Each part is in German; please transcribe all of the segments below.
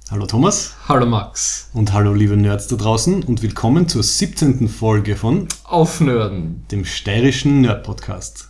Hallo Thomas. Hallo Max. Und hallo liebe Nerds da draußen und willkommen zur 17. Folge von Aufnörden, dem steirischen Nerd-Podcast.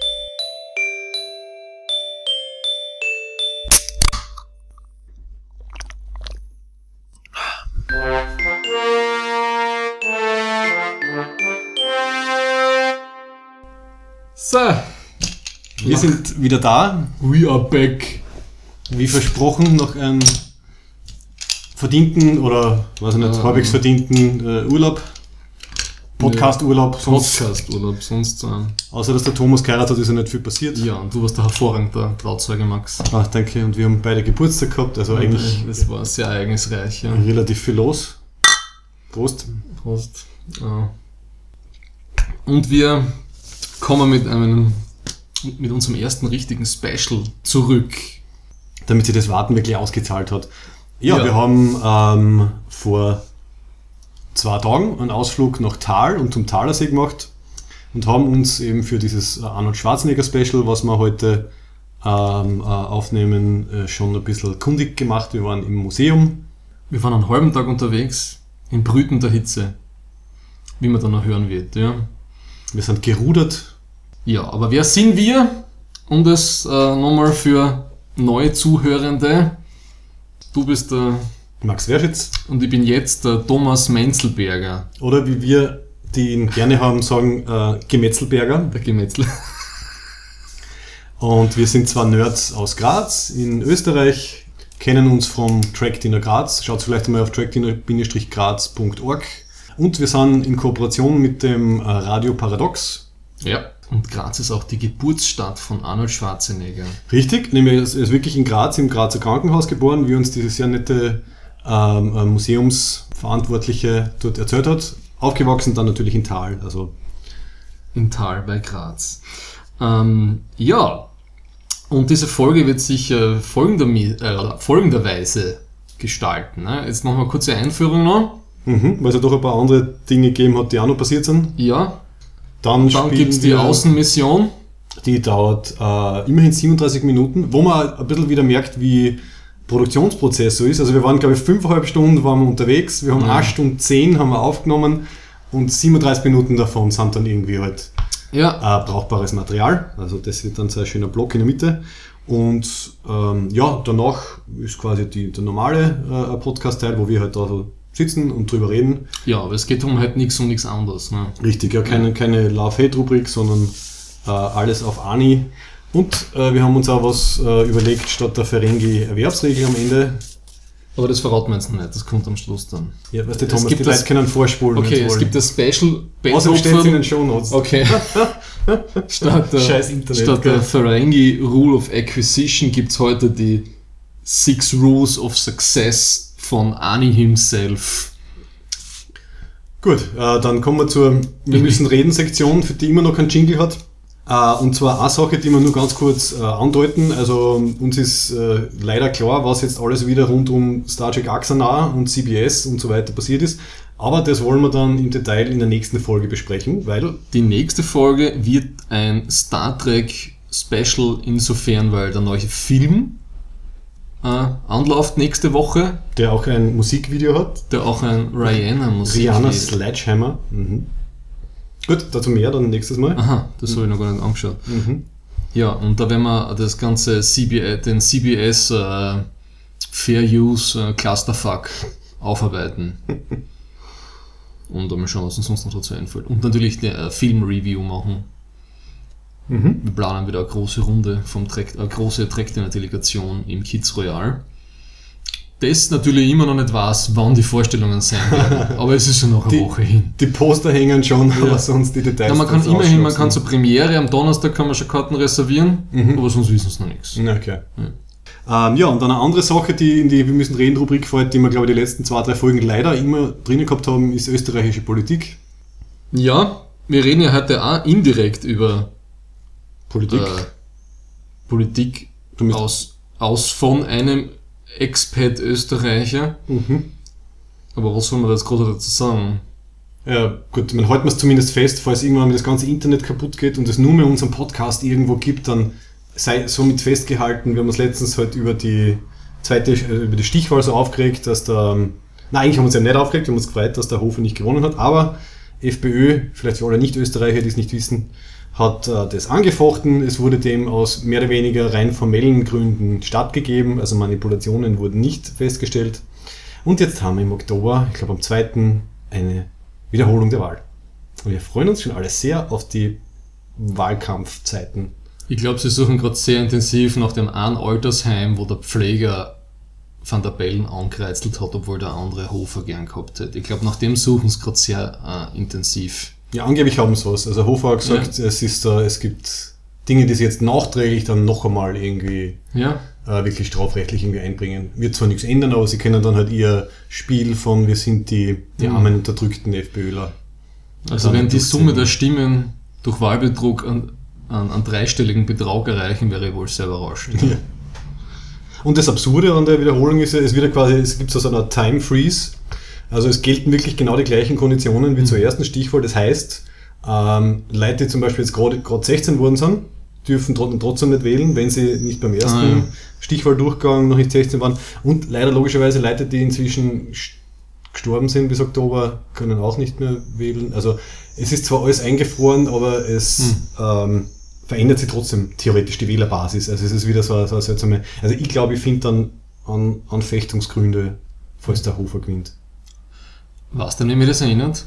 So, Wir sind wieder da, we are back. wie versprochen, nach einem verdienten oder halbwegs verdienten Urlaub. Podcast-Urlaub. Podcast-Urlaub, sonst. Außer dass der Thomas geheiratet hat, ist ja nicht viel passiert. Ja, und du warst der hervorragende Trauzeuge, Max. Ah, danke. Und wir haben beide Geburtstag gehabt, also eigentlich Das war sehr ereignisreich, ja. relativ viel los. Prost. Prost. Ja. Und wir kommen mit unserem ersten richtigen Special zurück. Damit sich das Warten wirklich ausgezahlt hat. Ja. Wir haben vor 2 Tagen einen Ausflug nach Thal und zum Thalersee gemacht und haben uns eben für dieses Arnold Schwarzenegger Special, was wir heute aufnehmen, schon ein bisschen kundig gemacht. Wir waren im Museum. Wir waren einen halben Tag unterwegs, in brütender Hitze, wie man dann noch hören wird, ja. Wir sind gerudert. Ja, aber wer sind wir? Und das nochmal für neue Zuhörende. Du bist der Max Werschitz. und ich bin jetzt der Thomas Menzelberger. Oder wie wir, die ihn gerne haben, sagen, Gemetzelberger. Der Gemetzel. Und wir sind zwar Nerds aus Graz in Österreich, kennen uns vom Trackdinner Graz. Schaut vielleicht mal auf trackdinner-graz.org. Und wir sind in Kooperation mit dem Radio Paradox. Ja. Und Graz ist auch die Geburtsstadt von Arnold Schwarzenegger. Richtig, nämlich er ist wirklich in Graz, im Grazer Krankenhaus geboren, wie uns diese sehr nette Museumsverantwortliche dort erzählt hat. Aufgewachsen dann natürlich in Thal. Also. In Thal bei Graz. Ja, und diese Folge wird sich folgenderweise gestalten. Ne? Jetzt machen wir eine kurze Einführung noch. Weil es ja doch ein paar andere Dinge gegeben hat, die auch noch passiert sind. Ja, Dann gibt es die Außenmission. Die dauert immerhin 37 Minuten, wo man ein bisschen wieder merkt, wie Produktionsprozess so ist. Also wir waren, glaube ich, 5,5 Stunden waren wir unterwegs, wir haben 1 Stunde 10 haben wir aufgenommen und 37 Minuten davon sind dann irgendwie halt brauchbares Material. Also das wird dann so ein schöner Block in der Mitte. Und danach ist quasi der normale Podcast-Teil, wo wir halt da so sitzen und drüber reden. Ja, aber es geht um halt nichts anderes. Ne? Richtig, ja, keine Love-Hate-Rubrik, sondern alles auf Ani. Und wir haben uns auch was überlegt, statt der Ferengi-Erwerbsregel am Ende. Aber das verraten wir jetzt noch nicht, das kommt am Schluss dann. Ja, weißt du, Thomas, die Leute können vorspulen. Okay, es gibt das Special Außerdem steht es in den Shownotes. Okay. Statt der Ferengi Rule of Acquisition gibt es heute die 6 Rules of Success von Ani himself. Gut, dann kommen wir zur Wir müssen reden Sektion, für die immer noch kein Jingle hat. Und zwar eine Sache, die wir nur ganz kurz andeuten. Also uns ist leider klar, was jetzt alles wieder rund um Star Trek Axanar und CBS und so weiter passiert ist. Aber das wollen wir dann im Detail in der nächsten Folge besprechen, weil die nächste Folge wird ein Star Trek Special insofern, weil der neue Film anläuft nächste Woche. Der auch ein Musikvideo hat. Der auch ein Rihanna-Musikvideo. Rihanna Sledgehammer. Gut, dazu mehr dann nächstes Mal. Aha, das habe ich noch gar nicht angeschaut. Ja, und da werden wir das ganze den CBS Fair Use Clusterfuck aufarbeiten. Und dann mal schauen, was uns sonst noch dazu einfällt. Und natürlich eine Film-Review machen. Wir planen wieder eine große Runde eine große Trackdinner-Delegation im Kids Royal. Das natürlich immer noch nicht weiß, wann die Vorstellungen sein werden. Aber es ist ja noch eine Woche hin. Die Poster hängen schon, aber sonst die Details. Ja, man kann zur Premiere, am Donnerstag kann man schon Karten reservieren, aber sonst wissen es noch nichts. Okay. Ja. Und dann eine andere Sache, die in die Wir müssen reden Rubrik fällt, die wir, glaube ich, die letzten 2-3 Folgen leider immer drinnen gehabt haben, ist österreichische Politik. Ja, wir reden ja heute auch indirekt über Politik aus von einem Expat Österreicher. Aber was soll man da jetzt gerade dazu sagen? Ja, gut, man halten wir es zumindest fest, falls irgendwann mal das ganze Internet kaputt geht und es nur mehr unseren Podcast irgendwo gibt, dann sei somit festgehalten. Wir haben uns letztens halt über die über die Stichwahl so aufgeregt, dass eigentlich haben wir uns ja nicht aufgeregt, wir haben uns gefreut, dass der Hofer nicht gewonnen hat, aber FPÖ, vielleicht für alle Nicht-Österreicher, die es nicht wissen, hat das angefochten. Es wurde dem aus mehr oder weniger rein formellen Gründen stattgegeben, also Manipulationen wurden nicht festgestellt. Und jetzt haben wir im Oktober, ich glaube am 2. eine Wiederholung der Wahl. Und wir freuen uns schon alle sehr auf die Wahlkampfzeiten. Ich glaube, sie suchen gerade sehr intensiv nach dem einen Altersheim, wo der Pfleger Van der Bellen angekreuzelt hat, obwohl der andere Hofer gern gehabt hätte. Ich glaube, nach dem suchen sie gerade sehr intensiv. Ja, angeblich haben sie was. Also Hofer hat gesagt, es gibt Dinge, die sie jetzt nachträglich dann noch einmal irgendwie wirklich strafrechtlich irgendwie einbringen. Wird zwar nichts ändern, aber sie können dann halt ihr Spiel von wir sind die armen, unterdrückten FPÖler. Also wenn die Summe der Stimmen durch Wahlbetrug an dreistelligen Betrag erreichen, wäre ich wohl sehr überrascht. Ja. Und das Absurde an der Wiederholung ist ja, es gibt so eine Time Freeze. Also es gelten wirklich genau die gleichen Konditionen wie zur ersten Stichwahl. Das heißt, Leute, die zum Beispiel jetzt gerade 16 worden sind, dürfen trotzdem nicht wählen, wenn sie nicht beim ersten Stichwahldurchgang noch nicht 16 waren. Und leider logischerweise Leute, die inzwischen gestorben sind bis Oktober, können auch nicht mehr wählen. Also es ist zwar alles eingefroren, aber es verändert sich trotzdem theoretisch die Wählerbasis. Also es ist wieder so eine seltsame... Also ich glaube, ich finde dann Anfechtungsgründe, falls der Hofer gewinnt. Was denn, wenn mich das erinnert?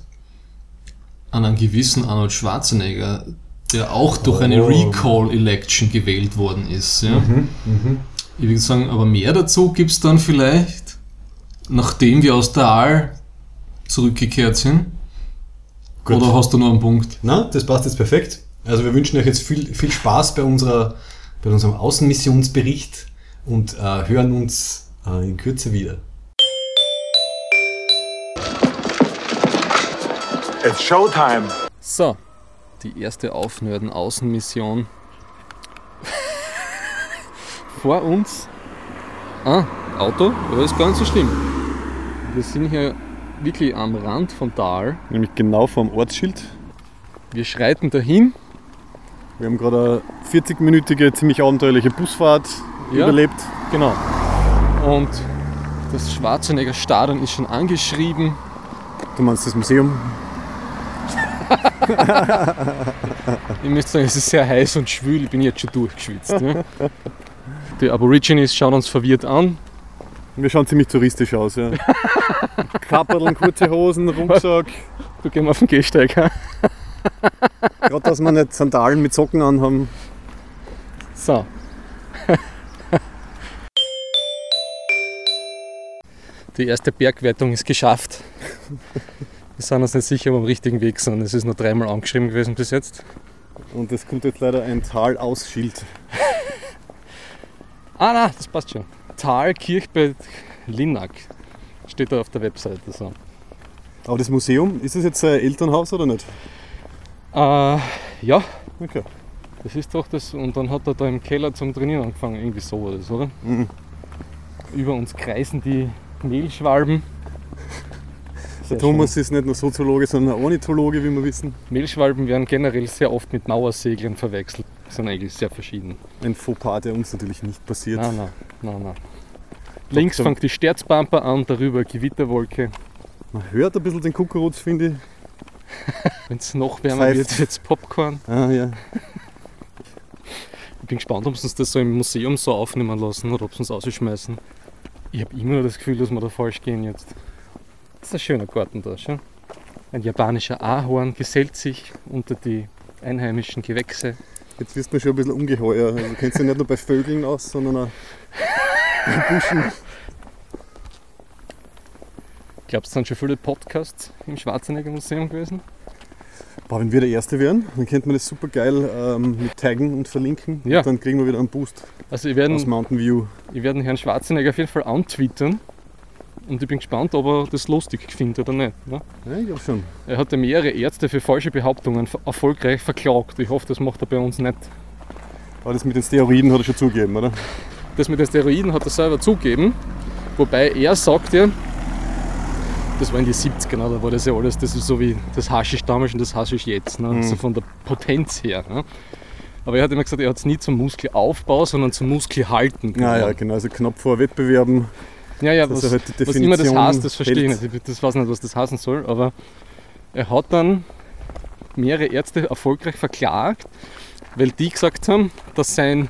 An einen gewissen Arnold Schwarzenegger, der auch durch eine Recall-Election gewählt worden ist. Ja? Ich würde sagen, aber mehr dazu gibt es dann vielleicht, nachdem wir aus der Aal zurückgekehrt sind. Gut. Oder hast du noch einen Punkt? Na, das passt jetzt perfekt. Also wir wünschen euch jetzt viel Spaß bei unserem Außenmissionsbericht und hören uns in Kürze wieder. It's Showtime! So, die erste Aufnörden-Außenmission. Vor uns Auto, aber ist gar nicht so schlimm. Wir sind hier wirklich am Rand von Dahl. Nämlich genau vorm Ortsschild. Wir schreiten dahin. Wir haben gerade eine 40-minütige, ziemlich abenteuerliche Busfahrt überlebt. Genau. Und das Schwarzenegger Stadion ist schon angeschrieben. Du meinst das Museum? Ich müsste sagen, es ist sehr heiß und schwül, ich bin jetzt schon durchgeschwitzt. Ja. Die Aborigines schauen uns verwirrt an. Wir schauen ziemlich touristisch aus, ja. Kapperln, kurze Hosen, Rucksack. Du gehst mal auf den Gehsteig. Ha? Gerade, dass wir nicht Sandalen mit Socken anhaben. So. Die erste Bergwertung ist geschafft. Wir sind uns nicht sicher, ob wir am richtigen Weg sind. Es ist nur 3-mal angeschrieben gewesen bis jetzt. Und es kommt jetzt leider ein Tal-Aus-Schild. Nein, das passt schon. Tal Kirchberg Linnack steht da auf der Webseite. So. Aber das Museum, ist das jetzt ein Elternhaus oder nicht? Ja. Okay. Das ist doch das. Und dann hat er da im Keller zum Trainieren angefangen. Irgendwie so war das, oder? Mhm. Über uns kreisen die Mehlschwalben. Der Thomas ist nicht nur Soziologe, sondern ein Ornithologe, wie wir wissen. Mehlschwalben werden generell sehr oft mit Mauerseglern verwechselt. Die sind eigentlich sehr verschieden. Ein Fauxpas, der uns natürlich nicht passiert. Nein. Links fängt die Sterzpampe an, darüber Gewitterwolke. Man hört ein bisschen den Kuckucks, finde ich. Wenn es noch wärmer wird, wird es Popcorn. Ja. Ich bin gespannt, ob sie uns das so im Museum so aufnehmen lassen oder ob sie uns rausschmeißen. Ich habe immer nur das Gefühl, dass wir da falsch gehen jetzt. Das ist ein schöner Garten da, schon. Ein japanischer Ahorn gesellt sich unter die einheimischen Gewächse. Jetzt wirst du schon ein bisschen ungeheuer. Also du kennst ja nicht nur bei Vögeln aus, sondern auch bei Buschen. Glaubst du, es sind schon viele Podcasts im Schwarzenegger Museum gewesen? Boah, wenn wir der Erste wären, dann könnte man das super geil mit taggen und verlinken. Ja. Und dann kriegen wir wieder einen Boost Also aus Mountain View. Ich werde Herrn Schwarzenegger auf jeden Fall antwittern. Und ich bin gespannt, ob er das lustig findet oder nicht. Ne? Ja, ich glaube schon. Er hat mehrere Ärzte für falsche Behauptungen erfolgreich verklagt. Ich hoffe, das macht er bei uns nicht. Aber das mit den Steroiden hat er schon zugegeben, oder? Das mit den Steroiden hat er selber zugegeben. Wobei er sagt ja, das war in die 70er, da war das ja alles, das ist so wie das Haschisch damals und das Haschisch jetzt. Ne? Also von der Potenz her. Ne? Aber er hat immer gesagt, er hat es nie zum Muskelaufbau, sondern zum Muskelhalten genommen. Ja, genau, also knapp vor Wettbewerben. Ja, dass was, er halt die was immer das Definition heißt, das verstehe ich hält. nicht. Das weiß nicht, was das heißen soll, aber er hat dann mehrere Ärzte erfolgreich verklagt, weil die gesagt haben, dass sein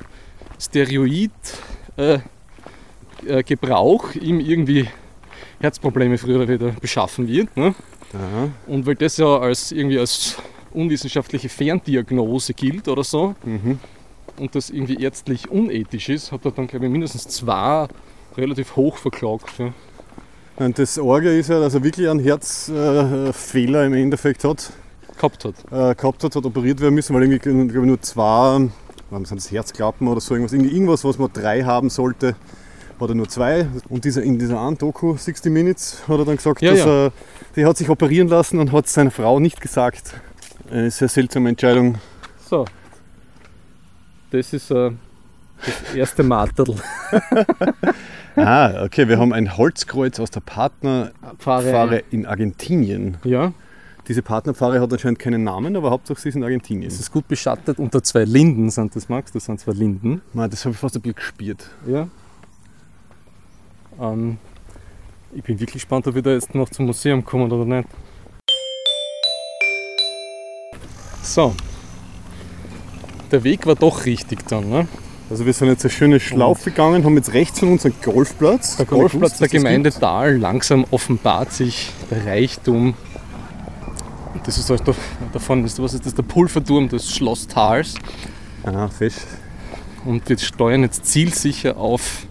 Steroid-Gebrauch ihm irgendwie Herzprobleme früher oder wieder beschaffen wird. Ne? Aha. Und weil das ja irgendwie als unwissenschaftliche Ferndiagnose gilt oder so Mhm. und das irgendwie ärztlich unethisch ist, hat er dann, glaube ich, mindestens 2 relativ hoch verklagt. Ja. Und das Orge ist ja, dass er wirklich einen Herzfehler im Endeffekt Gehabt hat. gehabt hat operiert werden müssen, weil irgendwie glaube ich, nur 2, was sind das, Herzklappen oder so, irgendwas, was man 3 haben sollte, hat er nur 2. Und in dieser einen Doku, 60 Minutes, hat er dann gesagt, Ja. der hat sich operieren lassen und hat es seiner Frau nicht gesagt. Eine sehr seltsame Entscheidung. So, das ist das erste Marterl. Okay, wir haben ein Holzkreuz aus der Partnerpfarre in Argentinien. Ja, Diese Partnerpfarre hat anscheinend keinen Namen, aber Hauptsache sie ist in Argentinien. es ist gut beschattet. Unter 2 Linden sind das, Max. Das sind 2 Linden. Man, das habe ich fast ein bisschen gespielt. Ja. Ich bin wirklich gespannt, ob wir da jetzt noch zum Museum kommen oder nicht. So. Der Weg war doch richtig dann, ne? Also wir sind jetzt eine schöne Schlaufe gegangen, haben jetzt rechts von uns einen Golfplatz. Der Golfplatz der Gemeinde Dahl. Langsam offenbart sich der Reichtum. Das ist also davon, was ist das? Der Pulverturm des Schloss Thals. Ah, fest. Und wir steuern jetzt zielsicher auf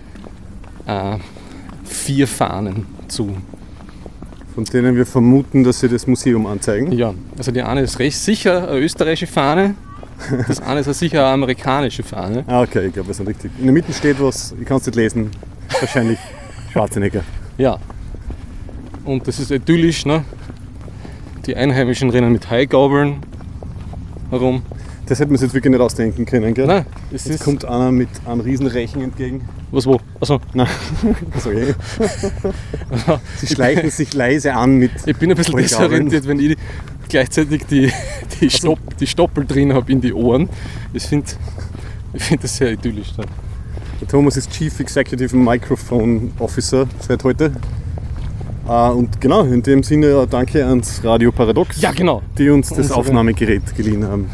4 Fahnen zu. Von denen wir vermuten, dass sie das Museum anzeigen. Ja, also die eine ist recht sicher eine österreichische Fahne, das eine ist sicher eine amerikanische Fahne. Okay, ich glaube, wir sind richtig. In der Mitte steht was, ich kann es nicht lesen. Wahrscheinlich Schwarzenegger. Ja, und das ist idyllisch, ne? Die Einheimischen rennen mit Haigabeln herum. Das hätten wir uns jetzt wirklich nicht ausdenken können, gell? Nein, es Jetzt ist... kommt einer mit einem riesen Rechen entgegen. Was wo? Achso, Nein, sorry. Sie schleichen sich leise an mit. ich bin ein bisschen Haigabeln. desorientiert, wenn ich gleichzeitig die Stoppel drin habe in die Ohren. Ich finde das sehr idyllisch. Da. Der Thomas ist Chief Executive Microphone Officer seit heute. Und genau, in dem Sinne danke ans Radio Paradox, Ja, genau. die uns das Unsere- Aufnahmegerät geliehen haben.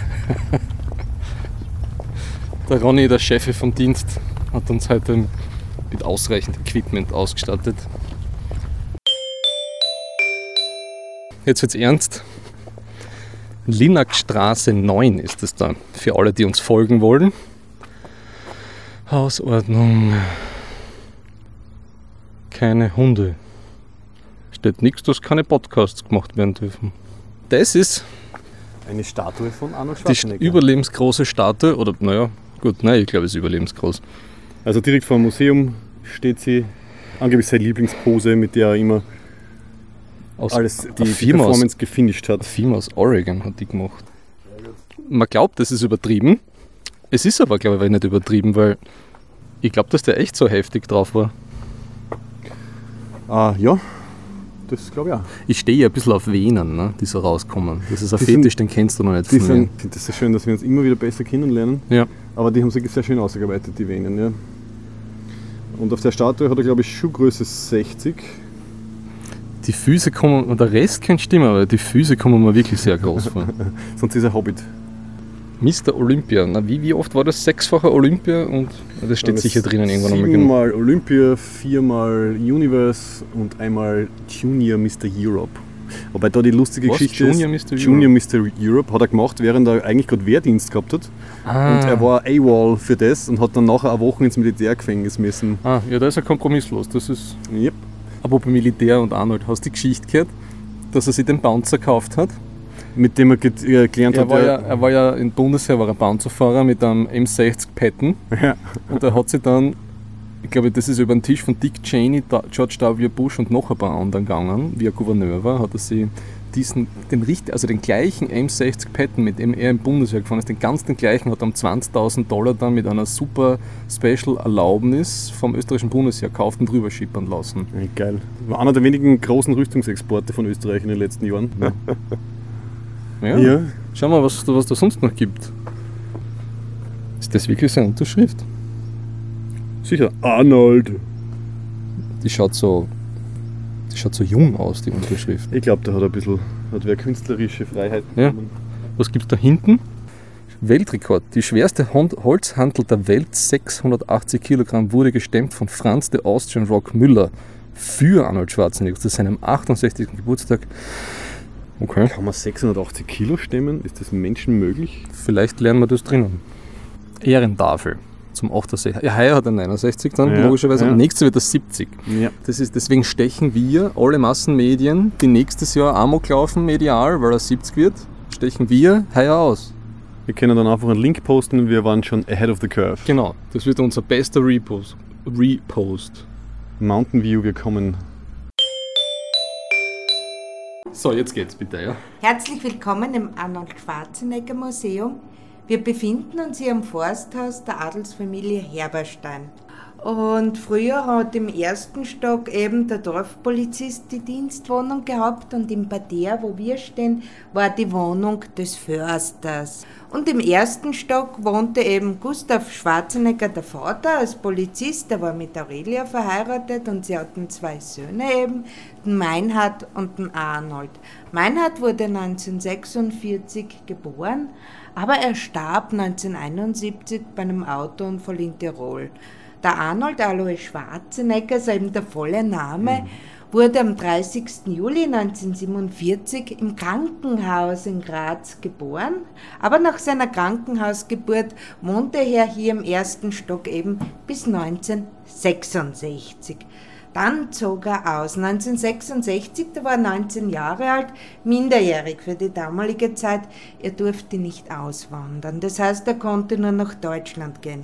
Der Ronny, der Chef vom Dienst, hat uns heute mit ausreichend Equipment ausgestattet. Jetzt wird's ernst. Linnakstraße 9 ist es da. Für alle, die uns folgen wollen. Hausordnung. Keine Hunde. Steht nichts, dass keine Podcasts gemacht werden dürfen. Das ist Eine Statue von Arnold die Schwarzenegger. überlebensgroße Statue. Oder naja, gut, nein, ich glaube, es ist überlebensgroß. Also direkt vor dem Museum steht sie, angeblich seine Lieblingspose, mit der er immer Aus alles die Firma aus- Performance gefinisht hat. Eine Firma aus Oregon hat die gemacht. Man glaubt, das ist übertrieben. Es ist aber, glaube ich, nicht übertrieben, weil ich glaube, dass der echt so heftig drauf war. Ja, das glaube ich auch. Ich stehe ja ein bisschen auf Venen, ne, die so rauskommen. Das ist ein Die sind- Fetisch, den kennst du noch nicht Die von mir. sind, ich finde das so schön, dass wir uns immer wieder besser kennenlernen. Ja. Aber die haben sich sehr schön ausgearbeitet, die Venen. Ja. Und auf der Statue hat er, glaube ich, Schuhgröße 60. Die Füße kommen, und der Rest kann stimmen, aber die Füße kommen mir wirklich sehr groß vor. Sonst ist er Hobbit. Mr. Olympia, na, wie oft war das? 6-facher Olympia? Und das steht Das sicher drinnen irgendwann nochmal genau. 7-mal Olympia, 4-mal Universe und einmal Junior Mr. Europe. Wobei da die lustige Was? Geschichte Junior ist, Mr. Junior Mr. Europe hat er gemacht, während er eigentlich gerade Wehrdienst gehabt hat. Und er war AWOL für das und hat dann nachher eine Woche ins Militärgefängnis müssen. Ja, da ist er kompromisslos. Das ist, Yep. apropos Militär und Arnold, hast du die Geschichte gehört, dass er sich den Bouncer gekauft hat? Mit dem er gelernt hat, Er war ja im Bundesheer, war er Panzerfahrer mit einem M60 Patton ja. und er hat sich dann, ich glaube, das ist über den Tisch von Dick Cheney, George W. Bush und noch ein paar anderen gegangen, wie er Gouverneur war, hat er sich den gleichen M60 Patton, mit dem er im Bundesheer gefahren ist, den gleichen, hat er um $20.000 dann mit einer super Special Erlaubnis vom österreichischen Bundesheer gekauft und drüber schippern lassen. Geil. War einer der wenigen großen Rüstungsexporte von Österreich in den letzten Jahren. Ja. Ja. Schau mal, was da sonst noch gibt. Ist das wirklich seine Unterschrift? Sicher. Arnold. Die schaut so jung aus, die Unterschrift. Ich glaube, da hat wer künstlerische Freiheit. Ja. Was gibt's da hinten? Weltrekord. Die schwerste Holzhantel der Welt, 680 Kilogramm, wurde gestemmt von Franz the Austrian Rock Müller für Arnold Schwarzenegger zu seinem 68. Geburtstag. Okay. Kann man 680 Kilo stemmen? Ist das menschenmöglich? Vielleicht lernen wir das drinnen. Ehrentafel zum 68. Ja, heuer hat er 69 dann, Ja, logischerweise. ja. Und nächstes wird er 70. Ja. Deswegen stechen wir, alle Massenmedien, die nächstes Jahr Amok laufen, medial, weil er 70 wird, stechen wir heuer aus. Wir können dann einfach einen Link posten, wir waren schon ahead of the curve. Genau, das wird unser bester Repost. Mountain View, wir kommen. So, jetzt geht's bitte, ja. Herzlich willkommen im Arnold Schwarzenegger Museum. Wir befinden uns hier am Forsthaus der Adelsfamilie Herberstein. Und früher hat im ersten Stock eben der Dorfpolizist die Dienstwohnung gehabt und im Parterre, wo wir stehen, war die Wohnung des Försters. Und im ersten Stock wohnte eben Gustav Schwarzenegger, der Vater, als Polizist. Der war mit Aurelia verheiratet und sie hatten 2 Söhne eben, den Meinhard und den Arnold. Meinhard wurde 1946 geboren, aber er starb 1971 bei einem Autounfall in Tirol. Der Arnold Alois Schwarzenegger, ist eben der volle Name, wurde am 30. Juli 1947 im Krankenhaus in Graz geboren, aber nach seiner Krankenhausgeburt wohnte er hier im ersten Stock eben bis 1966. Dann zog er aus. 1966, da war er 19 Jahre alt, minderjährig für die damalige Zeit. Er durfte nicht auswandern. Das heißt, er konnte nur nach Deutschland gehen.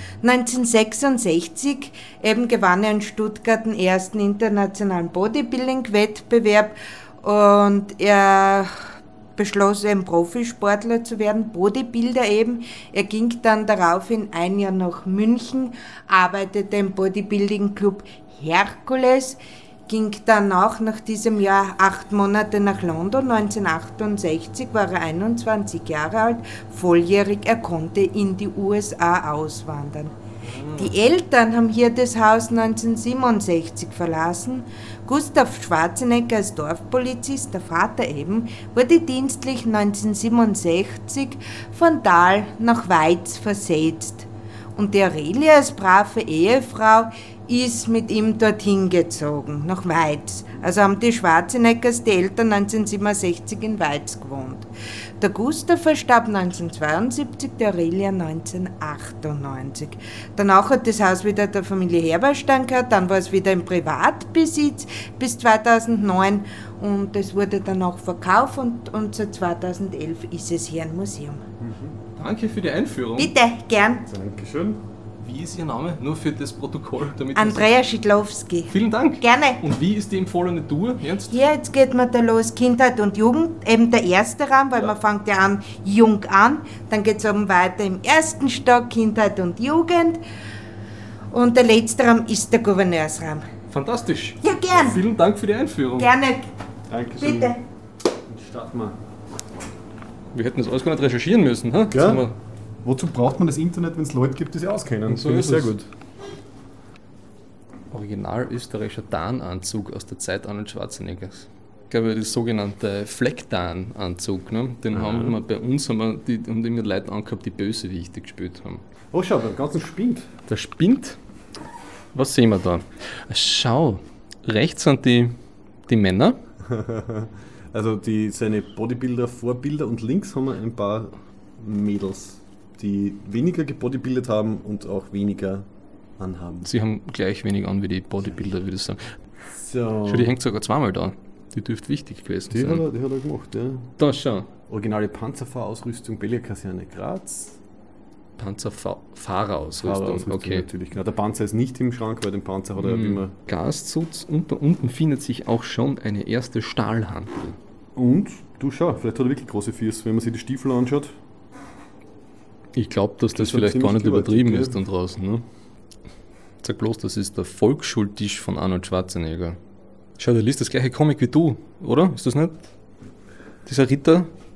1966 eben gewann er in Stuttgart den ersten internationalen Bodybuilding-Wettbewerb und er beschloss, ein Profisportler zu werden, Bodybuilder eben. Er ging dann daraufhin ein Jahr nach München, arbeitete im Bodybuilding-Club Herkules, ging danach nach diesem Jahr 8 Monate nach London. 1968 war er 21 Jahre alt, volljährig, er konnte in die USA auswandern. Die Eltern haben hier das Haus 1967 verlassen. Gustav Schwarzenegger als Dorfpolizist, der Vater eben, wurde dienstlich 1967 von Dahl nach Weiz versetzt. Und die Aurelia als brave Ehefrau ist mit ihm dorthin gezogen, nach Weiz. Also haben die Schwarzeneggers, die Eltern, 1967 in Weiz gewohnt. Der Gustav verstarb 1972, die Aurelia 1998. Danach hat das Haus wieder der Familie Herberstein gehört, dann war es wieder im Privatbesitz bis 2009 und es wurde dann auch verkauft und seit 2011 ist es hier ein Museum. Danke für die Einführung. Bitte, gern. Dankeschön. Wie ist Ihr Name? Nur für das Protokoll. Damit Andrea Schidlowski. Vielen Dank. Gerne. Und wie ist die empfohlene Tour jetzt? Hier, jetzt geht man da los, Kindheit und Jugend, eben der erste Raum, weil man fängt ja an, jung an, dann geht es oben weiter im ersten Stock, Kindheit und Jugend und der letzte Raum ist der Gouverneursraum. Fantastisch. Ja, gern. Vielen Dank für die Einführung. Gerne, Dankeschön. bitte. Dann starten wir. Wir hätten das alles gar nicht recherchieren müssen. Ha? Ja. Haben wir- Wozu braucht man das Internet, wenn es Leute gibt, die sich auskennen? So Finde ich ist sehr es. gut. Original österreichischer Tarnanzug aus der Zeit Arnold Schwarzeneggers. Ich glaube, der sogenannte Flecktarnanzug, ne? Den haben wir bei uns, haben immer Leute angehabt, die Bösewichte gespielt haben. Oh, schau, der ganze spinnt. Der spinnt. Was sehen wir da? Schau, rechts sind die Männer. Also seine Bodybuilder-Vorbilder und links haben wir ein paar Mädels, die weniger gebodybuildet haben und auch weniger anhaben. Sie haben gleich wenig an wie die Bodybuilder, würde ich sagen. So. Schau, die hängt sogar zweimal da. Die dürfte wichtig gewesen Die hat sein. er gemacht, ja. Da, schau. Originale Panzerfahrausrüstung, Berlier-Kaserne Graz. Panzerfahrerausrüstung. Okay. Natürlich. Genau, der Panzer ist nicht im Schrank, weil den Panzer hat er immer. Gaszutz und da unten findet sich auch schon eine erste Stahlhantel. Und, du schau, vielleicht hat er wirklich große Füße, wenn man sich die Stiefel anschaut. Ich glaube, dass das schon vielleicht gar ziemlich nicht übertrieben gewaltig, ist dann draußen. Ne? Sag bloß, das ist der Volksschultisch von Arnold Schwarzenegger. Schau, der liest das gleiche Comic wie du, oder? Ist das nicht? Dieser Ritter,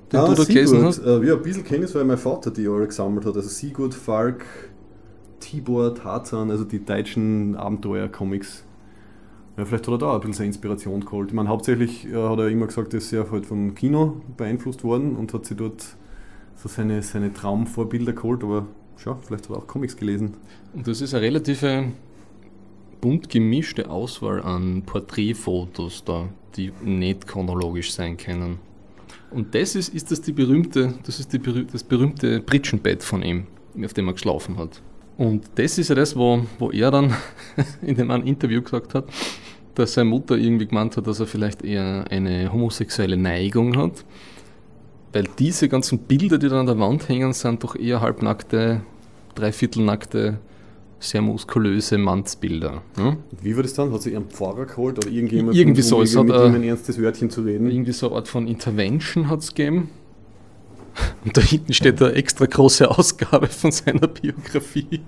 den du da gelesen hast? Ja, ein bisschen kenne ich es, weil mein Vater die alle gesammelt hat. Also Sigurd, Falk, Tibor, Tarzan, also die deutschen Abenteuer-Comics. Ja, vielleicht hat er da ein bisschen seine Inspiration geholt. Ich meine, hauptsächlich hat er immer gesagt, er ist sehr halt vom Kino beeinflusst worden und hat sich dort so seine Traumvorbilder geholt, aber schau, vielleicht hat er auch Comics gelesen. Und das ist eine relative bunt gemischte Auswahl an Porträtfotos da, die nicht chronologisch sein können. Und das ist das berühmte Pritschenbett von ihm, auf dem er geschlafen hat. Und das ist ja das, wo er dann in dem einen Interview gesagt hat, dass seine Mutter irgendwie gemeint hat, dass er vielleicht eher eine homosexuelle Neigung hat. Weil diese ganzen Bilder, die da an der Wand hängen, sind doch eher halbnackte, dreiviertelnackte, sehr muskulöse Mannsbilder. Ja? Wie war das dann? Hat sich einen Pfarrer geholt oder irgendjemand, irgendwie so, es hat mit ihm ein ernstes Wörtchen zu reden? Irgendwie so eine Art von Intervention hat es gegeben. Und da hinten steht eine extra große Ausgabe von seiner Biografie.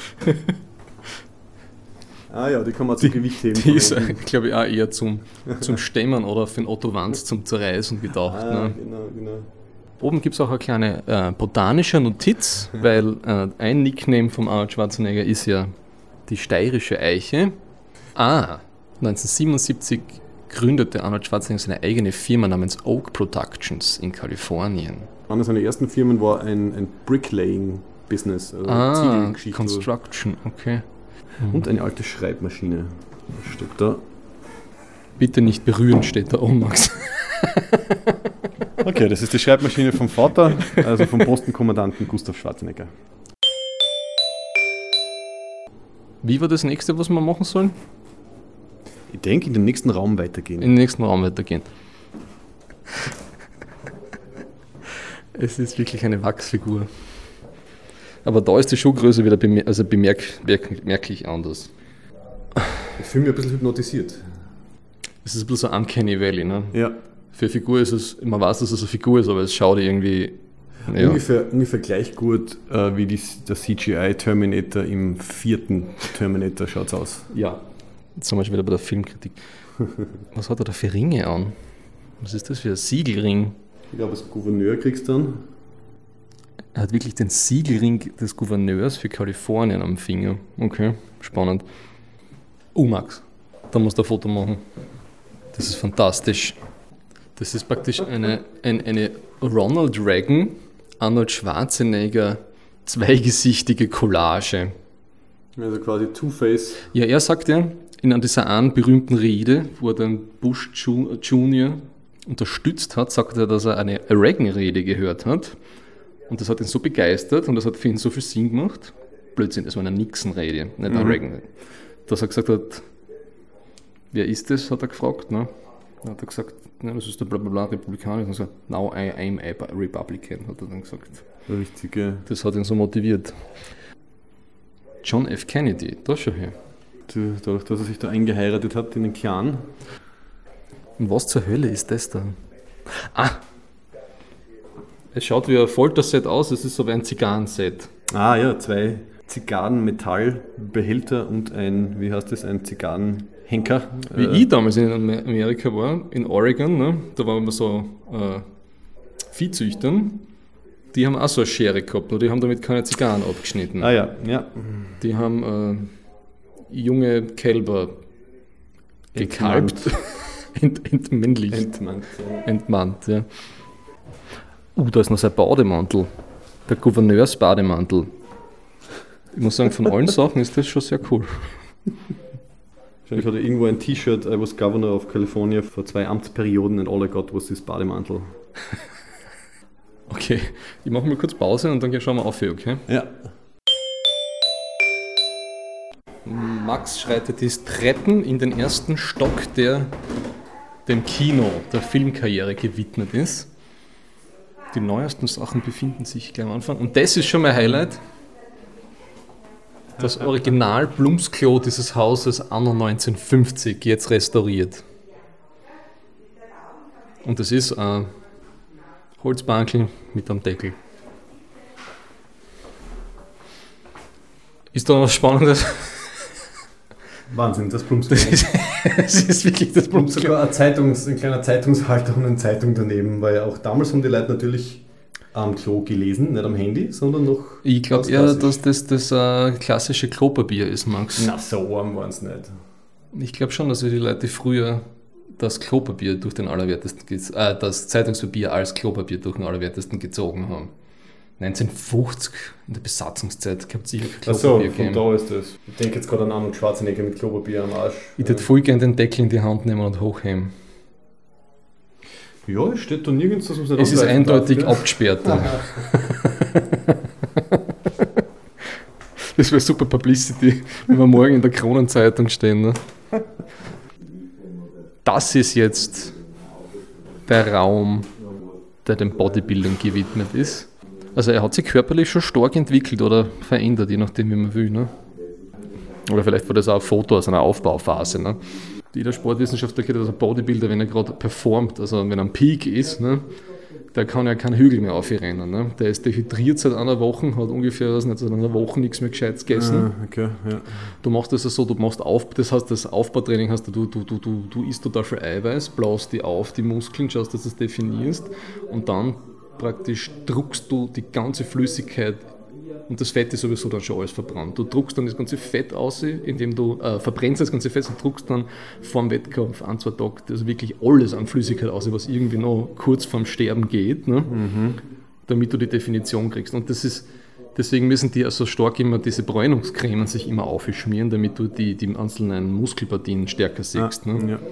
Ah ja, die kann man zum Gewicht heben. Die ist, glaube ich, auch eher zum Stemmen oder für den Otto Wanz zum Zerreißen gedacht. Ne? Genau. Oben gibt es auch eine kleine botanische Notiz, weil ein Nickname vom Arnold Schwarzenegger ist ja die steirische Eiche. 1977 gründete Arnold Schwarzenegger seine eigene Firma namens Oak Productions in Kalifornien. Eine seiner ersten Firmen war ein Bricklaying-Business, also Ziegelgeschichte. Construction, okay. Und eine alte Schreibmaschine. Was steht da? Bitte nicht berühren, steht da oben, Max. Okay, das ist die Schreibmaschine vom Vater, also vom Postenkommandanten Gustav Schwarzenegger. Wie war das nächste, was wir machen sollen? Ich denke, in den nächsten Raum weitergehen. In den nächsten Raum weitergehen. Es ist wirklich eine Wachsfigur. Aber da ist die Schuhgröße wieder bemerklich anders. Ich fühle mich ein bisschen hypnotisiert. Es ist ein bisschen so Uncanny Valley, ne? Ja. Für eine Figur ist es, man weiß, dass es eine Figur ist, aber es schaut irgendwie... Ja. Ungefähr gleich gut wie der CGI-Terminator im 4. Terminator schaut es aus. Ja. Jetzt sind wir schon wieder bei der Filmkritik. Was hat er da für Ringe an? Was ist das für ein Siegelring? Ich glaube, als Gouverneur kriegst du dann. Er hat wirklich den Siegelring des Gouverneurs für Kalifornien am Finger. Okay, spannend. Max, da musst du ein Foto machen. Das ist fantastisch. Das ist praktisch eine Ronald Reagan, Arnold Schwarzenegger, zweigesichtige Collage. Also quasi Two-Face. Ja, er sagt ja in dieser einen berühmten Rede, wo er den Bush Junior unterstützt hat, sagt er, dass er eine Reagan-Rede gehört hat. Und das hat ihn so begeistert und das hat für ihn so viel Sinn gemacht. Blödsinn, das war eine Nixon-Rede, nicht eine Reagan-Rede. Dass er gesagt hat, wer ist das, hat er gefragt. Ne? Dann hat er gesagt, ja, das ist der blablabla Republikaner. Und er hat gesagt, now I'm a Republican, hat er dann gesagt. Richtig, ja. Das hat ihn so motiviert. John F. Kennedy, da schau her. Dadurch, dass er sich da eingeheiratet hat in den Clan. Und was zur Hölle ist das da? Es schaut wie ein Folterset aus, es ist so wie ein Zigarrenset. Ah ja, 2 Zigarren-Metallbehälter und ein Zigarrenhenker. Wie ich damals in Amerika war, in Oregon, ne, da waren wir so Viehzüchtern, die haben auch so eine Schere gehabt, nur die haben damit keine Zigarren abgeschnitten. Ah ja, ja. Die haben junge Kälber gekalbt, entmannt, ja. Da ist noch sein Bademantel, der Gouverneursbademantel. Ich muss sagen, von allen Sachen ist das schon sehr cool. Wahrscheinlich hat er irgendwo ein T-Shirt, I was Governor of California, vor 2 Amtsperioden and all I got was this Bademantel. Okay, ich mache mal kurz Pause und dann schauen wir auf, okay? Ja. Max schreitet die Treppen in den ersten Stock, der dem Kino, der Filmkarriere gewidmet ist. Die neuesten Sachen befinden sich gleich am Anfang. Und das ist schon mein Highlight. Das Original Blumsklo dieses Hauses anno 1950, jetzt restauriert. Und das ist ein Holzbankel mit einem Deckel. Ist da noch was Spannendes? Wahnsinn, das Plumpsklo. Das ist wirklich das Und Plumpsklo. sogar ein kleiner Zeitungshalter und eine Zeitung daneben, weil auch damals haben die Leute natürlich am Klo gelesen, nicht am Handy, sondern noch... Ich glaube ganz eher, klassisch. dass das klassische Klopapier ist, Max. Na, so arm waren es nicht. Ich glaube schon, dass wir die Leute früher das Klopapier durch den Allerwertesten, das Zeitungspapier als Klopapier durch den Allerwertesten gezogen haben. 1950, in der Besatzungszeit, gab es sicher Achso, Klopapier von gegeben. da ist das. Ich denke jetzt gerade an Arnold Schwarzenegger mit Klopapier am Arsch. Ich würde voll gerne den Deckel in die Hand nehmen und hochheben. Ja, es steht da nirgends, dass man es nicht Es ist angreifen eindeutig darf, gell? abgesperrt. Das wäre super Publicity, wenn wir morgen in der Kronenzeitung stehen. Ne? Das ist jetzt der Raum, der dem Bodybuilding gewidmet ist. Also er hat sich körperlich schon stark entwickelt oder verändert, je nachdem wie man will. Ne? Oder vielleicht war das auch ein Foto aus einer Aufbauphase. Ne? Jeder Sportwissenschaftler kennt, dass ein Bodybuilder, wenn er gerade performt, also wenn er am Peak ist, ne, der kann ja keinen Hügel mehr aufrennen. Ne? Der ist dehydriert seit einer Woche, hat ungefähr seit einer Woche nichts mehr Gescheites gegessen. Okay, ja. Du machst das so, das heißt, das Aufbautraining hast du isst total viel Eiweiß, blaust die auf, die Muskeln, schaust, dass du das definierst und dann praktisch druckst du die ganze Flüssigkeit und das Fett ist sowieso dann schon alles verbrannt. Du druckst dann das ganze Fett aus, indem du verbrennst das ganze Fett und druckst dann vorm Wettkampf 1-2 Tage also wirklich alles an Flüssigkeit aus, was irgendwie noch kurz vorm Sterben geht, ne? Damit du die Definition kriegst. Und das ist, deswegen müssen die also stark immer diese Bräunungscremen sich immer aufschmieren, damit du die einzelnen Muskelpartien stärker siehst. Ne? Ja.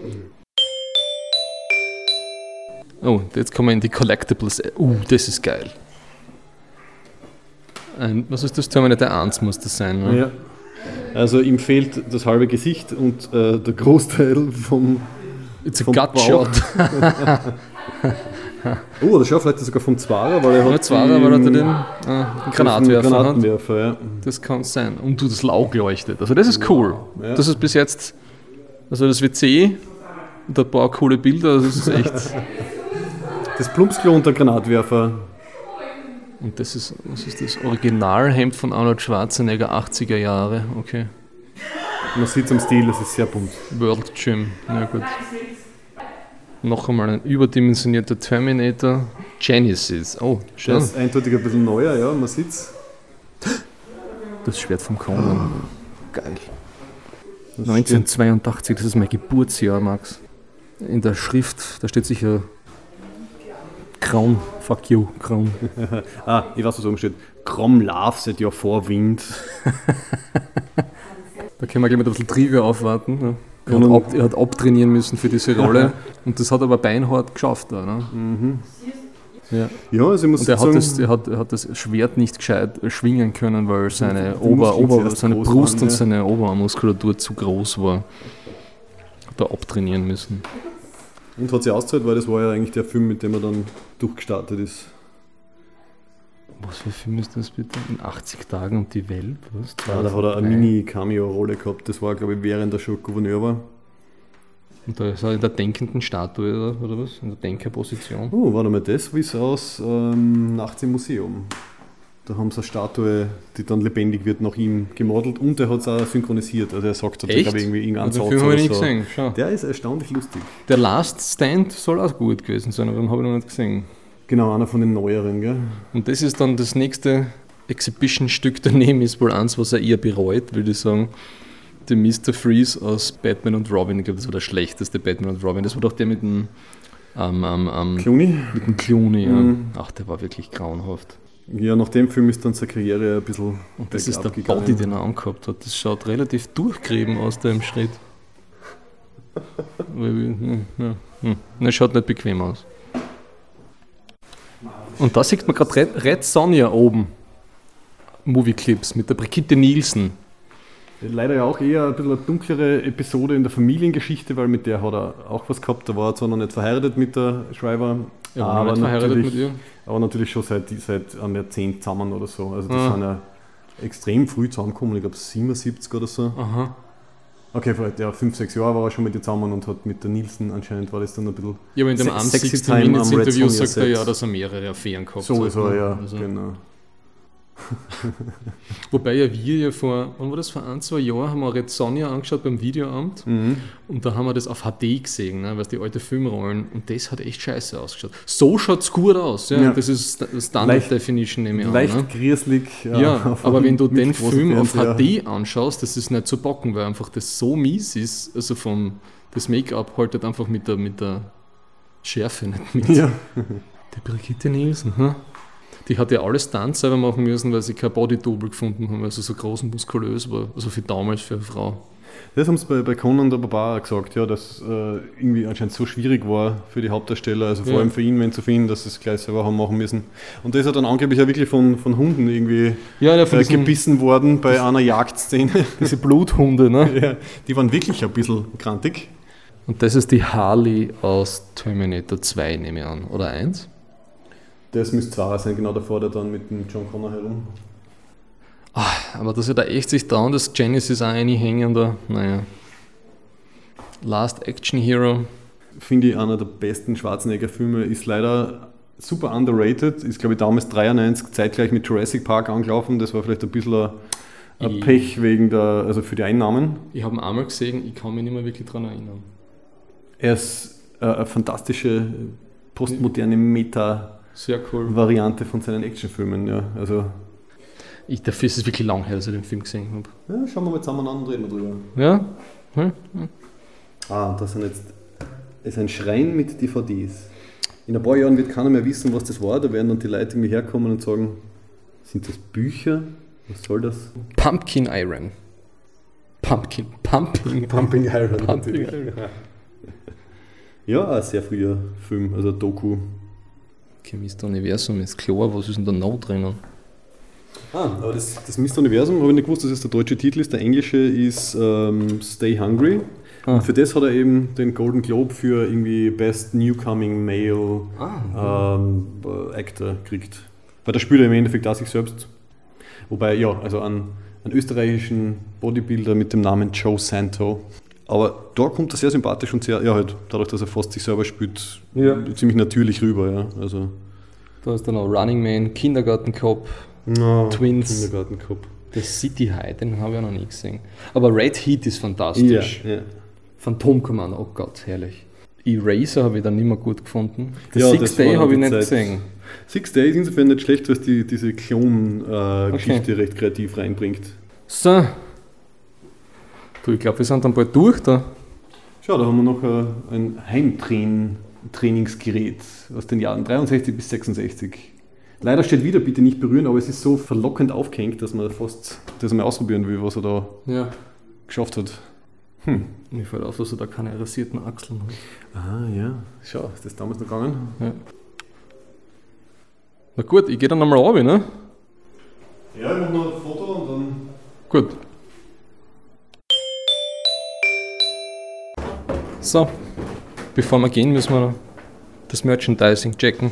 Oh, jetzt kommen wir in die Collectibles. Das ist geil. Was ist das? Terminator 1 muss das sein, ne? Ja. Also ihm fehlt das halbe Gesicht und der Großteil vom It's a vom gut Bauch. shot. Oh, das schaut vielleicht sogar vom Zwarer, weil er hat Zwarer, weil er den Granatwerfer hat. Granatenwerfer, ja. Das kann sein. Und du, das Laug leuchtet. Also das ist cool. Ja. Das ist bis jetzt, also das WC und ein paar coole Bilder, das ist echt. Das Plumpsklo und der Granatwerfer. Und das ist, was ist das? Originalhemd von Arnold Schwarzenegger, 80er Jahre. Okay. Man sieht es am Stil, das ist sehr bunt. World Gym, na gut. Noch einmal ein überdimensionierter Terminator. Genesis, oh, Der schön. ist eindeutig ein bisschen neuer, ja, man sieht es. Das Schwert vom Conan. Geil. 1982, das ist mein Geburtsjahr, Max. In der Schrift, da steht sicher Crown, fuck you, Crown. Ich weiß, was oben steht. Crom laughs at your four wind. Da können wir gleich mit ein bisschen Trivia aufwarten. Ne? Und- Er hat abtrainieren müssen für diese Rolle und das hat aber beinhart geschafft. Da, ne? Ja. Ja, also ich muss Und er sagen, hat das Schwert nicht gescheit schwingen können, weil seine, Die Muskeln zuerst seine groß Brust waren, und ja. seine Oberarmmuskulatur zu groß war. Hat er abtrainieren müssen. und hat sie ausgezahlt, weil das war ja eigentlich der Film, mit dem er dann durchgestartet ist. Was für ein Film ist das bitte? In 80 Tagen um die Welt? Was? Ja, da hat er eine Mini-Cameo-Rolle gehabt. Das war, glaube ich, während er schon Gouverneur war. Und da ist er in der denkenden Statue oder was? In der Denkerposition. Oh, warte mal, das wie es aus Nachts im Museum. Da haben sie eine Statue, die dann lebendig wird, nach ihm gemodelt und er hat es auch synchronisiert. Also er sagt, Echt? glaube ich, irgendwie irgendeinen Den Satz Film habe oder ich nicht so. gesehen. Schau. Der ist erstaunlich lustig. Der Last Stand soll auch gut gewesen sein, aber den habe ich noch nicht gesehen. Genau, einer von den neueren, gell? Und das ist dann das nächste Exhibition-Stück daneben, ist wohl eins, was er eher bereut, würde ich sagen. Der Mr. Freeze aus Batman und Robin. Ich glaube, das war der schlechteste Batman und Robin. Das war doch der mit dem Clooney? mit dem Clooney. Ja. Mhm. Ach, der war wirklich grauenhaft. Ja, nach dem Film ist dann seine Karriere ein bisschen Und das ist bergab der gegangen. Body, den er angehabt hat. Das schaut relativ durchgerieben aus, da im Schritt. Das schaut nicht bequem aus. Und da sieht man gerade Red Sonja oben. Movie-Clips mit der Brigitte Nielsen. Leider ja auch eher ein bisschen eine dunklere Episode in der Familiengeschichte, weil mit der hat er auch was gehabt. Da war er zwar noch nicht verheiratet mit der Schreiber, Ja, war nicht verheiratet mit ihr. aber natürlich schon seit einem Jahrzehnt zusammen oder so. Also die sind ja extrem früh zusammengekommen, ich glaube 77 oder so. Aha. Okay, vielleicht ja, 5-6 Jahre war er schon mit ihr zusammen und hat mit der Nielsen anscheinend war das dann ein bisschen Ja, aber in dem Sexy 60 Time am Red Minutes Interview Sonja sagt er Set. ja, dass er mehrere Affären gehabt sowieso, hat. Ne? ja, Also, genau. Wobei ja wir ja wann war das, vor 1-2 Jahren, haben wir Red Sonja angeschaut beim Videoamt und da haben wir das auf HD gesehen, ne, weil die alte Filmrollen, und das hat echt scheiße ausgeschaut. So schaut es gut aus, ja. Das ist Standard Definition, nehme ich an. Leicht ne? grieselig. Ja, aber wenn du den großen Film auf Fernseher. HD anschaust, das ist nicht zu bocken, weil einfach das so mies ist, also das Make-up haltet einfach mit der Schärfe nicht mit. Ja. Die Brigitte Nielsen, die hat ja alle Stunts selber machen müssen, weil sie kein Body-Double gefunden haben, also so groß und muskulös war, also für damals für eine Frau. Das haben sie bei Conan der Barbar gesagt, ja, dass irgendwie anscheinend so schwierig war für die Hauptdarsteller, also vor allem für ihn, wenn zu finden, dass sie es gleich selber haben machen müssen. Und das hat dann angeblich ja wirklich von Hunden irgendwie gebissen worden bei einer Jagdszene. Diese Bluthunde, ne? Ja, die waren wirklich ein bisschen grantig. Und das ist die Harley aus Terminator 2, nehme ich an, oder 1? Das müsste 2 sein, genau der fährt er dann mit dem John Connor herum. Aber dass er da echt sich da und das Genesis auch reinhängen da, naja. Last Action Hero. Finde ich einer der besten Schwarzenegger-Filme, ist leider super underrated, ist glaube ich damals 93 zeitgleich mit Jurassic Park angelaufen, das war vielleicht ein bisschen ein Pech also für die Einnahmen. Ich habe ihn einmal gesehen, ich kann mich nicht mehr wirklich daran erinnern. Er ist eine fantastische postmoderne Sehr cool. Variante von seinen Actionfilmen, ja. Also Dafür ist es wirklich lang her, dass ich den Film gesehen habe. ja, schauen wir mal zusammen an und reden wir drüber. Ja? Das ist ein Schrein mit DVDs. In ein paar Jahren wird keiner mehr wissen, was das war. Da werden dann die Leute irgendwie herkommen und sagen, sind das Bücher? Was soll das? Pumpkin Iron. Pumping Iron. Pumping Iron. Ja, ein sehr früher Film, also ein Doku. Mr. Universum ist klar, was ist denn da noch drinnen? Aber das Mr. Universum, habe ich nicht gewusst, dass es der deutsche Titel ist. Der englische ist Stay Hungry. Und für das hat er eben den Golden Globe für irgendwie Best Newcoming Male Actor gekriegt. Weil da spielt er im Endeffekt auch sich selbst. Wobei, ja, also einen österreichischen Bodybuilder mit dem Namen Joe Santo. Aber da kommt er sehr sympathisch und sehr, ja halt, dadurch, dass er fast sich selber spielt, ziemlich natürlich rüber, ja. Also. Da ist dann auch Running Man, Kindergarten Cop, Twins. Kindergarten Cop. Das City High, den habe ich auch noch nie gesehen. Aber Red Heat ist fantastisch. Ja. Phantom Command, oh Gott, herrlich. Eraser habe ich dann nicht mehr gut gefunden. Ja, Six Day habe ich nicht gesehen. Six Day ist insofern nicht schlecht, weil es diese Klon-Geschichte recht kreativ reinbringt. So. Du, ich glaube, wir sind dann bald durch da. Schau, da haben wir noch ein Heimtrainingsgerät aus den Jahren 63 bis 66. Leider steht wieder, bitte nicht berühren, aber es ist so verlockend aufgehängt, dass man fast das mal ausprobieren will, was er da geschafft hat. Mir fällt auf, dass er da keine rasierten Achseln hat. Ja. Schau, ist das damals noch gegangen? Ja. Na gut, ich gehe dann nochmal runter, ne? Ja, ich mache noch ein Foto und dann... Gut. So, bevor wir gehen, müssen wir das Merchandising checken.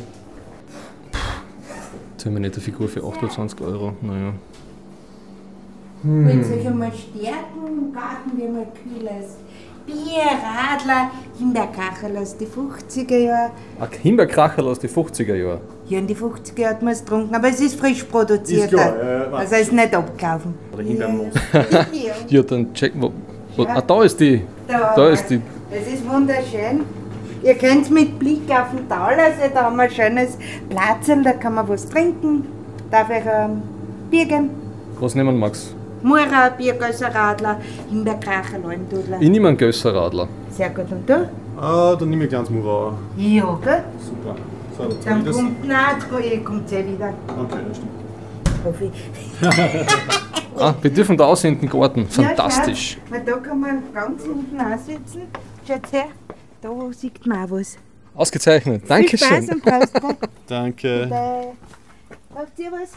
Jetzt haben wir nicht eine Figur für 28 €. Naja. Wollt ihr euch einmal stärken im Garten, wie mal kühles Bier, Radler, Himbeerkracherl aus den 50er Jahren. Ein Himbeerkracherl aus den 50er Jahren. Ja, in die 50er Jahren hat man es getrunken, aber es ist frisch produziert. Ist klar, also es ist nicht abgelaufen. Oder Himbeermus. Ja. Ja, dann checken wir. Da ist die. Da ist die. Es ist wunderschön. Ihr könnt mit Blick auf den Tal, also da haben wir ein schönes Platzl, da kann man was trinken. Darf ich Bier geben? Was nehmen wir, Max? Mura, Biergösser, Radler, Himbeerkracherl, Almdudler. Ich nehme einen Gösserradler. Sehr gut. Und du? Dann nehme ich ganz Murauer. Ja, gell? Super. So, Dann kommt, kommt eh wieder. Okay, das stimmt. Hoffe ich. Wir dürfen da außen in den Garten. Fantastisch. Ja, weil da kann man ganz hinten ansitzen. Schaut her, da sieht man auch was. Ausgezeichnet. Viel Dankeschön. Spaß und Prost. Danke. Braucht ihr was?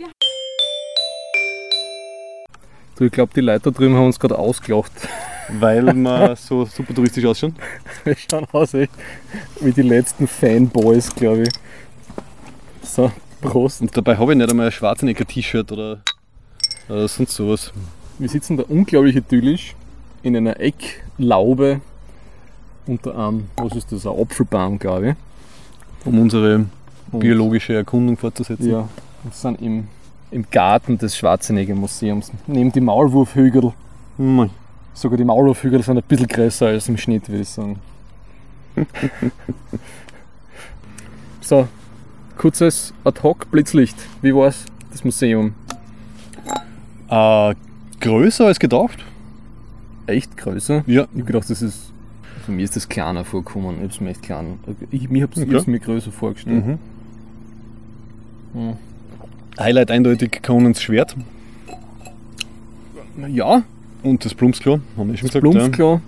Du, ich glaube, die Leute da drüben haben uns gerade ausgelacht. Weil wir so super touristisch ausschauen. Wir schauen aus echt wie die letzten Fanboys, glaube ich. So, Prost. Und dabei habe ich nicht einmal ein Schwarzenegger-T-Shirt oder sonst sowas. Wir sitzen da unglaublich idyllisch in einer Ecklaube unter einem, was ist das, ein Apfelbaum, glaube ich. Um unsere biologische Erkundung fortzusetzen. Ja, wir sind im im Garten des Schwarzenegger Museums, neben die Maulwurfhügel. Sogar die Maulwurfhügel sind ein bisschen größer als im Schnitt, würde ich sagen. So, kurzes Ad-Hoc-Blitzlicht. Wie war's, das Museum? Größer als gedacht? Echt größer? Ja. Ich habe gedacht, das ist. Also mir ist das kleiner vorgekommen. Ich habe es mir echt klein. Ich habe es mir größer vorgestellt. Highlight eindeutig Conans Schwert. Ja, Und das Plumpsklo, haben wir schon gesagt. Plumpsklo.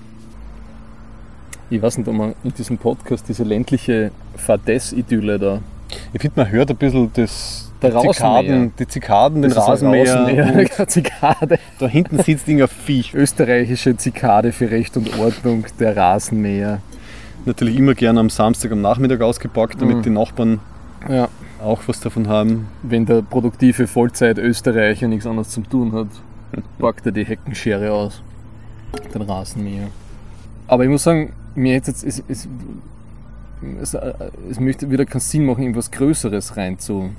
Ich weiß nicht, ob man in diesem Podcast diese ländliche Fadess-Idylle da. Ich finde, man hört ein bisschen Der Rasenmäher. die Zikaden, den Das ist ein Rasenmäher. Eine Zikade. Da hinten sitzt ein Viech. Österreichische Zikade für Recht und Ordnung, der Rasenmäher. Natürlich immer gerne am Samstag am Nachmittag ausgepackt, damit die Nachbarn Ja. auch was davon haben. Wenn der produktive Vollzeit-Österreicher nichts anderes zum tun hat, packt er die Heckenschere aus. Den Rasenmäher. Aber ich muss sagen, mir jetzt es möchte wieder keinen Sinn machen, irgendwas Größeres reinzupoppen.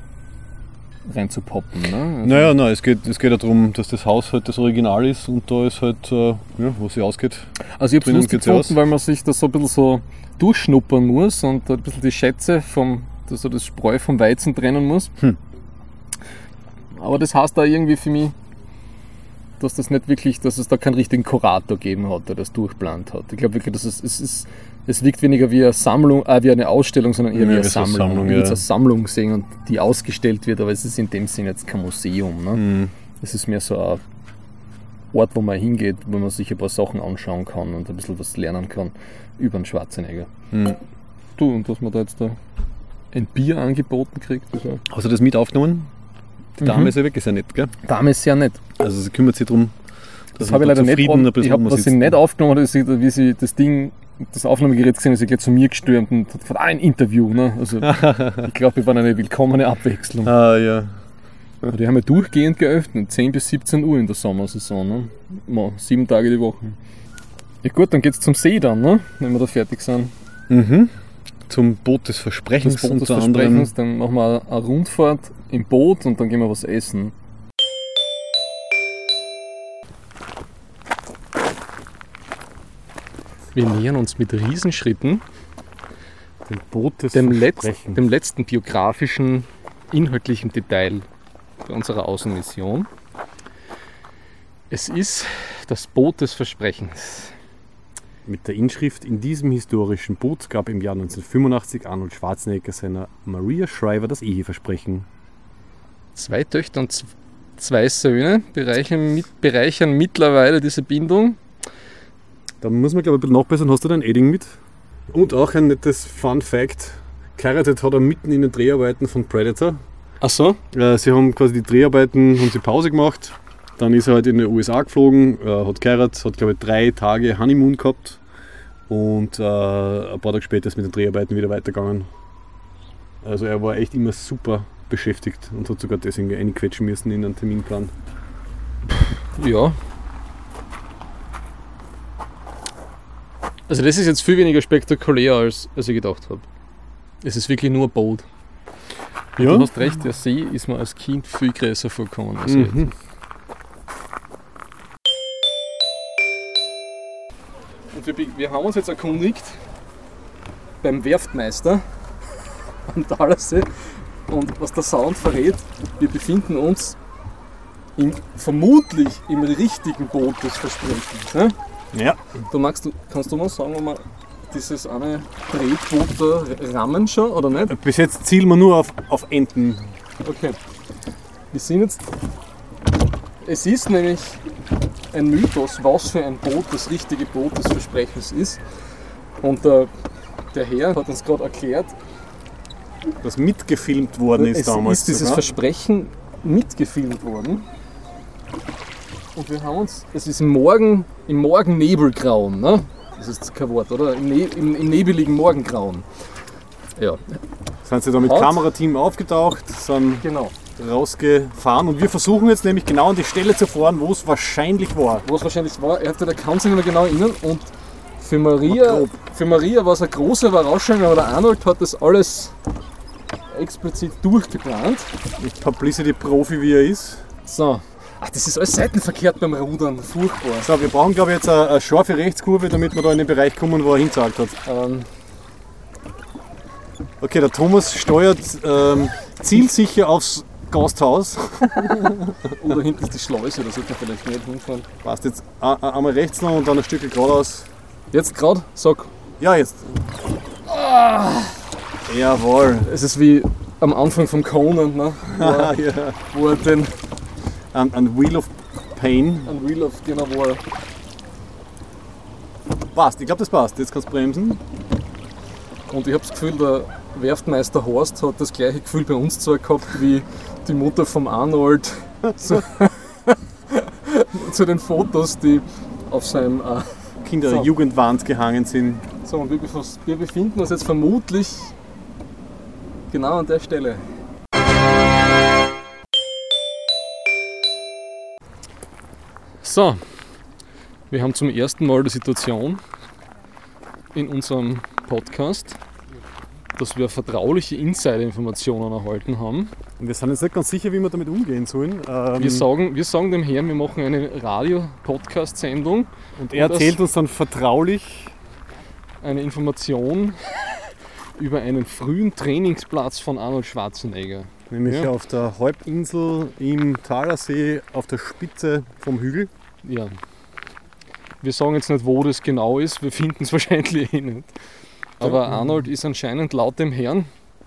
Ne? Also Es geht ja darum, dass das Haus halt das Original ist und da ist halt, wo sie ausgeht. Also ich habe es drinnen lustig geht's aus. gefunden, weil man sich da so ein bisschen so durchschnuppern muss und ein bisschen die Schätze das Spreu vom Weizen trennen muss. Aber das heißt da irgendwie für mich, dass das nicht wirklich, dass es da keinen richtigen Kurator gegeben hat, der das durchplant hat. Ich glaube wirklich, dass es wirkt weniger wie eine Sammlung, wie eine Ausstellung, sondern eher wie eine Sammlung. Ich würde es als Sammlung sehen und die ausgestellt wird, aber es ist in dem Sinn jetzt kein Museum. Ne? Es ist mehr so ein Ort, wo man hingeht, wo man sich ein paar Sachen anschauen kann und ein bisschen was lernen kann über den Schwarzenegger. Du, und dass man da jetzt da ein Bier angeboten kriegt. Also Hast du das mit aufgenommen? Die Dame ist ja wirklich sehr nett, gell? Dame ist sehr nett. Also sie kümmert sich darum, Das habe ich leider nicht. Ich habe, was sie nicht aufgenommen hat, ist, wie sie das Aufnahmegerät gesehen hat, ist sie gleich zu mir gestürmt und hat gesagt, ein Interview. Ne? Also ich glaube, wir waren eine willkommene Abwechslung. Ja. Aber die haben ja durchgehend geöffnet, 10 bis 17 Uhr in der Sommersaison. Ne? 7 Tage die Woche. Ja gut, dann geht's zum See dann, ne? Wenn wir da fertig sind. Zum Boot des Versprechens. Das Boot des Versprechens, dann machen wir eine Rundfahrt im Boot und dann gehen wir was essen. Wir nähern uns mit Riesenschritten Dem Boot des dem Versprechens. letzten biografischen, inhaltlichen Detail bei unserer Außenmission. Es ist das Boot des Versprechens. Mit der Inschrift: In diesem historischen Boot gab im Jahr 1985 Arnold Schwarzenegger seiner Maria Shriver das Eheversprechen. 2 Töchter und 2 Söhne bereichern mittlerweile diese Bindung. Da muss man, glaube ich, ein bisschen nachbessern. Hast du dein Edding mit? Und auch ein nettes Fun Fact: geheiratet hat er mitten in den Dreharbeiten von Predator. Ach so? Sie haben quasi die Dreharbeiten, haben sie Pause gemacht. Dann ist er halt in die USA geflogen, hat geheiratet, hat, glaube ich, 3 Tage Honeymoon gehabt. Und ein paar Tage später ist mit den Dreharbeiten wieder weitergegangen. Also er war echt immer super beschäftigt und hat sogar deswegen einquetschen müssen in einen Terminplan. Ja. Also das ist jetzt viel weniger spektakulär, als ich gedacht habe. Es ist wirklich nur ein Boot. Ja. Du hast recht, der See ist mir als Kind viel größer vorgekommen als jetzt. Und wir haben uns jetzt erkundigt beim Werftmeister am Talersee und was der Sound verrät, wir befinden uns vermutlich im richtigen Boot des Versprechens. Ne? Ja. Kannst du mal sagen, ob wir dieses eine Drehboot da rammen schon oder nicht? Bis jetzt zielen wir nur auf Enten. Okay. Wir sind jetzt. Es ist nämlich ein Mythos, was für ein Boot das richtige Boot des Versprechens ist. Und der Herr hat uns gerade erklärt, Das mitgefilmt worden ist damals. ist dieses sogar. Versprechen mitgefilmt worden. Und wir haben uns, es ist im Morgennebelgrauen, ne? Das ist kein Wort, oder? Im nebeligen Morgengrauen. Ja, Sind sie da mit Hat- Kamerateam aufgetaucht, sind genau. rausgefahren und wir versuchen jetzt nämlich genau an die Stelle zu fahren, wo es wahrscheinlich war. Wo es wahrscheinlich war, er kann sich nicht mehr genau erinnern. Und für Maria war es eine große Überraschung, aber der Arnold hat das alles explizit durchgeplant. Publicity-Profi, wie er ist. So. Ach, das ist alles seitenverkehrt beim Rudern. Furchtbar. So, wir brauchen, glaube ich, jetzt eine scharfe Rechtskurve, damit wir da in den Bereich kommen, wo er hingezeigt hat. Okay, der Thomas steuert zielsicher aufs Gasthaus. Oder hinten ist die Schleuse, da sollte man vielleicht nicht hinfahren. Passt jetzt einmal rechts noch und dann ein Stück geradeaus. Jetzt gerade? Sag. Ja, jetzt. Jawohl. Es ist wie am Anfang vom Conan, ne? Ja. Wo er den Ein Wheel of Pain. ein Wheel of genau wo er. Passt, ich glaube, das passt. Jetzt kannst du bremsen. Und ich habe das Gefühl, der Werftmeister Horst hat das gleiche Gefühl bei uns zwar gehabt wie die Mutter vom Arnold zu den Fotos, die auf seinem Kinder-Jugendwand gehangen sind. So, und wir befinden uns jetzt vermutlich genau an der Stelle. So, wir haben zum ersten Mal die Situation in unserem Podcast, dass wir vertrauliche Insider-Informationen erhalten haben. Und wir sind jetzt nicht ganz sicher, wie wir damit umgehen sollen. Wir sagen dem Herrn, wir machen eine Radio-Podcast-Sendung. Und er erzählt uns dann vertraulich eine Information über einen frühen Trainingsplatz von Arnold Schwarzenegger. Nämlich auf der Halbinsel im Thalersee auf der Spitze vom Hügel. Ja. Wir sagen jetzt nicht, wo das genau ist, wir finden es wahrscheinlich eh nicht. Aber Arnold ist anscheinend laut dem Herrn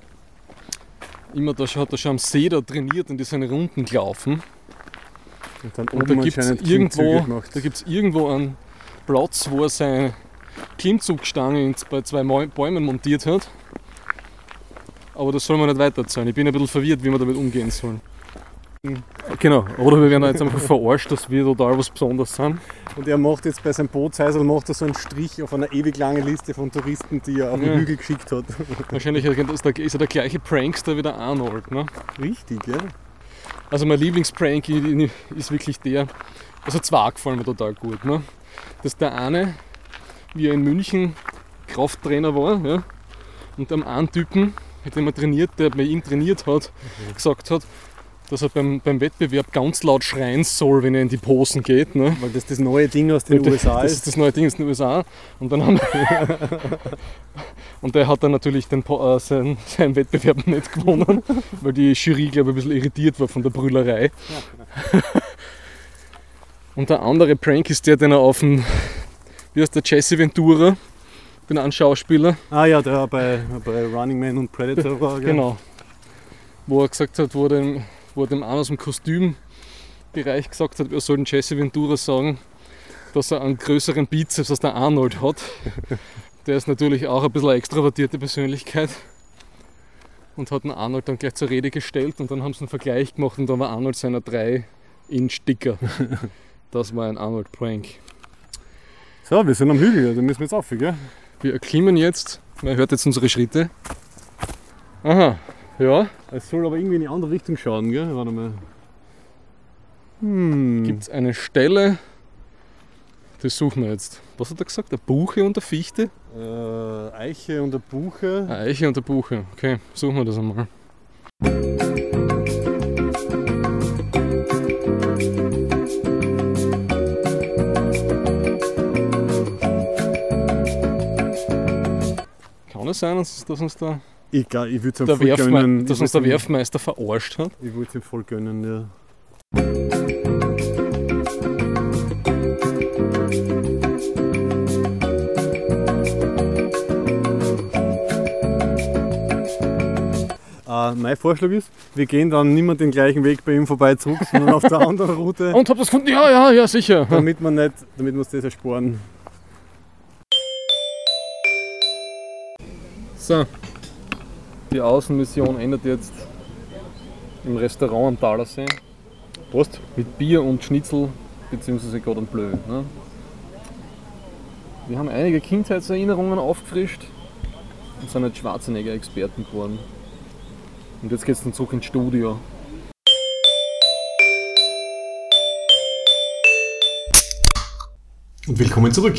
hat er schon am See da trainiert und ist seine Runden gelaufen. Und dann Und da gibt es irgendwo einen Platz, wo er seine Klimmzugstange bei 2 Bäumen montiert hat. Aber das soll man nicht weiter erzählen. Ich bin ein bisschen verwirrt, wie wir damit umgehen sollen. Genau, oder wir werden jetzt einfach verarscht, dass wir total was Besonderes sind. Und er macht jetzt bei seinem Bootsheisel so einen Strich auf einer ewig langen Liste von Touristen, die er auf den Hügel geschickt hat. Wahrscheinlich ist er der gleiche Prankster wie der Arnold. Ne? Richtig, ja. Also mein Lieblingsprank ist wirklich der, also 2 gefallen mir total gut. Ne? Dass der eine, wie er in München Krafttrainer war, ja, und am einen Typen, mit dem er trainiert, der bei ihm trainiert hat, gesagt hat, dass er beim Wettbewerb ganz laut schreien soll, wenn er in die Posen geht. Ne? Weil das neue Ding aus den USA ist. Das ist das neue Ding aus den USA. Und dann und der hat dann natürlich seinen Wettbewerb nicht gewonnen, weil die Jury, glaube ich, ein bisschen irritiert war von der Brüllerei. Und der andere Prank ist der, den er auf dem, wie heißt der, Jesse Ventura, den einen Schauspieler. Ah ja, der bei Running Man und Predator war. Genau. Wo er gesagt hat, wo er dem einen aus dem Kostümbereich gesagt hat, er soll den Jesse Ventura sagen, dass er einen größeren Bizeps als der Arnold hat. Der ist natürlich auch ein bisschen eine extrovertierte Persönlichkeit und hat den Arnold dann gleich zur Rede gestellt und dann haben sie einen Vergleich gemacht und dann war Arnold seiner 3-Inch dicker. Das war ein Arnold-Prank. So, wir sind am Hügel, da müssen wir jetzt rauf, gell? Wir erklimmen jetzt, man hört jetzt unsere Schritte. Aha, ja. Es soll aber irgendwie in die andere Richtung schauen, gell? Warte mal. Gibt es eine Stelle, das suchen wir jetzt. Was hat er gesagt? Eine Buche und eine Fichte? Eiche und eine Buche. Eine Eiche und eine Buche. Okay, suchen wir das einmal. Kann es sein, dass uns da Ich würde es der Werfmeister verarscht hat? Ich würde es ihm voll gönnen, ja. Mein Vorschlag ist, wir gehen dann nicht mehr den gleichen Weg bei ihm vorbei zurück, sondern auf der anderen Route. Und habt ihr das gefunden? Ja, sicher. Damit wir uns das ersparen. So, die Außenmission endet jetzt im Restaurant am Thalersee. Prost. Mit Bier und Schnitzel bzw. Cordon Bleu. Ne? Wir haben einige Kindheitserinnerungen aufgefrischt und sind jetzt Schwarzenegger-Experten geworden. Und jetzt geht es dann zurück ins Studio. Und willkommen zurück.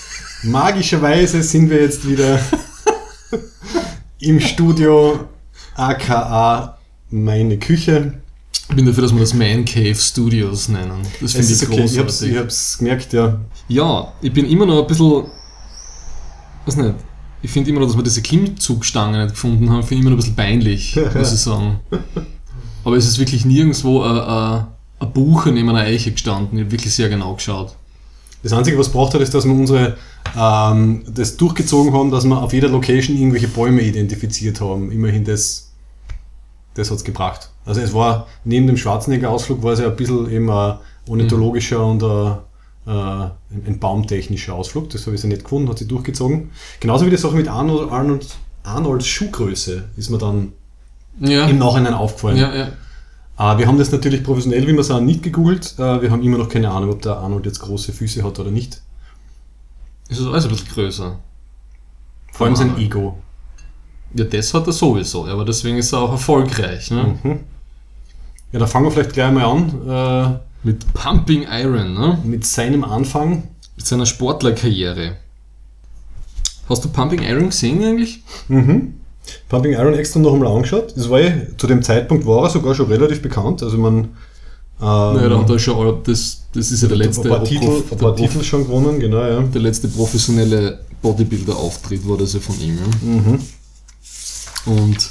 Magischerweise sind wir jetzt wieder im Studio aka meine Küche. Ich bin dafür, dass wir das Man Cave Studios nennen. Das finde ich Okay. großartig. Ich hab's gemerkt, ja. Ja, ich bin immer noch ein bisschen, weiß nicht, ich finde immer noch, dass wir diese Klimmzugstange nicht gefunden haben, finde ich immer noch ein bisschen peinlich, muss ich sagen. Aber es ist wirklich nirgendwo ein Buche neben einer Eiche gestanden. Ich habe wirklich sehr genau geschaut. Das Einzige, was braucht hat, ist, dass wir das durchgezogen haben, dass wir auf jeder Location irgendwelche Bäume identifiziert haben. Immerhin das hat es gebracht. Also es war, neben dem Schwarzenegger-Ausflug war es ja ein bisschen eben ein ornithologischer und ein baumtechnischer Ausflug. Das habe ich ja nicht gefunden, hat sich durchgezogen. Genauso wie die Sache mit Arnolds Schuhgröße ist mir dann im Nachhinein aufgefallen. Ja. Wir haben das natürlich professionell, wie wir sagen, nicht gegoogelt. Wir haben immer noch keine Ahnung, ob der Arnold jetzt große Füße hat oder nicht. Ist das alles ein bisschen größer? Vor allem sein Ego. Ja, das hat er sowieso, aber deswegen ist er auch erfolgreich. Ne? Ja, da fangen wir vielleicht gleich mal an. Mit Pumping Iron, ne? Mit seinem Anfang. Mit seiner Sportlerkarriere. Hast du Pumping Iron gesehen eigentlich? Pumping Iron extra noch einmal angeschaut. Das war zu dem Zeitpunkt war er sogar schon relativ bekannt. Also man. Naja, da hat er schon, das ist ja der letzte. Ein paar Titel schon gewonnen, genau, ja. Der letzte professionelle Bodybuilder-Auftritt war das ja von ihm. Ja? Und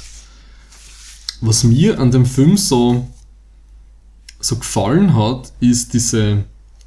was mir an dem Film so gefallen hat, ist diese,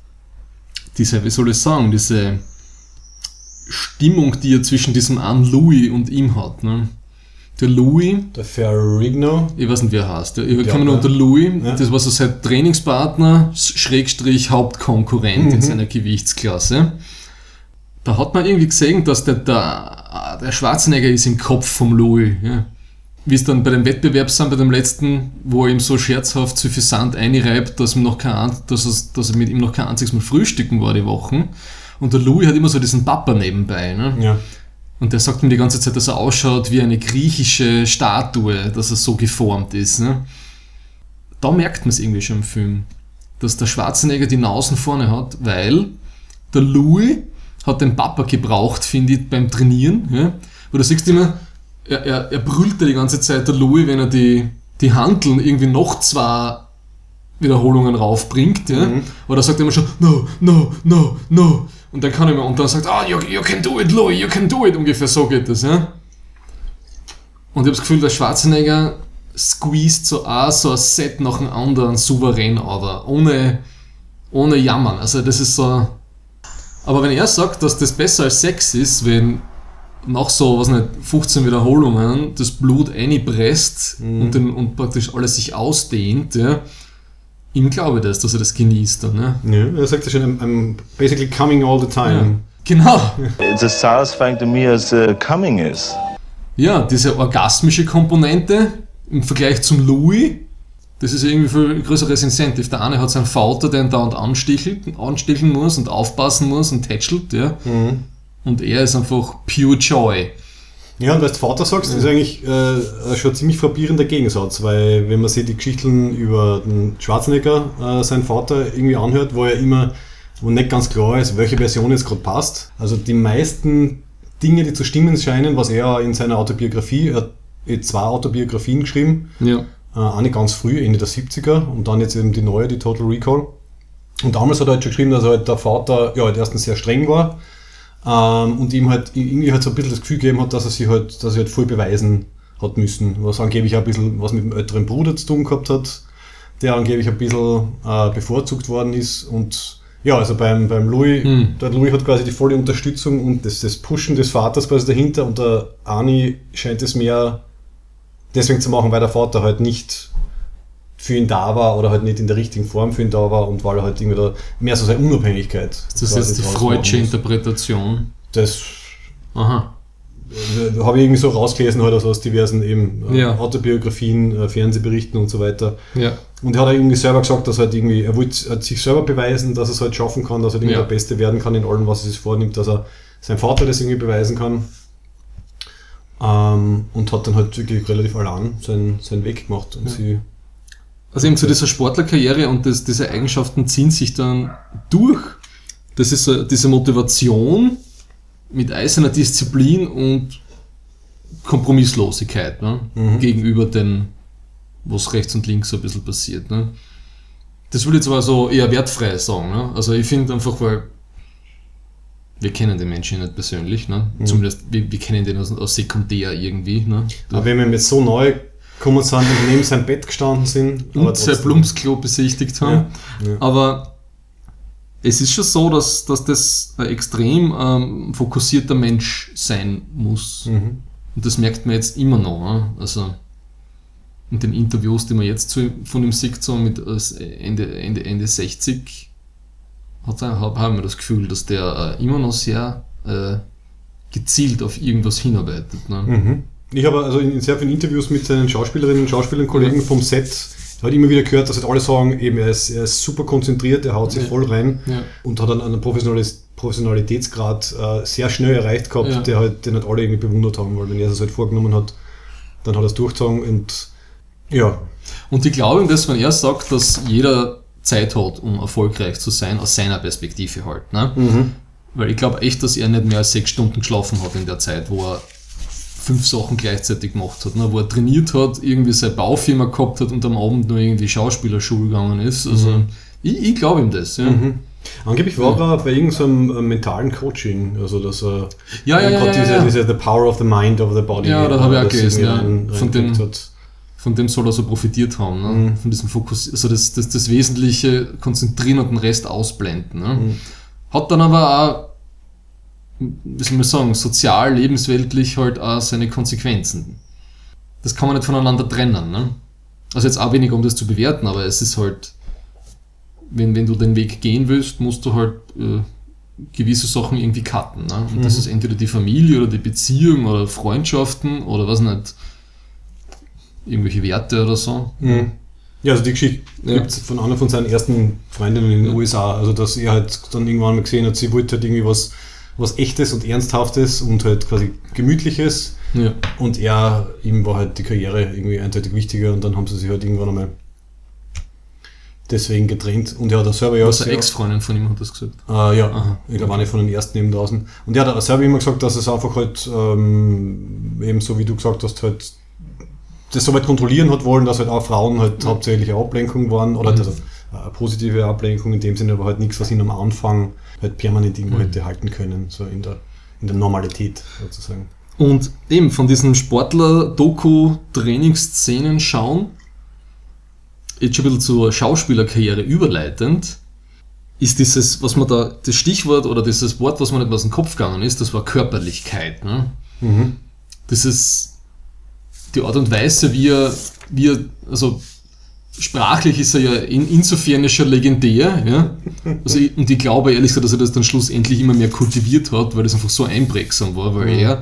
wie soll ich sagen, diese Stimmung, die er zwischen diesem einen Louis und ihm hat. Ne? Der Louis, der Ferrigno, ich weiß nicht, wie er heißt. Ich kann nur unter Louis, das war so sein Trainingspartner, / Hauptkonkurrent in seiner Gewichtsklasse. Da hat man irgendwie gesehen, dass der Schwarzenegger ist im Kopf vom Louis. Ja. Wie es dann bei dem Wettbewerb sind, bei dem letzten, wo er ihm so scherzhaft suffisant einreibt, dass er mit ihm noch kein einziges Mal frühstücken war die Wochen. Und der Louis hat immer so diesen Papa nebenbei. Ne? Ja. Und der sagt ihm die ganze Zeit, dass er ausschaut wie eine griechische Statue, dass er so geformt ist. Ne? Da merkt man es irgendwie schon im Film, dass der Schwarzenegger die Nasen vorne hat, weil der Louis hat den Papa gebraucht, finde ich, beim Trainieren. Ja? Wo du siehst immer, er brüllt die ganze Zeit, der Louis, wenn er die Hanteln irgendwie noch 2 Wiederholungen raufbringt. Ja? Oder sagt er immer schon, no. Und dann kann er immer, und dann sagt you can do it, Louis, you can do it. Ungefähr so geht das. Ja? Und ich habe das Gefühl, der Schwarzenegger squeezed so ein Set nach dem anderen souverän oder ohne Jammern. Also das ist so. Aber wenn er sagt, dass das besser als Sex ist, wenn nach so, 15 Wiederholungen das Blut einpresst und praktisch alles sich ausdehnt, ja, ihm glaube ich das, dass er das genießt dann. Ne? Ja, er sagt ja schon, I'm basically coming all the time. Ja, genau. It's as satisfying to me as coming is. Ja, diese orgasmische Komponente im Vergleich zum Louis, das ist irgendwie viel größeres Incentive. Der eine hat seinen Vater, der ihn dauernd ansticheln muss und aufpassen muss und tätschelt, ja. Und er ist einfach pure Joy. Ja, und was du Vater sagst, ist eigentlich schon ein ziemlich frappierender Gegensatz, weil wenn man sich die Geschichten über den Schwarzenegger, seinen Vater, irgendwie anhört, wo nicht ganz klar ist, welche Version jetzt gerade passt. Also die meisten Dinge, die zu stimmen scheinen, was er in seiner Autobiografie, er hat 2 Autobiografien geschrieben, eine ganz früh, Ende der 70er und dann jetzt eben die neue, die Total Recall. Und damals hat er halt schon geschrieben, dass halt der Vater halt erstens sehr streng war, und ihm halt irgendwie halt so ein bisschen das Gefühl gegeben hat, dass er halt voll beweisen hat müssen, was angeblich auch ein bisschen was mit dem älteren Bruder zu tun gehabt hat, der angeblich ein bisschen bevorzugt worden ist. Und ja, also beim Louis, der Louis hat quasi die volle Unterstützung und das Pushen des Vaters quasi dahinter, und der Arnie scheint es mehr deswegen zu machen, weil der Vater halt nicht für ihn da war oder halt nicht in der richtigen Form für ihn da war, und weil er halt irgendwie da mehr so seine Unabhängigkeit. Ist das jetzt die Freudsche Interpretation? Das habe ich irgendwie so rausgelesen halt aus diversen eben Autobiografien, Fernsehberichten und so weiter. Ja. Und er hat irgendwie selber gesagt, dass halt irgendwie, er wollte sich selber beweisen, dass er es halt schaffen kann, dass er irgendwie der Beste werden kann in allem, was er sich vornimmt, dass er seinem Vater das irgendwie beweisen kann. Und hat dann halt wirklich relativ allein seinen Weg gemacht. Und also eben zu dieser Sportlerkarriere, und diese Eigenschaften ziehen sich dann durch. Das ist so diese Motivation mit eiserner Disziplin und Kompromisslosigkeit, ne? Gegenüber den, was rechts und links so ein bisschen passiert. Ne? Das will ich zwar so eher wertfrei sagen. Ne? Also ich finde einfach, weil wir kennen den Menschen nicht persönlich, ne? Zumindest wir kennen den aus sekundär irgendwie. Ne? Aber wenn wir jetzt so neu gekommen sind und neben seinem Bett gestanden sind und sein Plumpsklo besichtigt haben. Ja. Aber es ist schon so, dass das ein extrem fokussierter Mensch sein muss. Und das merkt man jetzt immer noch. Ne? Also in den Interviews, die man jetzt von ihm sieht, so mit Ende 60, haben wir das Gefühl, dass der immer noch sehr gezielt auf irgendwas hinarbeitet. Ne? Ich habe also in sehr vielen Interviews mit seinen Schauspielerinnen und Schauspielern, Kollegen vom Set, halt immer wieder gehört, dass halt alle sagen, eben er ist super konzentriert, er haut sich voll rein und hat einen Professionalitätsgrad sehr schnell erreicht gehabt, den halt alle irgendwie bewundert haben, weil wenn er es halt vorgenommen hat, dann hat er es durchgezogen und ja. Und ich glaube ihm das, wenn er sagt, dass jeder Zeit hat, um erfolgreich zu sein, aus seiner Perspektive halt. Ne? Weil ich glaube echt, dass er nicht mehr als 6 Stunden geschlafen hat in der Zeit, wo er 5 Sachen gleichzeitig gemacht hat, ne? Wo er trainiert hat, irgendwie seine Baufirma gehabt hat und am Abend nur irgendwie Schauspielerschule gegangen ist. Also ich glaube ihm das. Ja. Angeblich war er bei irgendeinem mentalen Coaching, also dass er diese The Power of the Mind over the Body. Ja, das habe ich auch gelesen. Ja. Von dem soll er so profitiert haben, ne? Von diesem Fokus, also das Wesentliche konzentrieren und den Rest ausblenden. Ne? Hat dann aber auch, wie soll man sagen, sozial, lebensweltlich halt auch seine Konsequenzen. Das kann man nicht voneinander trennen. Ne? Also jetzt auch weniger, um das zu bewerten, aber es ist halt, wenn du den Weg gehen willst, musst du halt gewisse Sachen irgendwie cutten. Ne? Und das ist entweder die Familie oder die Beziehung oder Freundschaften oder was nicht, irgendwelche Werte oder so. Ja, also die Geschichte gibt es von einer von seinen ersten Freundinnen in den USA, also dass er halt dann irgendwann mal gesehen hat, sie wollte halt irgendwie was Echtes und Ernsthaftes und halt quasi Gemütliches und ihm war halt die Karriere irgendwie eindeutig wichtiger und dann haben sie sich halt irgendwann einmal deswegen getrennt und er hat selber ja... Was eine Ex-Freundin von ihm hat das gesagt? Ich glaube eine von den ersten eben draußen. Und er hat selber immer gesagt, dass es einfach halt eben so wie du gesagt hast, halt das so weit kontrollieren hat wollen, dass halt auch Frauen halt hauptsächlich eine Ablenkung waren oder also eine positive Ablenkung in dem Sinne, aber halt nichts, was ihn am Anfang halt permanent irgendwo hätte halten können, so in der Normalität sozusagen. Und eben von diesen Sportler-Doku-Trainingsszenen schauen, jetzt schon ein bisschen zur Schauspielerkarriere überleitend, ist dieses, was man da, das Stichwort oder dieses Wort, was mir nicht aus dem Kopf gegangen ist, das war Körperlichkeit. Ne? Das ist die Art und Weise, wie er also sprachlich ist er ja insofern schon legendär, ja. Also und ich glaube ehrlich gesagt, dass er das dann schlussendlich immer mehr kultiviert hat, weil das einfach so einprägsam war, weil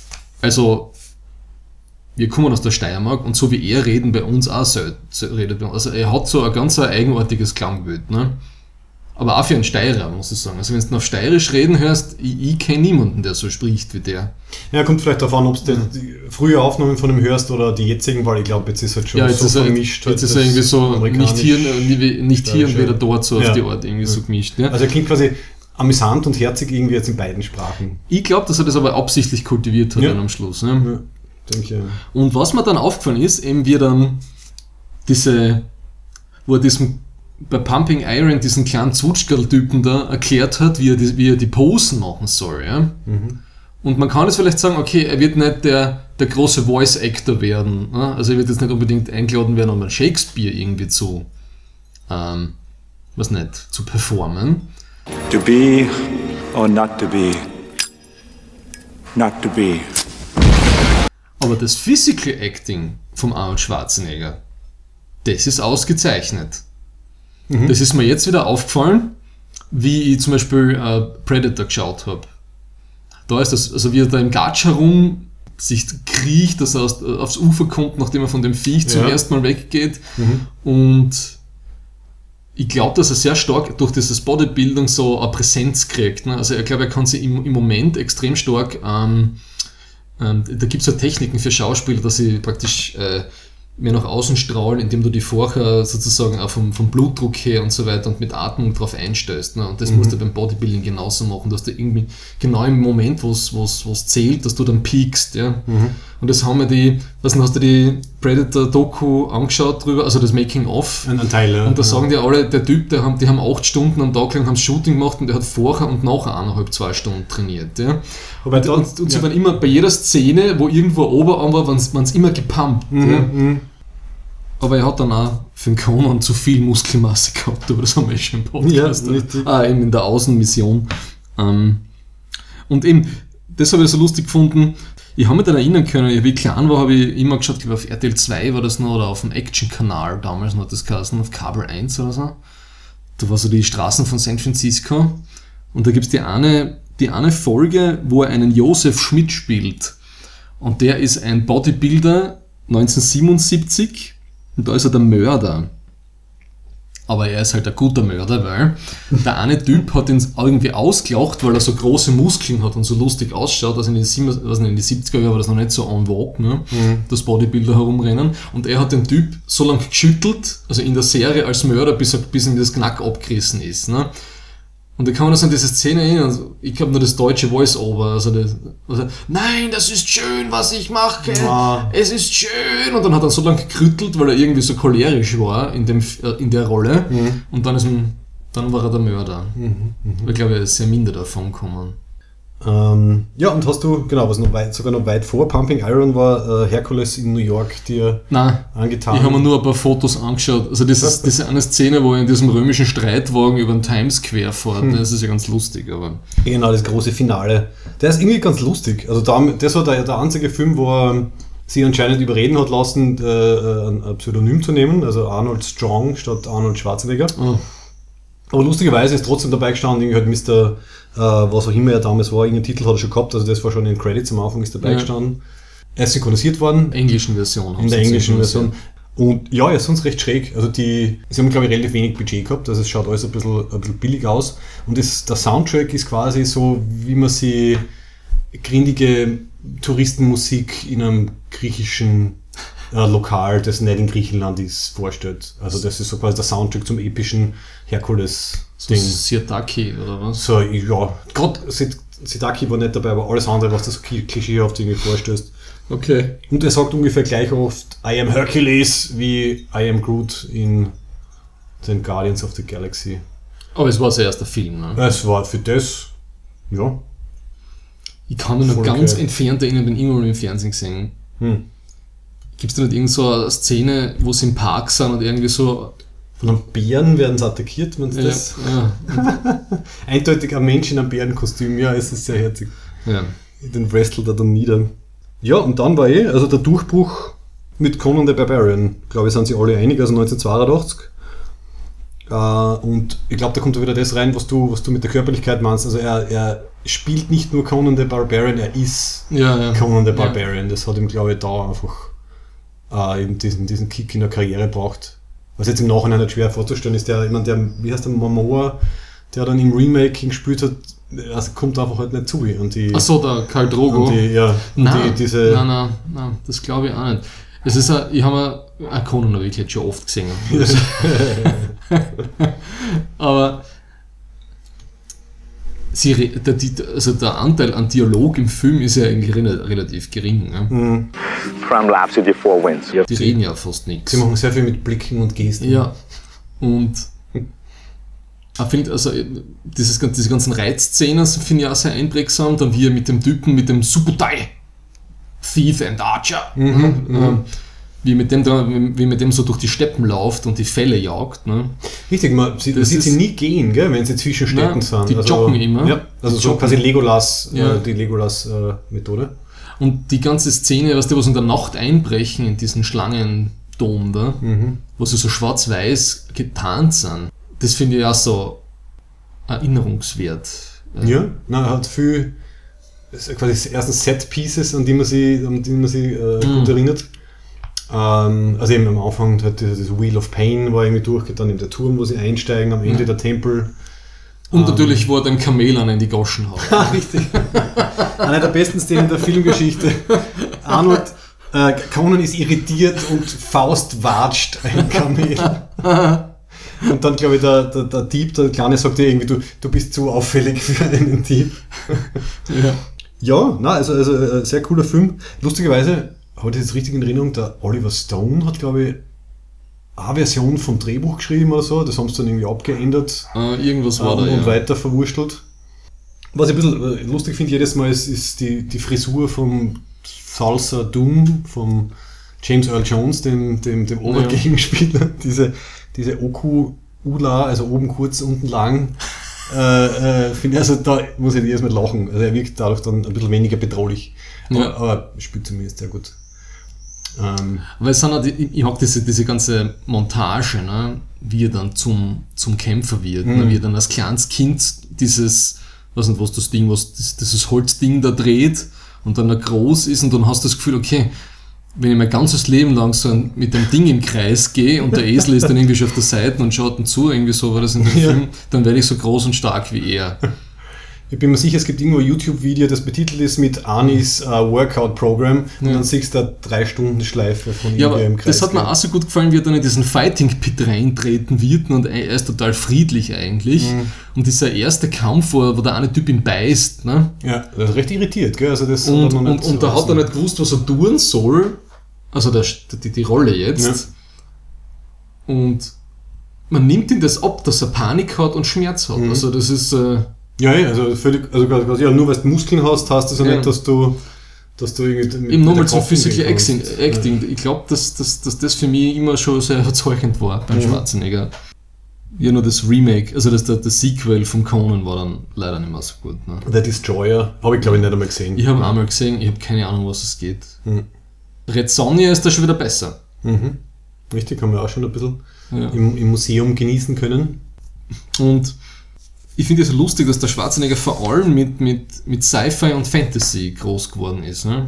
wir kommen aus der Steiermark und so wie er reden bei uns auch redet. Also er hat so ein ganz eigenartiges Klangbild, ne? Aber auch für einen Steirer, muss ich sagen. Also wenn du auf Steirisch reden hörst, ich kenne niemanden, der so spricht wie der. Ja, kommt vielleicht darauf an, ob du die frühe Aufnahmen von ihm hörst oder die jetzigen, weil ich glaube, jetzt ist halt schon jetzt so vermischt. Jetzt ist er irgendwie so nicht hier und weder dort so auf die Art irgendwie so gemischt. Ja. Also er klingt quasi amüsant und herzig irgendwie jetzt in beiden Sprachen. Ich glaube, dass er das aber absichtlich kultiviert hat dann am Schluss. Ne? Ja, denke ich. Und was mir dann aufgefallen ist, eben wie er dann wo er bei Pumping Iron diesen kleinen Zutschkerl-Typen da erklärt hat, wie er die Posen machen soll. Ja? Und man kann jetzt vielleicht sagen, okay, er wird nicht der große Voice-Actor werden. Ne? Also er wird jetzt nicht unbedingt eingeladen werden, um ein Shakespeare irgendwie zu performen. To be or not to be. Not to be. Aber das Physical Acting vom Arnold Schwarzenegger, das ist ausgezeichnet. Das ist mir jetzt wieder aufgefallen, wie ich zum Beispiel Predator geschaut habe. Da ist das, also wie er da im Gatsch herum sich kriecht, dass er aufs Ufer kommt, nachdem er von dem Viech zum ersten Mal weggeht. Und ich glaube, dass er sehr stark durch dieses Bodybuilding so eine Präsenz kriegt. Ne? Also ich glaube, er kann sich im Moment extrem stark, da gibt es ja Techniken für Schauspieler, dass sie praktisch mehr nach außen strahlen, indem du die vorher sozusagen auch vom Blutdruck her und so weiter und mit Atmung drauf einstellst. Ne? Und das musst du beim Bodybuilding genauso machen, dass du irgendwie genau im Moment, wo es zählt, dass du dann peakst. Ja? Und das haben wir hast du die Predator-Doku angeschaut drüber, also das Making-of? Ein Teil, ja. Und da sagen die alle, der Typ, die haben 8 Stunden am Tag lang Shooting gemacht und der hat vorher und nachher 2 Stunden trainiert. Ja. Und sie waren immer bei jeder Szene, wo irgendwo ein Oberarm war, waren sie immer gepumpt. Ja. Aber er hat dann auch für den Conan zu viel Muskelmasse gehabt, aber das haben wir schon im Podcast. Eben in der Außenmission. Und eben, das habe ich so lustig gefunden. Ich habe mich dann erinnern können, wie ich klein war, habe ich immer geschaut, glaube auf RTL 2 war das noch, oder auf dem Action-Kanal, damals noch das geheißen, auf Kabel 1 oder so. Da war so die Straßen von San Francisco und da gibt es die eine Folge, wo er einen Josef Schmidt spielt. Und der ist ein Bodybuilder 1977 und da ist er der Mörder. Aber er ist halt ein guter Mörder, weil der eine Typ hat ihn irgendwie ausgelacht, weil er so große Muskeln hat und so lustig ausschaut, also in den 70er Jahren war das noch nicht so en vogue, ne? Dass Bodybuilder herumrennen. Und er hat den Typ so lange geschüttelt, also in der Serie als Mörder, bis ihm das Knack abgerissen ist. Ne? Und da kann man das an diese Szene erinnern, ich glaube nur das deutsche Voice-Over, also nein, das ist schön, was ich mache, es ist schön, und dann hat er so lange gekrüttelt, weil er irgendwie so cholerisch war in der Rolle, und dann war er der Mörder. Ich glaube, er ist sehr minder davon gekommen. Ja, und hast du, genau, was sogar noch weit vor Pumping Iron war, Hercules in New York dir angetan? Ich habe mir nur ein paar Fotos angeschaut. Also das ist eine Szene, wo er in diesem römischen Streitwagen über den Times Square fährt. Das ist ja ganz lustig. Aber genau, das große Finale. Der ist irgendwie ganz lustig. Also das war der einzige Film, wo er sie anscheinend überreden hat lassen, ein Pseudonym zu nehmen, also Arnold Strong statt Arnold Schwarzenegger. Aber lustigerweise ist trotzdem dabei gestanden, irgendwie halt Mr. Was auch immer er damals war, irgendeinen Titel hat er schon gehabt, also das war schon in den Credits am Anfang, ist dabei gestanden. Er ist synchronisiert worden. In der englischen Version. In der englischen Version. Und ja, er ist sonst recht schräg. Also sie haben, glaube ich, relativ wenig Budget gehabt, also es schaut alles ein bisschen billig aus. Und der Soundtrack ist quasi so, wie man sich grindige Touristenmusik in einem griechischen Lokal, das nicht in Griechenland ist, vorstellt. Also das ist so quasi der Soundtrack zum epischen Herkules-Ding. So Sirtaki oder was? So, ja, gerade Sirtaki war nicht dabei, aber alles andere, was du so klischeehaft irgendwie vorstellst. Okay. Und er sagt ungefähr gleich oft I am Hercules wie I am Groot in den Guardians of the Galaxy. Aber es war sein erster Film, ne? Es war für das, ja. Ich kann nur noch ganz entfernt erinnern, bin irgendwann im Fernsehen gesehen. Gibt es da nicht irgend so eine Szene, wo sie im Park sind und irgendwie so... Von einem Bären werden sie attackiert, wenn es das... Ja. Eindeutig ein Mensch in einem Bärenkostüm, ja, es ist sehr herzig. Ja. Den wrestelt er dann nieder. Ja, und dann war also der Durchbruch mit Conan the Barbarian, glaube ich, sind sie alle einig, also 1982. Und ich glaube, da kommt wieder das rein, was du mit der Körperlichkeit meinst. Also er spielt nicht nur Conan the Barbarian, er ist Conan the Barbarian. Das hat ihm, glaube ich, da einfach eben diesen Kick in der Karriere braucht. Was jetzt im Nachhinein nicht schwer vorzustellen ist, wie heißt der Momoa, der dann im Remake gespielt hat, also kommt einfach halt nicht zu. Achso, der Khal Drogo. Nein, das glaube ich auch nicht. Es ist ich habe Conan habe ich jetzt schon oft gesehen. Aber der Anteil an Dialog im Film ist ja eigentlich relativ gering. Ne? Prime laps with your 4 wins. Die reden ja fast nichts. Sie machen sehr viel mit Blicken und Gesten. Ja, und ich finde, also diese ganzen Reizszenen finde ich auch sehr einprägsam. Dann wie er mit dem Typen, mit dem Subutai, Thief and Archer, wie mit dem so durch die Steppen läuft und die Fälle jagt. Ne? Richtig, man sieht sie nie gehen, gell, wenn sie zwischen Städten sind. Die joggen immer. Ja, also so quasi Legolas, die Legolas-Methode. Und die ganze Szene, was in der Nacht einbrechen in diesen Schlangendom da, wo sie so schwarz-weiß getarnt sind, das finde ich auch so erinnerungswert. Ja, er hat viel quasi erstens Set-Pieces, an die man sich gut erinnert. Also eben am Anfang hat das Wheel of Pain war irgendwie durch, dann in der Turm, wo sie einsteigen, am Ende der Tempel. Und natürlich, wo er den Kamel an in die Goschen haut. Richtig. Eine der besten Szenen der Filmgeschichte. Conan ist irritiert und Faust watscht ein Kamel. Und dann, glaube ich, der Dieb, der Kleine, sagt dir irgendwie, du bist zu auffällig für einen Dieb. Ja, also sehr cooler Film. Lustigerweise, habe ich das jetzt richtig in Erinnerung, der Oliver Stone hat, glaube ich, eine Version vom Drehbuch geschrieben oder so. Das haben sie dann irgendwie abgeändert. Irgendwas war da, und weiter verwurstelt. Was ich ein bisschen lustig finde jedes Mal ist die Frisur vom Salsa Doom, vom James Earl Jones, dem Obergegenspieler. Diese Oku-Ula, also oben kurz, unten lang. Finde ich, also da muss ich erstmal lachen. Also er wirkt dadurch dann ein bisschen weniger bedrohlich. Aber spielt zumindest sehr gut. Weil es sind halt, ich mag diese ganze Montage, ne, wie er dann zum Kämpfer wird, ne, wie er dann als kleines Kind dieses, weiß nicht was das Ding, dieses Holzding da dreht und dann groß ist und dann hast du das Gefühl, okay, wenn ich mein ganzes Leben lang so mit dem Ding im Kreis gehe und der Esel ist dann irgendwie schon auf der Seite und schaut dann zu, irgendwie so war das in dem Film, dann werde ich so groß und stark wie er. Ich bin mir sicher, es gibt irgendwo ein YouTube-Video, das betitelt ist mit Arnis Workout-Program und dann siehst du eine 3-Stunden-Schleife von ihm im Kreis. Das hat mir auch so gut gefallen, wie er dann in diesen Fighting-Pit reintreten wird und er ist total friedlich eigentlich. Und dieser erste Kampf, wo der eine Typ ihn beißt. Ne? Ja, das ist recht irritiert, gell? Also das und da hat er nicht gewusst, was er tun soll. Also die Rolle jetzt. Ja. Und man nimmt ihm das ab, dass er Panik hat und Schmerz hat. Also das ist... also völlig, also quasi, nur weil du Muskeln hast, heißt das ja nicht, dass du irgendwie... Eben nochmal zum Physical Acting. Ich glaube, dass das für mich immer schon sehr überzeugend war beim Schwarzenegger. Ja, nur das Remake, also das Sequel von Conan war dann leider nicht mehr so gut. Ne? The Destroyer, habe ich glaube ich nicht einmal gesehen. Ich habe ihn einmal gesehen, ich habe keine Ahnung, was es geht. Red Sonja ist da schon wieder besser. Richtig, haben wir auch schon ein bisschen im Museum genießen können. Und ich finde es so lustig, dass der Schwarzenegger vor allem mit Sci-Fi und Fantasy groß geworden ist. Ne?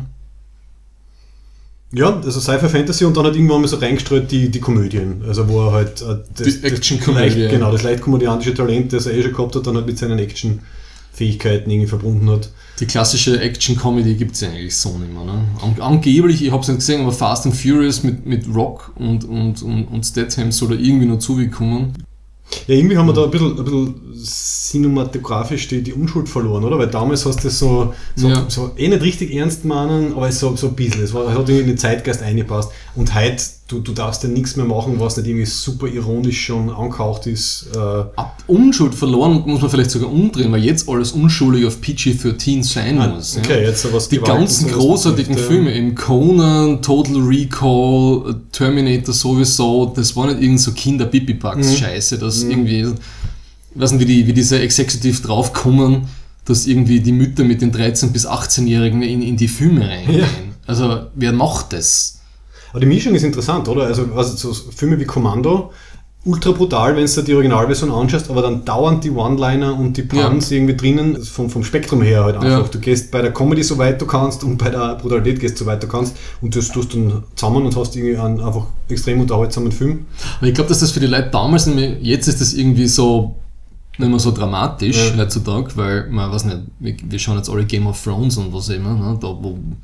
Ja, also Sci-Fi, Fantasy und dann hat irgendwann mal so reingestreut die Komödien. Also wo er halt die Action-Komödie. Genau, das leicht komödiantische Talent, das er schon gehabt hat, dann halt mit seinen Action-Fähigkeiten irgendwie verbunden hat. Die klassische Action-Comedy gibt es ja eigentlich so nicht mehr. Ne? Angeblich, ich habe es nicht gesehen, aber Fast and Furious mit Rock und Statham soll da irgendwie noch zugekommen. Ja, irgendwie haben wir da ein bisschen cinematografisch die Unschuld verloren, oder? Weil damals hast du das so nicht richtig ernst meinen, aber so ein bisschen. Es hat irgendwie in den Zeitgeist eingepasst. Und heute, du darfst ja nichts mehr machen, was nicht irgendwie super ironisch schon angehaucht ist. Unschuld verloren muss man vielleicht sogar umdrehen, weil jetzt alles unschuldig auf PG-13 sein muss. Okay, ja. jetzt was die ganzen großartigen Filme, eben Conan, Total Recall, Terminator sowieso, das war nicht irgend so Kinder-Pipi-Bugs-Scheiße, das irgendwie, ich weiß nicht, wie diese Executive draufkommen, dass irgendwie die Mütter mit den 13- bis 18-Jährigen in die Filme reingehen. Ja. Also, wer macht das? Aber die Mischung ist interessant, oder? Also so Filme wie Commando, ultra brutal, wenn du dir die Originalversion anschaust, aber dann dauernd die One-Liner und die Puns irgendwie drinnen, vom Spektrum her halt einfach. Ja. Du gehst bei der Comedy so weit du kannst und bei der Brutalität gehst so weit du kannst und das tust dann zusammen und hast irgendwie einen einfach extrem unterhaltsamen Film. Aber ich glaube, dass das für die Leute damals, jetzt ist das irgendwie so nicht mehr so dramatisch heutzutage, weil, man weiß nicht, wir schauen jetzt alle Game of Thrones und was immer, ne, da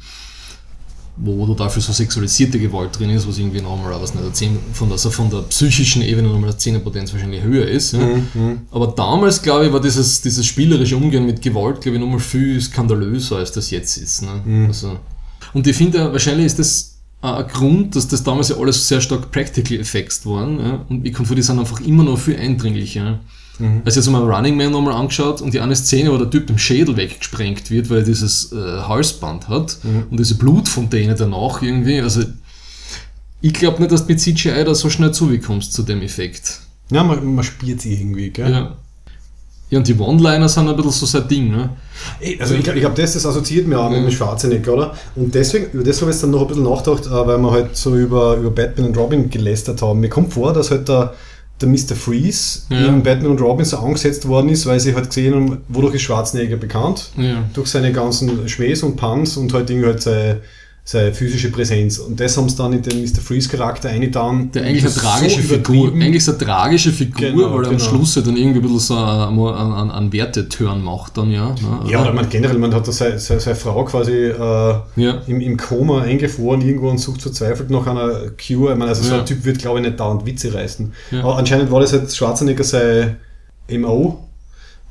wo total viel so sexualisierte Gewalt drin ist, was irgendwie nochmal, was nicht, von der psychischen Ebene nochmal eine Zehnerpotenz wahrscheinlich höher ist. Ja. Aber damals, glaube ich, war dieses spielerische Umgehen mit Gewalt, glaube ich, nochmal viel skandalöser, als das jetzt ist. Ne? Also, und ich finde, wahrscheinlich ist das ein Grund, dass das damals ja alles sehr stark Practical Effects waren. Ja? Und ich finde, die sind einfach immer noch viel eindringlicher. Ja? Also jetzt haben wir Running Man nochmal angeschaut und die eine Szene, wo der Typ im Schädel weggesprengt wird, weil er dieses Halsband hat und diese Blutfontäne danach irgendwie, also ich glaube nicht, dass du mit CGI da so schnell zubekommst zu dem Effekt. Ja, man spielt sie irgendwie, gell? Ja, und die One-Liner sind ein bisschen so sein Ding, ne? Also ich glaube, das assoziiert mir auch mit Schwarzenegger, oder? Und deswegen, über das habe ich jetzt dann noch ein bisschen nachgedacht, weil wir halt so über Batman und Robin gelästert haben. Mir kommt vor, dass halt der Mr. Freeze in Batman und Robin so angesetzt worden ist, weil sie halt gesehen haben, wodurch ist Schwarzenegger bekannt? Ja. Durch seine ganzen Schmähs und Puns und halt irgendwie halt seine physische Präsenz. Und das haben sie dann in den Mr. Freeze-Charakter eingetan. Der eigentlich eine tragische Figur. Eigentlich ist eine tragische Figur, genau, weil er am Schluss dann irgendwie ein bisschen so einen Werteturn macht dann, ja. Ne? Ja, oder man hat da seine Frau quasi im Koma eingefroren irgendwo und sucht verzweifelt nach einer Cure. Ich meine, also so ein Typ wird, glaube ich, nicht dauernd Witze reißen. Ja. Aber anscheinend war das halt Schwarzenegger sein MO.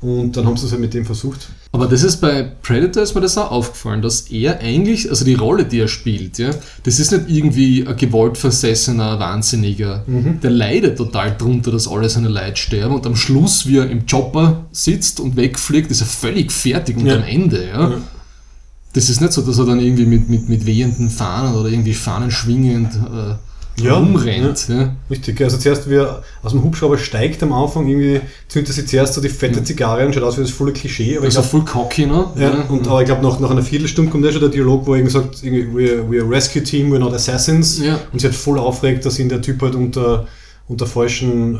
Und dann haben sie es halt mit dem versucht. Aber das ist bei Predator ist mir das auch aufgefallen, dass er eigentlich, also die Rolle, die er spielt, ja, das ist nicht irgendwie ein gewaltversessener Wahnsinniger. Der leidet total drunter, dass alle seine Leute sterben und am Schluss, wie er im Chopper sitzt und wegfliegt, ist er völlig fertig und am Ende. Ja. Das ist nicht so, dass er dann irgendwie mit wehenden Fahnen oder irgendwie Fahnen schwingend rumrennt. Ja. Richtig, also zuerst wie er aus dem Hubschrauber steigt am Anfang, irgendwie zündet er sich zuerst so die fette Zigarre und schaut aus wie das volle Klischee. Aber also voll cocky, ne? Aber ich glaube, nach einer Viertelstunde kommt schon der Dialog, wo er irgendwie sagt, we're a rescue team, we're not assassins. Ja. Und sie hat voll aufgeregt, dass ihn der Typ halt unter falschen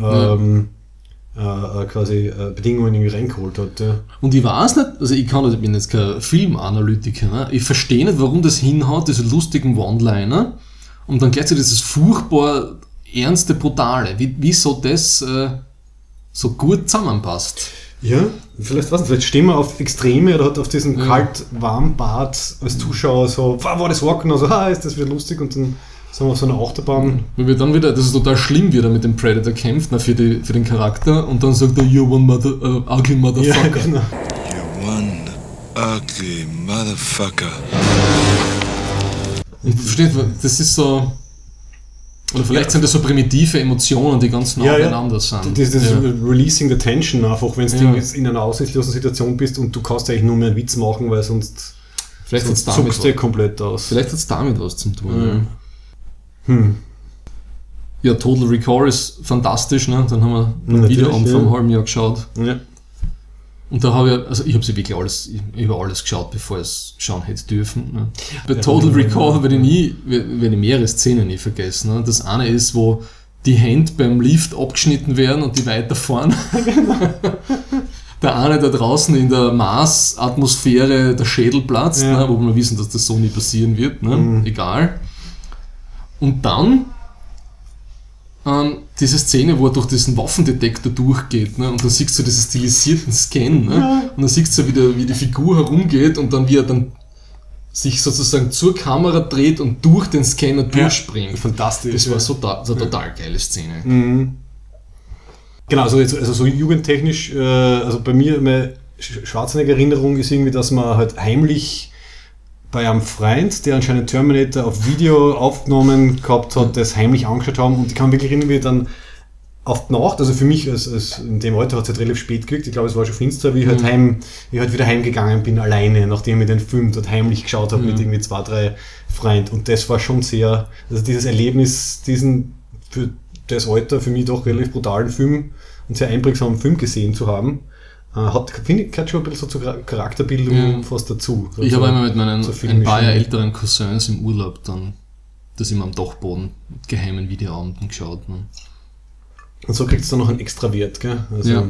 Bedingungen irgendwie reingeholt hat. Ja. Und ich weiß nicht, also ich bin jetzt kein Filmanalytiker, ne? Ich verstehe nicht, warum das hinhaut, diese lustigen One-Liner, und dann gleichzeitig dieses furchtbar ernste, brutale, wieso das so gut zusammenpasst. Ja, vielleicht stehen wir auf Extreme oder hat auf diesen kalt-warm-Bad als Zuschauer so, war das arg, und so, ist das wieder lustig, und dann sind wir auf so einer Achterbahn. Weil wir dann wieder, das ist total schlimm, wie er mit dem Predator kämpft, für den Charakter, und dann sagt er, you're one ugly motherfucker. Ja, genau. You're one ugly motherfucker. Ich verstehe, das ist so, oder vielleicht sind das so primitive Emotionen, die ganz nah beieinander sind. Das Releasing the Tension einfach, wenn du in einer aussichtslosen Situation bist und du kannst eigentlich nur mehr einen Witz machen, weil sonst zuckst du komplett aus. Vielleicht hat es damit was zu tun. Ja, Total Recall ist fantastisch, ne? Dann haben wir wieder vor einem halben Jahr geschaut. Ja. Und da habe ich habe wirklich alles geschaut, bevor ich es schauen hätte dürfen. Ne? Bei Total Recall werde ich mehrere Szenen nie vergessen. Ne? Das eine ist, wo die Hände beim Lift abgeschnitten werden und die weiterfahren. Der eine da draußen in der Mars-Atmosphäre der Schädel platzt, ne? Wo wir wissen, dass das so nie passieren wird. Ne? Egal. Und dann diese Szene, wo er durch diesen Waffendetektor durchgeht, ne? Und dann siehst du diesen stilisierten Scan, ne? Und dann siehst du wieder, wie die Figur herumgeht und dann wie er dann sich sozusagen zur Kamera dreht und durch den Scanner durchspringt. Fantastisch. Das war so eine total geile Szene. Genau, also so jugendtechnisch, also bei mir, meine Schwarzenegger-Erinnerung ist irgendwie, dass man halt heimlich bei einem Freund, der anscheinend Terminator auf Video aufgenommen gehabt hat, das heimlich angeschaut haben, und ich kann mich wirklich erinnern, wie ich dann auf die Nacht, also für mich als in dem Alter hat es halt relativ spät gekriegt, ich glaube es war schon finster, wie ich halt wieder heimgegangen bin alleine, nachdem ich den Film dort heimlich geschaut habe mit irgendwie 2, 3 Freunden, und das war schon sehr, also dieses Erlebnis, diesen für das Alter für mich doch relativ brutalen Film und sehr einprägsamen Film gesehen zu haben, gehört schon ein bisschen so zur Charakterbildung fast dazu. Also ich habe einmal mit meinen ein paar Jahre älteren Cousins im Urlaub dann das immer am Dachboden mit geheimen Videoabenden geschaut. Ne? Und so kriegt es dann noch einen extra Wert, gell? Also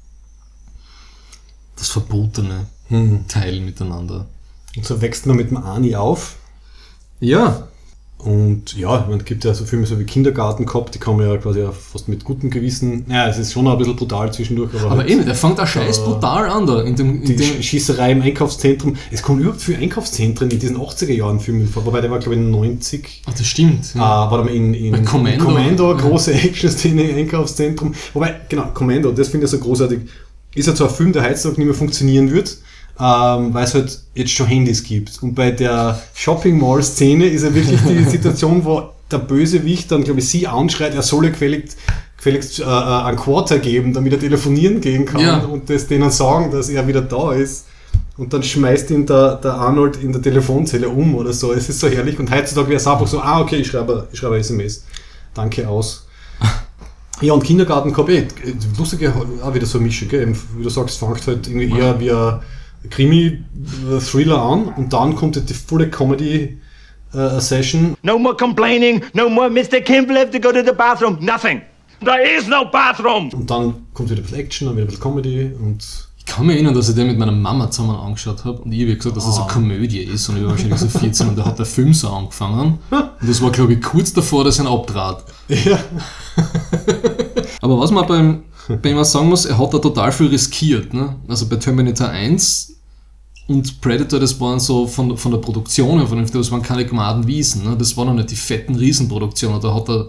das verbotene Teilen miteinander. Und so wächst man mit dem Ani auf. Ja. Und ja, man gibt ja so Filme so wie Kindergarten Cop, die kann man ja quasi fast mit gutem Gewissen, es ist schon ein bisschen brutal zwischendurch. Aber halt, der fängt auch scheiß brutal an da. Die Schießerei im Einkaufszentrum, es kommen überhaupt viele Einkaufszentren in diesen 80er Jahren Filmen vor, wobei der war glaube ich 90. Ach, das stimmt. War dann in Commando, große Action-Szene im Einkaufszentrum. Wobei, genau, Commando, das finde ich so großartig, ist ja zwar ein Film, der heutzutage nicht mehr funktionieren wird, weil es halt jetzt schon Handys gibt. Und bei der Shopping-Mall-Szene ist ja wirklich die Situation, wo der Bösewicht dann, glaube ich, sie anschreit, er solle gefälligst einen Quarter geben, damit er telefonieren gehen kann und das denen sagen, dass er wieder da ist. Und dann schmeißt ihn der Arnold in der Telefonzelle um oder so. Es ist so herrlich. Und heutzutage wäre es einfach so, okay, ich schreibe SMS. Danke, aus. Ja, und Kindergarten Cop, lustige, auch wieder so eine Mischung, gell? Wie du sagst, fängt halt irgendwie eher wie ein Krimi-Thriller an und dann kommt die volle Comedy-Session. No more complaining, no more Mr. Kimball have to go to the bathroom, nothing. There is no bathroom. Und dann kommt wieder ein bisschen Action, dann wieder ein bisschen Comedy und... Ich kann mich erinnern, dass ich den mit meiner Mama zusammen angeschaut habe und ich habe gesagt, dass das eine Komödie ist und ich war wahrscheinlich so 14 und da hat der Film so angefangen und das war glaube ich kurz davor, dass er ihn abtrat. Ja. Aber was man bei ihm auch sagen muss, er hat da total viel riskiert. Ne? Also bei Terminator 1 und Predator, das waren so von der Produktion her, das waren keine geraden Wiesen. Ne? Das waren noch nicht die fetten Riesenproduktionen. Da hat er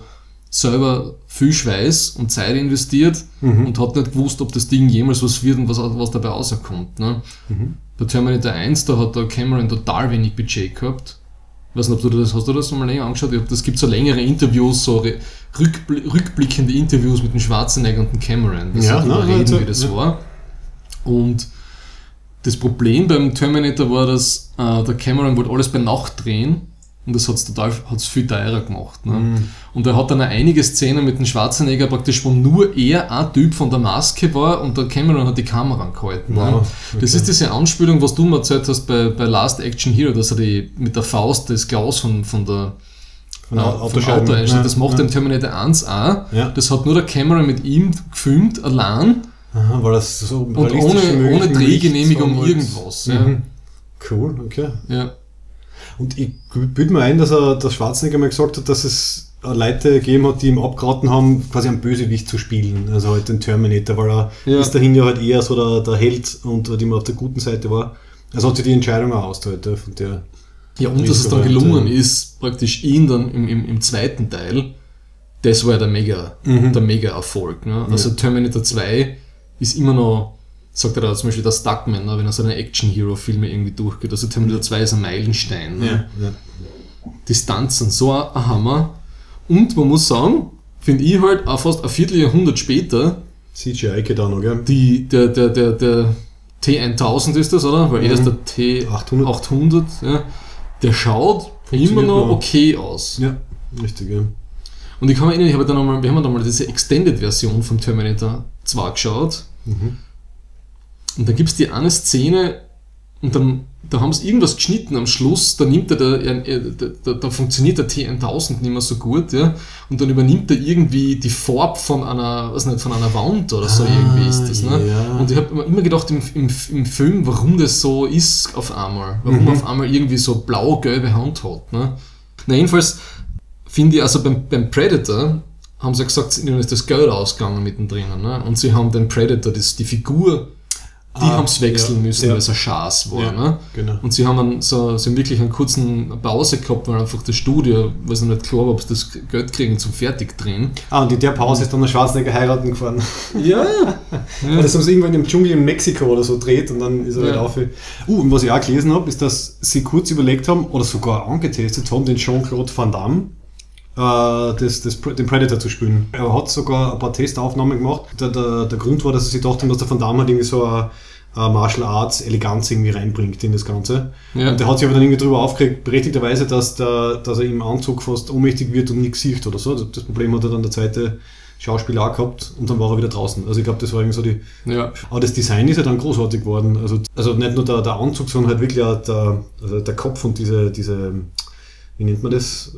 selber viel Schweiß und Zeit investiert und hat nicht gewusst, ob das Ding jemals was wird und was dabei rauskommt. Ne? Bei Terminator 1, da hat der Cameron total wenig Budget gehabt. Ich weiß nicht, ob hast du das mal länger angeschaut? Das gibt so längere Interviews, so rückblickende Interviews mit dem Schwarzenegger und dem Cameron. Das reden, wie das war. Und das Problem beim Terminator war, dass der Cameron wollte alles bei Nacht drehen. Und das hat's viel teurer gemacht. Ne? Und er hat dann auch einige Szenen mit dem Schwarzenegger praktisch, wo nur er ein Typ von der Maske war und der Cameron hat die Kamera gehalten. Wow, ne? Das ist diese Anspielung, was du mir erzählt hast bei Last Action Hero, dass er mit der Faust das Glas vom Auto einstellt. Das macht im Terminator 1 auch. Ja. Das hat nur der Cameron mit ihm gefilmt, allein. Aha, weil das so und ohne Drehgenehmigung irgendwas. Ja. Cool, okay. Ja. Und ich bilde mir ein, dass der Schwarzenegger mal gesagt hat, dass es Leute gegeben hat, die ihm abgeraten haben, quasi einen Bösewicht zu spielen, also halt den Terminator, weil er bis dahin ja halt eher so der Held und halt immer auf der guten Seite war. Also hat sich die Entscheidung auch ausgeteilt von der. Ja, und dass es dann gelungen ist, praktisch ihn dann im zweiten Teil, das war der Mega-Erfolg. Ne? Also Terminator 2 ist immer noch, sagt er da zum Beispiel der Stuckman, ne, wenn er so eine Action-Hero-Filme irgendwie durchgeht. Also Terminator 2 ist ein Meilenstein. Ne? Ja. Die Stunts sind so ein Hammer. Und man muss sagen, finde ich halt auch fast ein Vierteljahrhundert später CGI geht auch noch, gell? Der T1000 ist das, oder? Weil das der T800, ja, der schaut immer noch okay aus. Ja, richtig, ja. Und ich kann mich erinnern, wir haben dann mal diese Extended-Version von Terminator 2 geschaut. Und da gibt es die eine Szene und dann da haben sie irgendwas geschnitten am Schluss, da nimmt da funktioniert der T1000 nicht mehr so gut, ja, und dann übernimmt er irgendwie die Farbe von einer Wand oder so, irgendwie ist das, ne? Ja. Und ich habe mir immer gedacht im Film, warum das so ist auf einmal, warum auf einmal irgendwie so blau-gelbe Hand hat, ne? Na, jedenfalls finde ich, also beim Predator haben sie ja gesagt, ihnen ist das Geld ausgegangen mittendrin, ne? Und sie haben den Predator, die Figur, die haben es wechseln müssen, weil es ein Schaß war. Ne? Genau. Und sie haben dann sie haben wirklich einen kurzen Pause gehabt, weil einfach das Studio, weil es noch nicht klar war, ob sie das Geld kriegen zum Fertigdrehen. Und in der Pause ist dann der Schwarzenegger heiraten gefahren. Ja. Weil das haben sie irgendwann im Dschungel in Mexiko oder so dreht und dann ist er halt auf. Und was ich auch gelesen habe, ist, dass sie kurz überlegt haben oder sogar angetestet haben, den Jean-Claude Van Damme den Predator zu spielen. Er hat sogar ein paar Testaufnahmen gemacht. Der Grund war, dass sie sich gedacht haben, dass der Van Damme halt irgendwie so eine Martial Arts Eleganz irgendwie reinbringt in das Ganze. Ja. Und der hat sich aber dann irgendwie drüber aufgeregt, berechtigterweise, dass er im Anzug fast ohnmächtig wird und nichts sieht oder so. Das Problem hat er dann der zweite Schauspieler auch gehabt und dann war er wieder draußen. Also ich glaube, das war irgendwie so die... Ja. Aber das Design ist ja dann großartig geworden. Also nicht nur der Anzug, sondern halt wirklich auch der Kopf und diese wie nennt man das?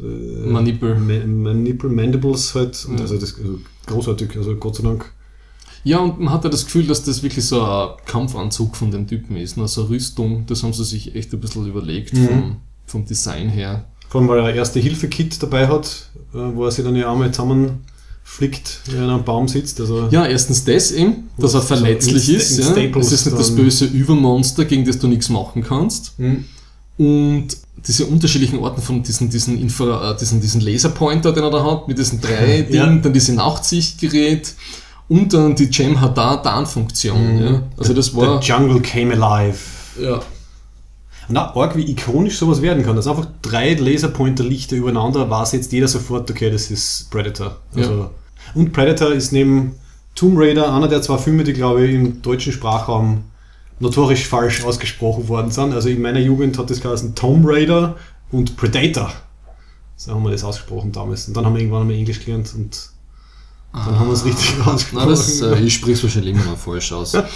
Mandibles halt. Und also großartig, also Gott sei Dank. Ja, und man hat ja das Gefühl, dass das wirklich so ein Kampfanzug von dem Typen ist. Ne? So eine Rüstung, das haben sie sich echt ein bisschen überlegt vom Design her. Vor allem, weil er ein Erste-Hilfe-Kit dabei hat, wo er sich dann ja einmal zusammenflickt, wenn er am Baum sitzt. Also ja, erstens das eben, dass er verletzlich ist. Ja? Es ist nicht das böse Übermonster, gegen das du nichts machen kannst. Und diese unterschiedlichen Orten von diesen Laserpointer, den er da hat, mit diesen 3 Dingen, dann diese Nachtsichtgerät und dann die Jam-Hadan-Funktion. Ja. Also das war... The Jungle Came Alive. Ja. Und auch arg, wie ikonisch sowas werden kann. Das einfach 3 Laserpointer-Lichter übereinander, weiß jetzt jeder sofort, okay, das ist Predator. Also, ja. Und Predator ist neben Tomb Raider einer der 2 Filme, die, glaube ich, im deutschen Sprachraum notorisch falsch ausgesprochen worden sind. Also in meiner Jugend hat das geheißen Tomb Raider und Predator. So haben wir das ausgesprochen damals. Und dann haben wir irgendwann einmal Englisch gelernt und dann haben wir es richtig ausgesprochen. Ich spreche es wahrscheinlich immer noch falsch aus. Ja,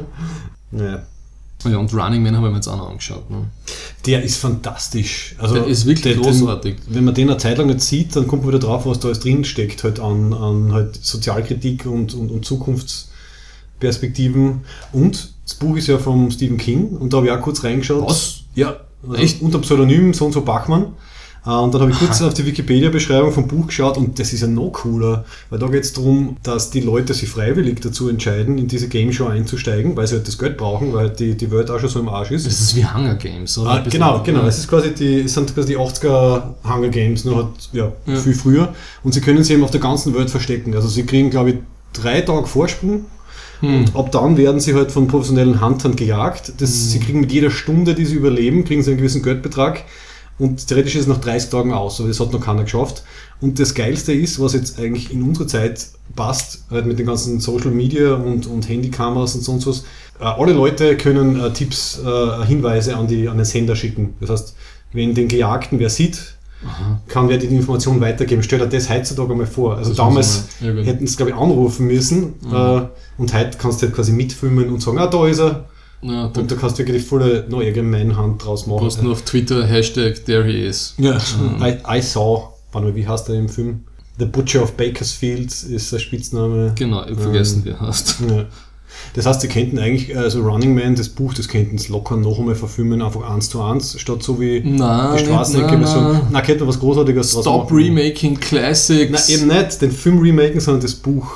und Running Man haben wir jetzt auch noch angeschaut. Ne? Der ist fantastisch. Also der ist wirklich großartig. Wenn man den eine Zeit lang nicht sieht, dann kommt man wieder drauf, was da alles drin steckt, halt an halt Sozialkritik und Zukunftsperspektiven. Und das Buch ist ja vom Stephen King und da habe ich auch kurz reingeschaut. Was? Ja, echt? Unter Pseudonym so und so Bachmann. Und dann habe ich kurz auf die Wikipedia-Beschreibung vom Buch geschaut und das ist ja noch cooler, weil da geht es darum, dass die Leute sich freiwillig dazu entscheiden, in diese Game Show einzusteigen, weil sie halt das Geld brauchen, weil die Welt auch schon so im Arsch ist. Das ist wie Hunger Games, oder? Genau. Es sind quasi die 80er Hunger Games, nur halt viel früher. Und sie können sich eben auf der ganzen Welt verstecken. Also sie kriegen, glaube ich, 3 Tage Vorsprung. Und ab dann werden sie halt von professionellen Huntern gejagt. Sie kriegen mit jeder Stunde, die sie überleben, kriegen sie einen gewissen Geldbetrag. Und theoretisch ist es nach 30 Tagen aus, aber das hat noch keiner geschafft. Und das Geilste ist, was jetzt eigentlich in unsere Zeit passt, halt mit den ganzen Social Media und Handykameras und sonst was. Alle Leute können Tipps, Hinweise an den Sender schicken. Das heißt, wenn den Gejagten wer sieht, kann wer die Information weitergeben. Stell dir das heutzutage mal vor. Also das damals hätten sie, glaube ich, anrufen müssen und heute kannst du halt quasi mitfilmen und sagen, da ist er. Ja, und da kannst du wirklich volle neue Manhunt draus machen. Du hast nur auf Twitter Hashtag there he is. Ja. I saw, wie heißt der im Film? The Butcher of Bakersfield ist der Spitzname. Genau, ich habe vergessen, wie er heißt. Ja. Das heißt, sie könnten eigentlich, also Running Man, das Buch, das könnten sie locker noch einmal verfilmen, einfach 1:1, statt so wie die Straßenecke-Version. Nein, könnte man was Großartiges draus machen. Stop Remaking Classics. Nein, eben nicht den Film remaken, sondern das Buch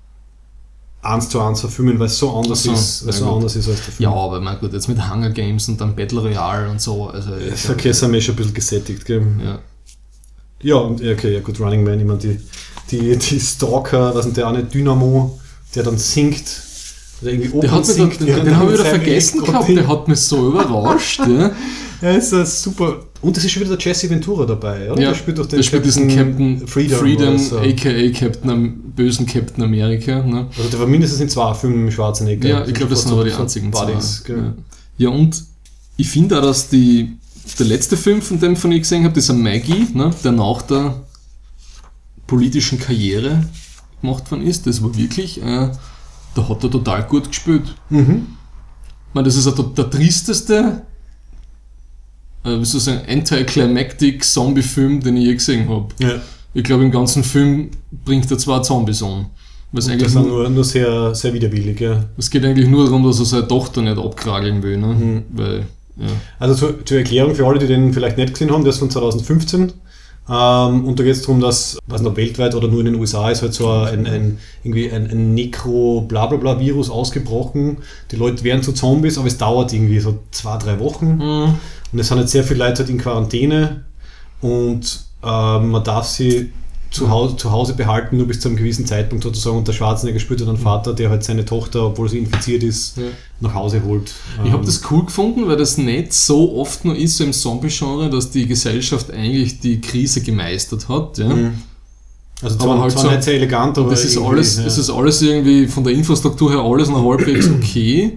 1:1 verfilmen, weil es so anders ist, anders ist als der Film. Ja, aber mein Gott, jetzt mit Hunger Games und dann Battle Royale und so. Also, okay, sind wir schon ein bisschen gesättigt, gell? Ja, und okay, ja gut, Running Man, ich meine, die Stalker, was ist der eine Dynamo, der dann singt. Den habe ich wieder vergessen gehabt, der hat mich so überrascht. Ja, ist das super. Und es ist schon wieder der Jesse Ventura dabei, oder? Ja, der spielt diesen Captain Freedom so. A.k.a. bösen Captain America. Ne? Also der war mindestens in 2 Filmen mit Schwarzenegger. Ja, ich glaube, das sind aber die einzigen 2. Ja, und ich finde auch, dass der letzte Film, von dem ich gesehen habe, dieser Maggie, ne, der nach der politischen Karriere gemacht worden ist, das war wirklich... da hat er total gut gespielt. Ich meine, das ist der tristeste, wie soll ich sagen, anticlimactic Zombie-Film, den ich je gesehen habe. Ja. Ich glaube, im ganzen Film bringt er 2 Zombies um. Das sind nur sehr, sehr widerwillig. Ja. Es geht eigentlich nur darum, dass er seine Tochter nicht abkrageln will. Ne? Weil, Also zur Erklärung für alle, die den vielleicht nicht gesehen haben, der ist von 2015. Und da geht es darum, dass, weiß nicht, weltweit oder nur in den USA ist halt so ein Nekro-Blablabla-Virus ausgebrochen. Die Leute werden zu Zombies, aber es dauert irgendwie so 2-3 Wochen. Und es sind jetzt sehr viele Leute halt in Quarantäne und man darf sie zu Hause behalten, nur bis zu einem gewissen Zeitpunkt sozusagen. Und der Schwarzenegger spielt dann einen Vater, der halt seine Tochter, obwohl sie infiziert ist, nach Hause holt. Ich habe das cool gefunden, weil das nicht so oft nur ist, so im Zombie-Genre, dass die Gesellschaft eigentlich die Krise gemeistert hat. Ja? Also zwar halt nicht sehr elegant, aber das ist alles irgendwie von der Infrastruktur her alles noch halbwegs okay.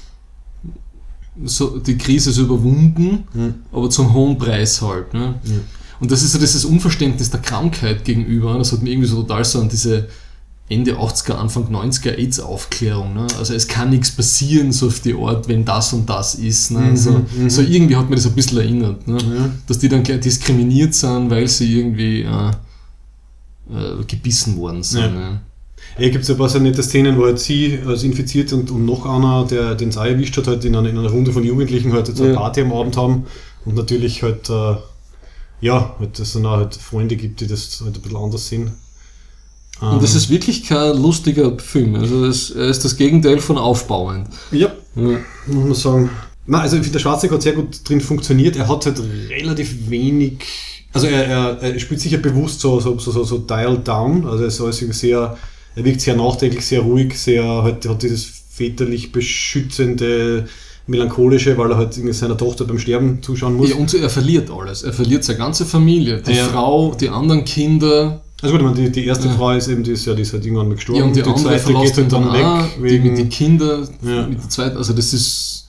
So, die Krise ist überwunden, aber zum hohen Preis halt. Ne? Und das ist so dieses Unverständnis der Krankheit gegenüber. Das hat mir irgendwie so total so an diese Ende 80er, Anfang 90er AIDS-Aufklärung. Ne? Also es kann nichts passieren, so auf die Art, wenn das und das ist. Ne? So irgendwie hat mir das ein bisschen erinnert. Ne? Dass die dann gleich diskriminiert sind, weil sie irgendwie gebissen worden sind. Ne? Hier gibt es ein paar sehr nette Szenen, wo halt sie als infiziert und noch einer, der den es auch erwischt hat, halt in einer Runde von Jugendlichen halt eine Party am Abend haben und natürlich halt halt es dann auch halt Freunde gibt, die das halt ein bisschen anders sehen. Und das ist wirklich kein lustiger Film, also er ist das Gegenteil von aufbauend. Ja, muss man sagen. Nein, also ich finde, der Schwarzenegger hat sehr gut drin funktioniert, er hat halt relativ wenig, also er spielt sicher bewusst so dialed down, also er wirkt sehr nachdenklich, sehr ruhig, hat dieses väterlich beschützende, melancholische, weil er halt seiner Tochter beim Sterben zuschauen muss. Ja, und er verliert alles. Er verliert seine ganze Familie, die Frau, die anderen Kinder. Also gut, ich meine, die erste Frau ist eben, die ist halt irgendwann mal gestorben. Ja, und die andere zweite geht halt dann weg. Mit den Kindern, mit der zweiten, also das ist...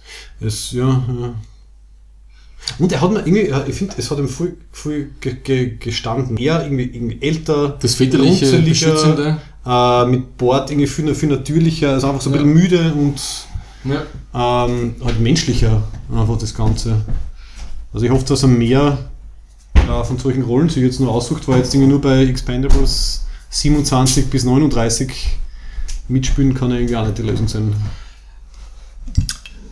Und er hat mir irgendwie, ich finde, es hat ihm viel gestanden. Er irgendwie älter, das väterliche, beschützende. Mit Bord irgendwie viel natürlicher, also einfach so ein bisschen müde und halt menschlicher, einfach das Ganze. Also ich hoffe, dass er mehr von solchen Rollen sich jetzt nur aussucht, weil jetzt irgendwie nur bei Expendables 27 bis 39 mitspielen kann er irgendwie auch nicht die Lösung sein.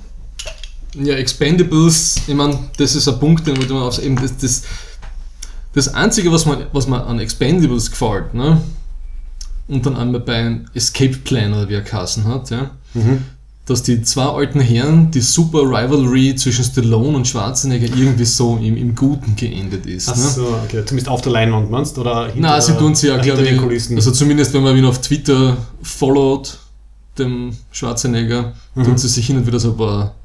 Ja, Expendables, ich meine, das ist ein Punkt, den man aufs eben Das Einzige, was mir an Expendables gefällt, ne? Und dann einmal bei einem Escape Plan, oder wie er geheißen hat, ja? Dass die zwei alten Herren, die super Rivalry zwischen Stallone und Schwarzenegger irgendwie so im Guten geendet ist. Ach so, okay. Zumindest auf der Leinwand, meinst du? Oder Nein, sie tun sie ja, glaube ich, Kulissen. also zumindest wenn man ihn auf Twitter followt, dem Schwarzenegger, tun sie sich hin und wieder so ein paar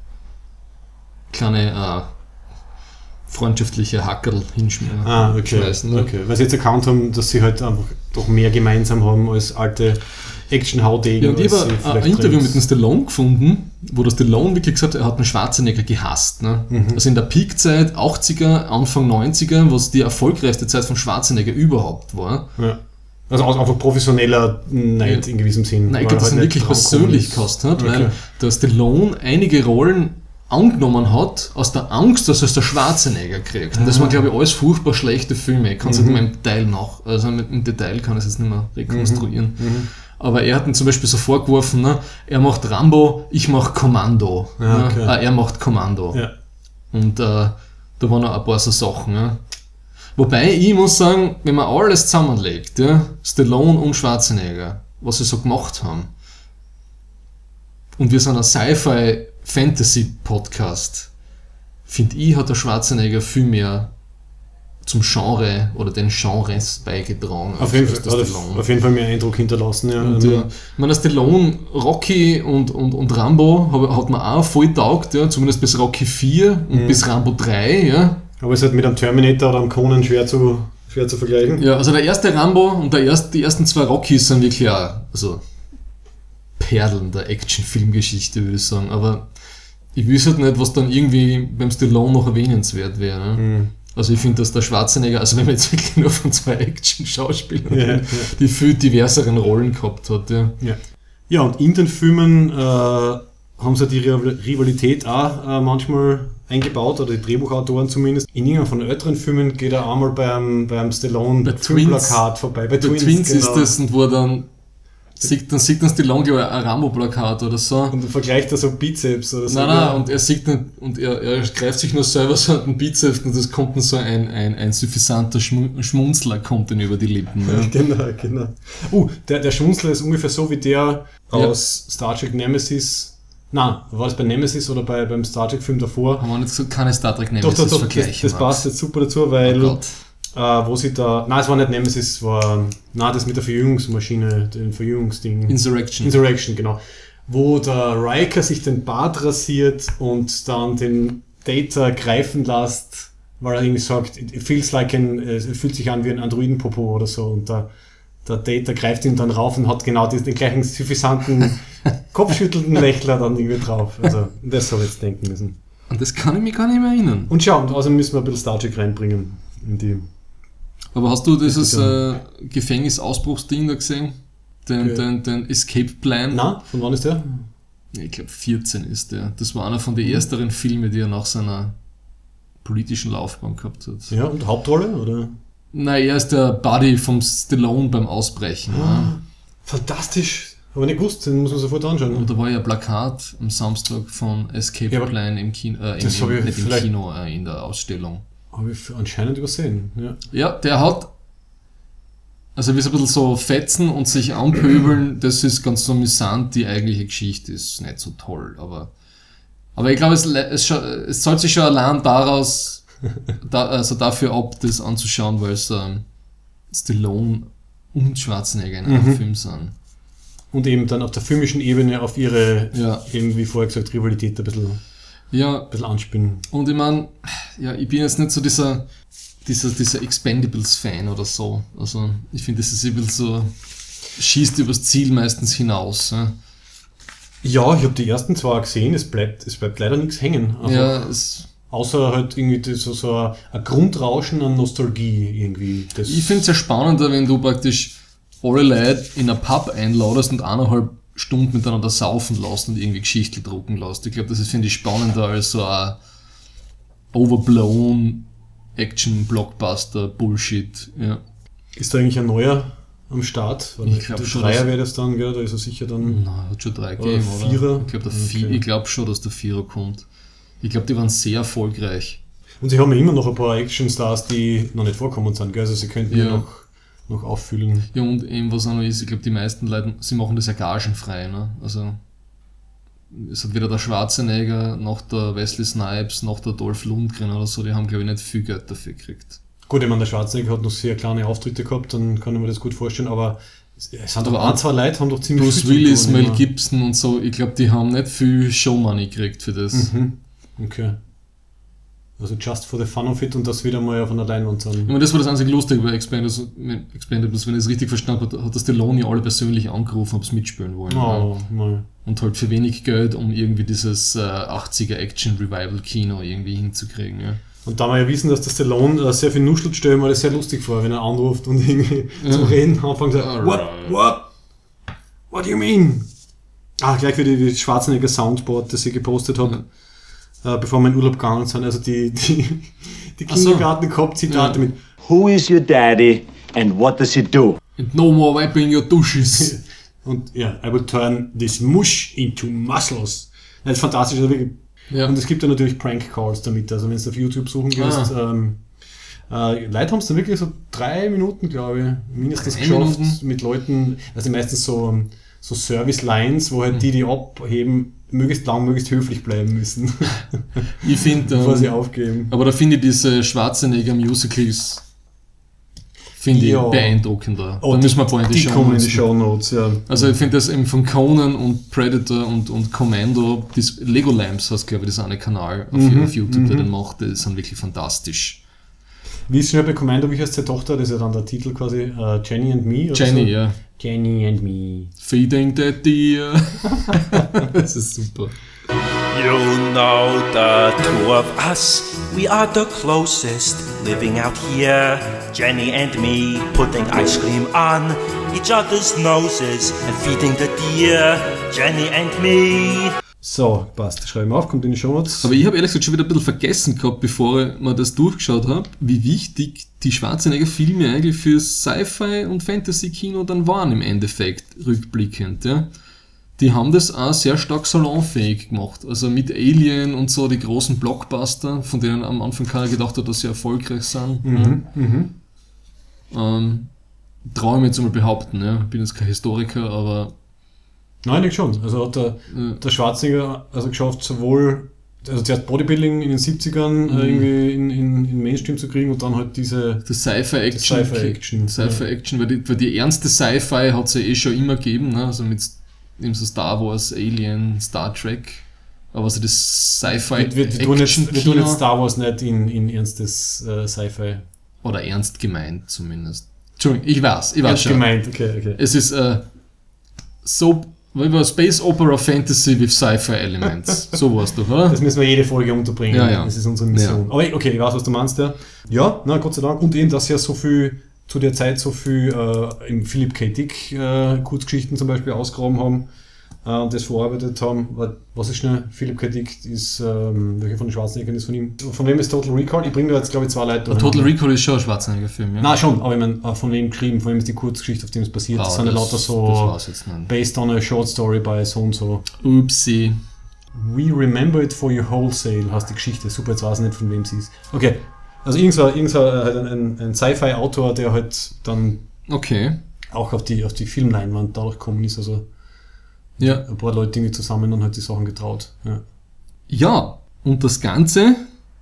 kleine freundschaftliche Hackerl hinschmieren. Okay. Schmeißen, ne? Okay. Weil sie jetzt erkannt haben, dass sie halt einfach doch mehr gemeinsam haben als alte Action-Haudegen. Ja, und ich habe ein Interview mit dem Stallone gefunden, wo der Stallone wirklich gesagt hat, er hat den Schwarzenegger gehasst. Ne? Also in der Peakzeit, 80er, Anfang 90er, was die erfolgreichste Zeit von Schwarzenegger überhaupt war. Ja. Also einfach professioneller Neid in gewissem Sinn. Nein, ich glaube, dass er wirklich persönlich gekostet hat, weil der Stallone einige Rollen angenommen hat, aus der Angst, dass er es der Schwarzenegger kriegt. Und das waren, glaube ich, alles furchtbar schlechte Filme. Ich kann es nicht mehr im Detail im Detail kann ich es jetzt nicht mehr rekonstruieren. Aber er hat ihn zum Beispiel so vorgeworfen, ne, er macht Rambo, ich mach Kommando. Ja, okay. Er macht Kommando. Ja. Und da waren noch ein paar so Sachen. Ja. Wobei, ich muss sagen, wenn man alles zusammenlegt, ja, Stallone und Schwarzenegger, was sie so gemacht haben, und wir sind ein Sci-Fi-Fantasy-Podcast, finde ich, hat der Schwarzenegger viel mehr zum Genre oder den Genres beigetragen. Auf jeden Fall mehr Eindruck hinterlassen. Ja. Und, ich meine, Stallone, Rocky und Rambo hat mir auch voll taugt, ja, zumindest bis Rocky 4 und bis Rambo 3. Ja. Aber es ist halt mit einem Terminator oder einem Conan schwer zu vergleichen. Ja, also der erste Rambo und die ersten zwei Rockys sind wirklich auch, also Perlen der Action-Filmgeschichte, würde ich sagen. Aber ich wüsste halt nicht, was dann irgendwie beim Stallone noch erwähnenswert wäre. Ne? Also ich finde, dass der Schwarzenegger, also wenn man jetzt wirklich nur von zwei Action-Schauspielern, die viel diverseren Rollen gehabt hat. Ja, und in den Filmen haben sie die Rivalität auch manchmal eingebaut, oder die Drehbuchautoren zumindest. In irgendeinem von den älteren Filmen geht er einmal beim Stallone Filmplakat vorbei. Bei Twins genau. Ist das, und wo er dann sieht dann Stallone, glaube ich, ein Rambo-Plakat oder so. Und vergleicht er so Bizeps oder so. Nein, und er sieht dann, und er greift sich nur selber so an den Bizeps, und das kommt dann so ein suffisanter Schmunzler kommt dann über die Lippen. Ja. Genau. Der Schmunzler ist ungefähr so wie der aus Star Trek Nemesis. Nein, war das bei Nemesis oder beim Star Trek Film davor? Haben wir nicht so keine Star Trek Nemesis vergleichen. Das passt jetzt super dazu, weil wo sie da, nein, es war nicht Nemesis, es war das mit der Verjüngungsmaschine, den Verjüngungsding. Insurrection, genau. Wo der Riker sich den Bart rasiert und dann den Data greifen lässt, weil er irgendwie sagt, es fühlt sich an wie ein Androidenpopo oder so, und der Data greift ihn dann rauf und hat genau den gleichen suffisanten, kopfschüttelnden Lächler dann irgendwie drauf. Also, das habe ich jetzt denken müssen. Und das kann ich mich gar nicht mehr erinnern. Und schau, und außerdem müssen wir ein bisschen Star Trek reinbringen in die. Aber hast du dieses Gefängnisausbruchsding da gesehen? Den Escape Plan? Na, von wann ist der? Ich glaube 14 ist der. Das war einer von den ersteren Filmen, die er nach seiner politischen Laufbahn gehabt hat. Ja, und Hauptrolle, oder? Nein, er ist der Buddy vom Stallone beim Ausbrechen. Fantastisch. Aber nicht gewusst, den muss man sofort anschauen. Und da war ja ein Plakat am Samstag von Escape Plan im Kino, in der Ausstellung. Habe ich anscheinend übersehen. Ja, der hat, also wie so ein bisschen so fetzen und sich anpöbeln, das ist ganz so amüsant, die eigentliche Geschichte ist nicht so toll, aber ich glaube, es zahlt sich schon allein daraus, dafür ab, das anzuschauen, weil es Stallone und Schwarzenegger in einem Film sind. Und eben dann auf der filmischen Ebene auf ihre, eben wie vorher gesagt, Rivalität ein bisschen anspielen. Und ich meine, ich bin jetzt nicht so dieser Expendables-Fan oder so. Also ich finde, das ist ein bisschen so, schießt übers Ziel meistens hinaus. Ja, ich habe die ersten zwei gesehen, es bleibt leider nichts hängen. Außer halt irgendwie so ein Grundrauschen an Nostalgie irgendwie. Ich finde es ja spannender, wenn du praktisch alle Leute in einen Pub einladest und 1,5 Stunden miteinander saufen lässt und irgendwie Geschichten drucken lässt. Ich glaube, das finde ich spannender als so ein overblown Action-Blockbuster-Bullshit. Ja. Ist da eigentlich ein neuer am Start? Ich glaube schon. Dreier wäre das dann, gell? Da ist er sicher dann. Nein, hat schon 3 gegeben, oder? Vierer? Ich glaube schon, dass der Vierer kommt. Ich glaube, die waren sehr erfolgreich. Und sie haben ja immer noch ein paar Actionstars, die noch nicht vorkommen sind, gell? Also sie könnten ja noch auffüllen. Ja, und eben was auch noch ist, ich glaube, die meisten Leute, sie machen das ja gagenfrei, ne? Also es hat weder der Schwarzenegger, noch der Wesley Snipes, noch der Dolph Lundgren oder so, die haben, glaube ich, nicht viel Geld dafür gekriegt. Gut, ich meine, der Schwarzenegger hat noch sehr kleine Auftritte gehabt, dann kann ich mir das gut vorstellen, aber es sind doch ein, zwei Leute, haben doch ziemlich Bruce viel Willis, zu tun, Mel Gibson und so, ich glaube, die haben nicht viel Showmoney gekriegt für das. Okay. Also just for the fun of it und das wieder mal auf einer Leinwand sein. Ich meine, das war das einzige Lustige bei Expendables, wenn ich es richtig verstanden habe, hat das Stallone alle persönlich angerufen, ob sie mitspielen wollen. Und halt für wenig Geld, um irgendwie dieses 80er Action-Revival-Kino irgendwie hinzukriegen. Ja. Und da wir ja wissen, dass der Stallone sehr viel nuschelt, stelle ich mir das sehr lustig vor, wenn er anruft und irgendwie zu reden anfängt und sagt, what do you mean? Gleich wie die Schwarzenegger Soundboard, das ich gepostet habe. Bevor wir in Urlaub gegangen sind, also die Kindergarten-Kopf-Zitate mit Who is your daddy and what does he do? And no more wiping your douches. Und ja, I will turn this mush into muscles. Das ist fantastisch. Also wirklich. Ja. Und es gibt ja natürlich Prank-Calls damit, also wenn du auf YouTube suchen gehst, Leute haben es dann wirklich so 3 Minuten, glaube ich, mindestens geschafft, mit Leuten, also meistens so Service-Lines, wo halt die abheben, möglichst lang, möglichst höflich bleiben müssen. Ich finde, bevor sie aufgeben. Aber da finde ich diese Schwarzenegger-Musicals beeindruckender. Da müssen wir vorhin die Shownotes. Ja. Also ich finde das eben von Conan und Predator und Commando, das Lego Lamps heißt, glaube ich, das eine Kanal auf YouTube, der den macht, die sind wirklich fantastisch. Wie ist schon bei Commando, wie heißt seine Tochter? Das ist ja dann der Titel quasi, Jenny and Me? Oder Jenny, so? ja. Jenny and Me. Feeding the deer. Das ist super. You know the two of us, we are the closest living out here. Jenny and me putting ice cream on each other's noses and feeding the deer. Jenny and me. So, passt. Schreiben wir auf, kommt in die Shownotes. Aber ich habe ehrlich gesagt schon wieder ein bisschen vergessen gehabt, bevor ich mir das durchgeschaut habe, wie wichtig die Schwarzenegger-Filme eigentlich für Sci-Fi und Fantasy-Kino dann waren im Endeffekt, rückblickend. Ja. Die haben das auch sehr stark salonfähig gemacht. Also mit Alien und so, die großen Blockbuster, von denen am Anfang keiner gedacht hat, dass sie erfolgreich sind. Traue ich mir jetzt mal behaupten. Ja. Ich bin jetzt kein Historiker, aber... Nein, ich schon. Also hat der Schwarzenegger geschafft, sowohl zuerst Bodybuilding in den 70ern irgendwie in Mainstream zu kriegen und dann halt diese Sci-Fi-Action. Sci-Fi-Action, weil die ernste Sci-Fi hat es ja schon immer gegeben, ne? Also mit eben so Star Wars, Alien, Star Trek, aber also das Sci-Fi wir tun jetzt Star Wars nicht in ernstes Sci-Fi. Oder ernst gemeint zumindest. Entschuldigung, ich weiß ernst schon. Gemeint, okay. Es ist so... Space Opera Fantasy with Sci-Fi Elements. So war's doch, oder? Das müssen wir jede Folge unterbringen. Ja. Das ist unsere Mission. Ja. Aber okay, ich weiß, was du meinst, ja. Ja, na, Gott sei Dank. Und eben, dass ja so viel, zu der Zeit so viel im Philip K. Dick Kurzgeschichten zum Beispiel ausgegraben haben und das verarbeitet haben. Was ist schnell? Philip K. Dick ist, welcher von den Schwarzeneggern ist von ihm? Von wem ist Total Recall? Ich bringe da jetzt, glaube ich, 2 Leute. Total Recall ist schon ein Schwarzenegger-Film, ja? Nein, schon, aber ich meine, von wem geschrieben, von wem ist die Kurzgeschichte, auf dem es passiert? Das sind ja lauter so based on a short story by so und so. Upsi. We remember it for you wholesale, heißt die Geschichte. Super, jetzt weiß ich nicht, von wem sie ist. Okay, also ein Sci-Fi-Autor, der halt dann auch auf die Filmleinwand dadurch gekommen ist, also ein paar Leute irgendwie zusammen und halt die Sachen getraut. Ja, und das Ganze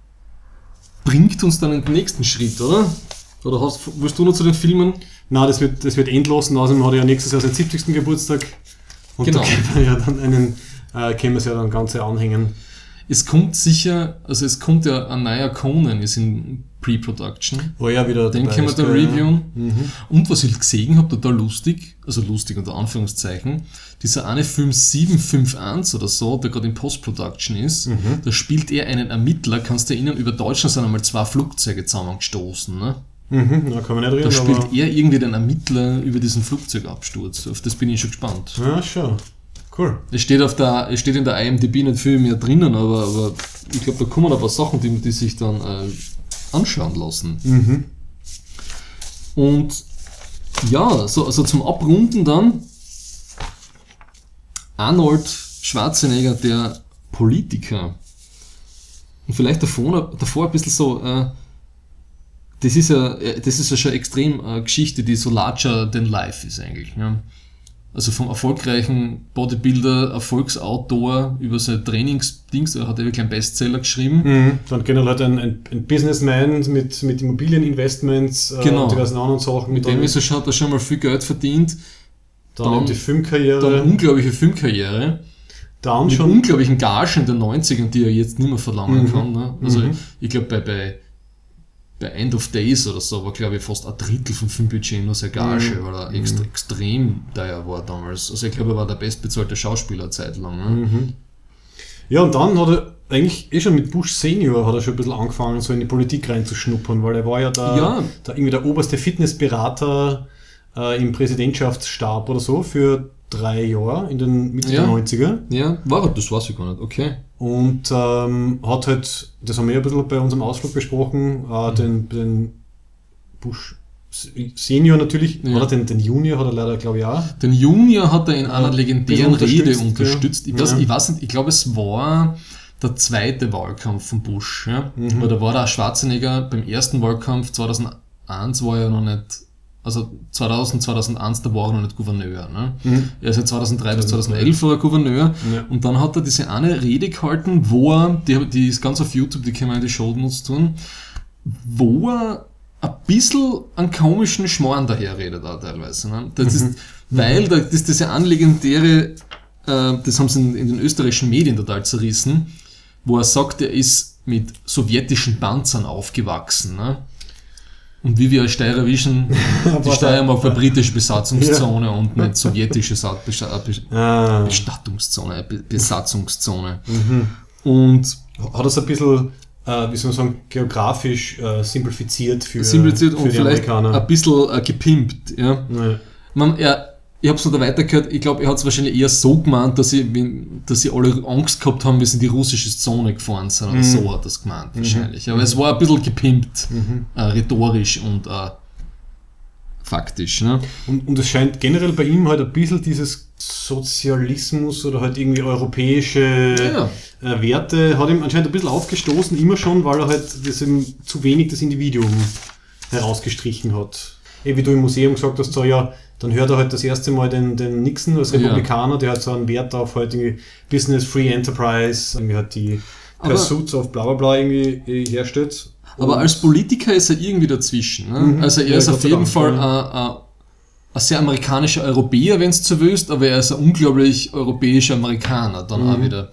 bringt uns dann in den nächsten Schritt, oder? Oder willst du noch zu den Filmen? Nein, das wird endlos, und außerdem hat er ja nächstes Jahr seinen 70. Geburtstag. Und genau. Da können wir ja dann Ganze anhängen. Es kommt ja ein neuer Conan, ist in Pre-Production. Wo ja wieder den können wir dann reviewen. Und was ich gesehen habe, total lustig, also lustig unter Anführungszeichen, dieser eine Film 751 oder so, der gerade in Post-Production ist, da spielt er einen Ermittler, kannst du erinnern, über Deutschland sind einmal 2 Flugzeuge zusammengestoßen, ne? Da kann man nicht reden. Da spielt er irgendwie den Ermittler über diesen Flugzeugabsturz. Auf das bin ich schon gespannt. Ja, schon. Cool. Es steht in der IMDb nicht viel mehr drinnen, aber ich glaube, da kommen ein paar Sachen, die sich dann anschauen lassen. Und ja, also zum Abrunden dann Arnold Schwarzenegger, der Politiker. Und vielleicht davor ein bisschen so, das ist ja schon extrem eine Geschichte, die so larger than life ist eigentlich. Ja. Also vom erfolgreichen Bodybuilder, Erfolgsoutdoor über seine Trainingsdings, er hat wirklich einen Bestseller geschrieben. Dann generell halt ein Businessman mit Immobilieninvestments und diversen anderen Sachen. Mit dem hat er schon mal viel Geld verdient. Dann die Filmkarriere. Dann unglaubliche Filmkarriere. Dann mit schon unglaublichen Gagen in den 90ern, die er jetzt nicht mehr verlangen kann. Ne? Also ich glaube bei End of Days oder so war, glaube ich, fast ein Drittel vom Filmbudget nur seine Gage, weil er extrem teuer war damals. Also ich glaube, er war der bestbezahlte Schauspieler eine Zeit lang. Ne? Ja, und dann hat er eigentlich schon mit Bush Senior hat er schon ein bisschen angefangen, so in die Politik reinzuschnuppern, weil er war ja irgendwie der oberste Fitnessberater im Präsidentschaftsstab oder so für 3 Jahre in den Mitte der 90er. Ja, das weiß ich gar nicht, okay. Und hat halt, das haben wir ein bisschen bei unserem Ausflug besprochen, den Bush Senior natürlich, oder den Junior hat er leider, glaube ich, auch. Den Junior hat er in einer legendären Rede unterstützt. Ich weiß nicht, ich glaube, es war der zweite Wahlkampf von Bush. Ja? Weil da war der Schwarzenegger beim ersten Wahlkampf 2001 war er noch nicht, also 2001, da war er noch nicht Gouverneur. Ne? Er ist ja 2003 bis 2011 war er Gouverneur. Ja. Und dann hat er diese eine Rede gehalten, wo er, die ist ganz auf YouTube, die können wir in die Shownotes tun, wo er ein bisschen einen komischen Schmarrn daherredet auch teilweise. Ne? Das ist, weil das ist diese anlegendäre, das haben sie in den österreichischen Medien total zerrissen, wo er sagt, er ist mit sowjetischen Panzern aufgewachsen. Ne? Und wie wir als Steirer wissen, die Steiermark war britische Besatzungszone und nicht sowjetische Bestattungszone, Besatzungszone. Und hat das ein bisschen, wie soll man sagen, geografisch simplifiziert für und die vielleicht Amerikaner. Ein bisschen gepimpt. Ja. Ich habe es noch da weitergehört, ich glaube, er hat es wahrscheinlich eher so gemeint, dass sie alle Angst gehabt haben, wie sie in die russische Zone gefahren sind, oder so hat er es gemeint wahrscheinlich. Aber es war ein bisschen gepimpt, rhetorisch und faktisch. Ne? Und es scheint generell bei ihm halt ein bisschen dieses Sozialismus oder halt irgendwie europäische Werte, hat ihm anscheinend ein bisschen aufgestoßen, immer schon, weil er halt das eben zu wenig das Individuum herausgestrichen hat. Wie du im Museum gesagt hast, so dann hört er halt das erste Mal den Nixon als Republikaner, der hat so einen Wert auf halt irgendwie Business, Free Enterprise, irgendwie hat die Pursuits of bla bla bla irgendwie herstellt. Aber als Politiker ist er irgendwie dazwischen. Ne? Also er ist auf jeden Fall ein sehr amerikanischer Europäer, wenn es so willst, aber er ist ein unglaublich europäischer Amerikaner dann auch wieder.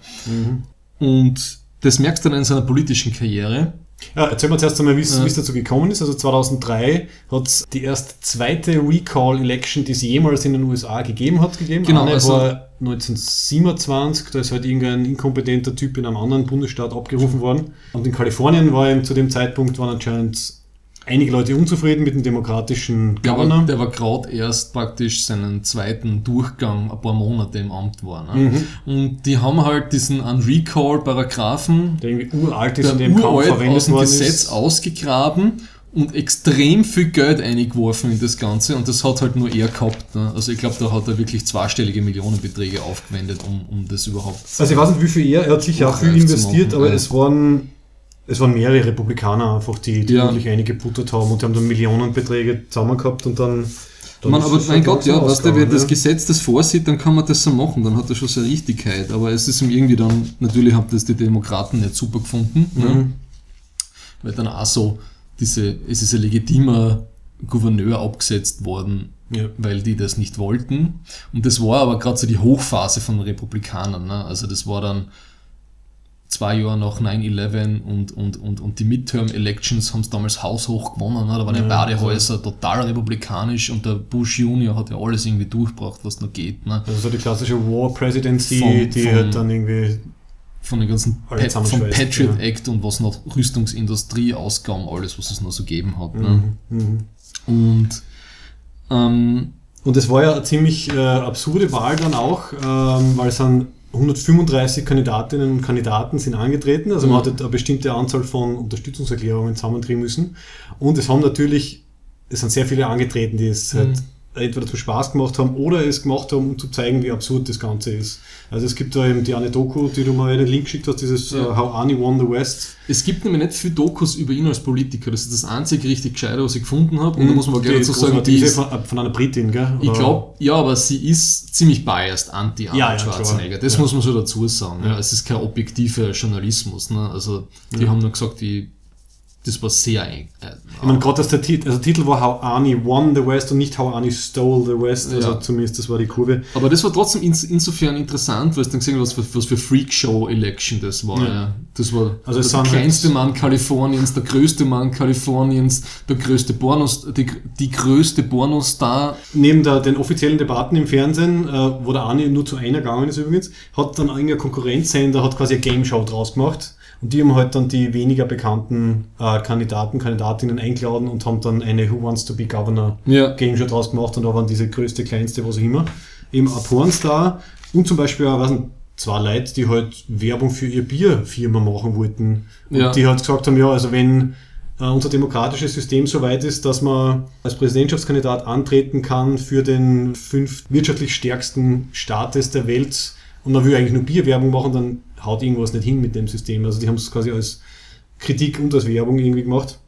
Und das merkst du dann in seiner politischen Karriere. Ja, erzähl mal zuerst einmal, wie es dazu gekommen ist. Also 2003 hat es die erst zweite Recall-Election, die es jemals in den USA gegeben hat. Genau, eine war 1927, da ist halt irgendein inkompetenter Typ in einem anderen Bundesstaat abgerufen worden. Und in Kalifornien war eben zu dem Zeitpunkt, waren anscheinend einige Leute unzufrieden mit dem demokratischen Governor. Der war gerade erst praktisch seinen zweiten Durchgang ein paar Monate im Amt war. Ne? Und die haben halt diesen Recall-Paragraphen, der irgendwie uralt ist und dem kaum verwendet aus dem Gesetz ausgegraben und extrem viel Geld eingeworfen in das Ganze und das hat halt nur er gehabt. Ne? Also ich glaube, da hat er wirklich zweistellige Millionenbeträge aufgewendet, um das überhaupt Also ich weiß nicht, wie viel er hat sicher auch viel investiert, aber es waren mehrere Republikaner einfach, die wirklich einige gebuttert haben und die haben dann Millionenbeträge zusammen gehabt und dann aber mein Gott, weißt du, wenn das Gesetz das vorsieht, dann kann man das so machen, dann hat er schon seine Richtigkeit, aber es ist ihm irgendwie dann, natürlich haben das die Demokraten nicht super gefunden, ne? Weil dann auch so, es ist ein legitimer Gouverneur abgesetzt worden, weil die das nicht wollten und das war aber gerade so die Hochphase von den Republikanern, ne? Also das war dann 2 Jahre nach 9/11 und die Midterm-Elections haben es damals haushoch gewonnen. Ne? Da waren die Badehäuser total republikanisch und der Bush Junior hat ja alles irgendwie durchgebracht, was noch geht. Ne? Also so die klassische War Presidency, die halt dann irgendwie von den ganzen vom Patriot Act und was noch Rüstungsindustrie Ausgaben, alles, was es noch so gegeben hat. Ne? Und es war ja eine ziemlich absurde Wahl dann auch, weil es dann 135 Kandidatinnen und Kandidaten sind angetreten, also man hat eine bestimmte Anzahl von Unterstützungserklärungen zusammenkriegen müssen und es sind sehr viele angetreten, die es halt entweder zum Spaß gemacht haben oder es gemacht haben, um zu zeigen, wie absurd das Ganze ist. Also es gibt da eben die eine Doku, die du mal den Link geschickt hast, dieses How Arnie Won the West. Es gibt nämlich nicht viele Dokus über ihn als Politiker. Das ist das einzige richtig Gescheite, was ich gefunden habe. Und da muss man gleich dazu sagen, die ist von einer Britin, gell? Oder? Ich glaube, ja, aber sie ist ziemlich biased anti-Arnold Schwarzenegger. Das muss man so dazu sagen. Ja. Es ist kein objektiver Journalismus. Ne? Also die haben nur gesagt, das war sehr eng. Ich meine, gerade der Titel war How Arnie Won the West und nicht How Arnie Stole the West. Also zumindest das war die Kurve. Aber das war trotzdem insofern interessant, weil es dann gesehen hast, was für Freakshow-Election das war. Ja. Das war also der kleinste Mann Kaliforniens, der größte Mann Kaliforniens, der größte die größte Pornostar. Neben den offiziellen Debatten im Fernsehen, wo der Arnie nur zu einer gegangen ist übrigens, hat dann irgendein Konkurrenzsender hat quasi eine Game-Show draus gemacht. Und die haben halt dann die weniger bekannten Kandidatinnen eingeladen und haben dann eine Who Wants to be Governor Game Show draus gemacht und da waren diese größte, kleinste, was auch immer. Eben ein Pornstar und zum Beispiel auch, 2 Leute, die halt Werbung für ihr Bierfirma machen wollten. Und die halt gesagt haben, also wenn unser demokratisches System so weit ist, dass man als Präsidentschaftskandidat antreten kann für den 5 wirtschaftlich stärksten Staates der Welt und man will eigentlich nur Bierwerbung machen, dann haut irgendwas nicht hin mit dem System. Also die haben es quasi als Kritik und als Werbung irgendwie gemacht.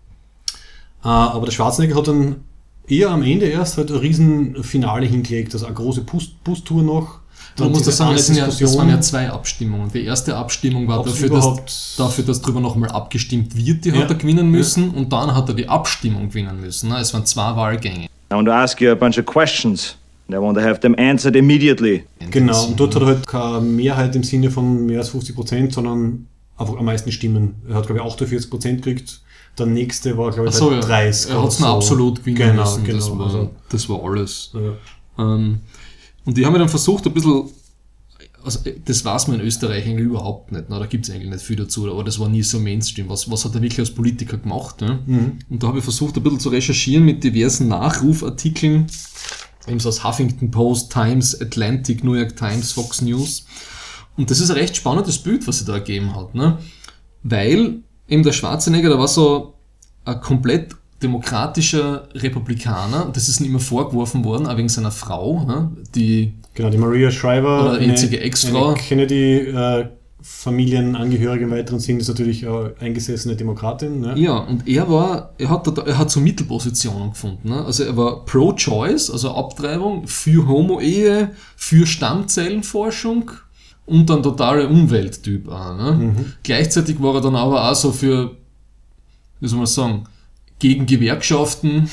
Aber der Schwarzenegger hat dann eher am Ende erst halt ein riesen Finale hingelegt, also eine große Bustour noch. Man muss das sagen, das waren ja 2 Abstimmungen. Die erste Abstimmung war dafür, dass darüber nochmal abgestimmt wird, die hat er gewinnen müssen und dann hat er die Abstimmung gewinnen müssen. Es waren 2 Wahlgänge. I want to ask you a bunch of questions. I want to have them answered immediately. Genau, und dort hat er halt keine Mehrheit im Sinne von mehr als 50%, sondern einfach am meisten Stimmen. Er hat, glaube ich, 48% gekriegt. Der nächste war, glaube ich, bei 30. Er hat es nur absolut gewinnen müssen. Das war alles. Ja. Und die haben dann versucht, ein bisschen, also das weiß man in Österreich eigentlich überhaupt nicht, da gibt es eigentlich nicht viel dazu, aber das war nie so Mainstream. Was hat er wirklich als Politiker gemacht? Ne? Und da habe ich versucht, ein bisschen zu recherchieren mit diversen Nachrufartikeln, eben so aus Huffington Post, Times, Atlantic, New York Times, Fox News. Und das ist ein recht spannendes Bild, was sie da ergeben hat. Ne? Weil eben der Schwarzenegger, der war so ein komplett demokratischer Republikaner. Das ist ihm immer vorgeworfen worden, auch wegen seiner Frau, ne? Die Maria Shriver, oder einzige Ex-Frau. Kennedy Familienangehörige im weiteren Sinn ist natürlich eine eingesessene Demokratin. Ne? Ja, und er hat so Mittelpositionen gefunden. Ne? Also er war pro-choice, also Abtreibung, für Homo-Ehe, für Stammzellenforschung und dann totaler Umwelttyp auch. Ne? Gleichzeitig war er dann aber auch so für, wie soll man sagen, gegen Gewerkschaften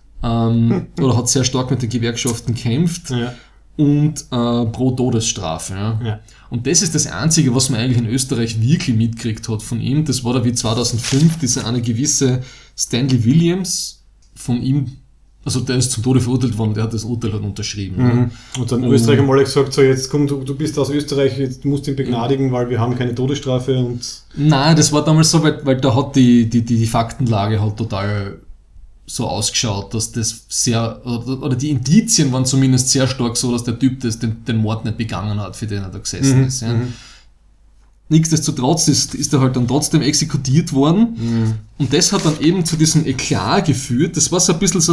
oder hat sehr stark mit den Gewerkschaften gekämpft. Ja. Und pro Todesstrafe. Ja. Und das ist das Einzige, was man eigentlich in Österreich wirklich mitgekriegt hat von ihm. Das war da wie 2005 diese eine gewisse Stanley Williams von ihm, also der ist zum Tode verurteilt worden, der hat das Urteil halt unterschrieben. Und dann Österreich haben alle gesagt, so jetzt komm, du bist aus Österreich, jetzt musst du ihn begnadigen, weil wir haben keine Todesstrafe. Und nein, das war damals so, weil da hat die Faktenlage halt total so ausgeschaut, dass das sehr, oder die Indizien waren zumindest sehr stark so, dass der Typ den Mord nicht begangen hat, für den er da gesessen ist. Ja. Nichtsdestotrotz ist er halt dann trotzdem exekutiert worden und das hat dann eben zu diesem Eklat geführt. Das war so ein bisschen so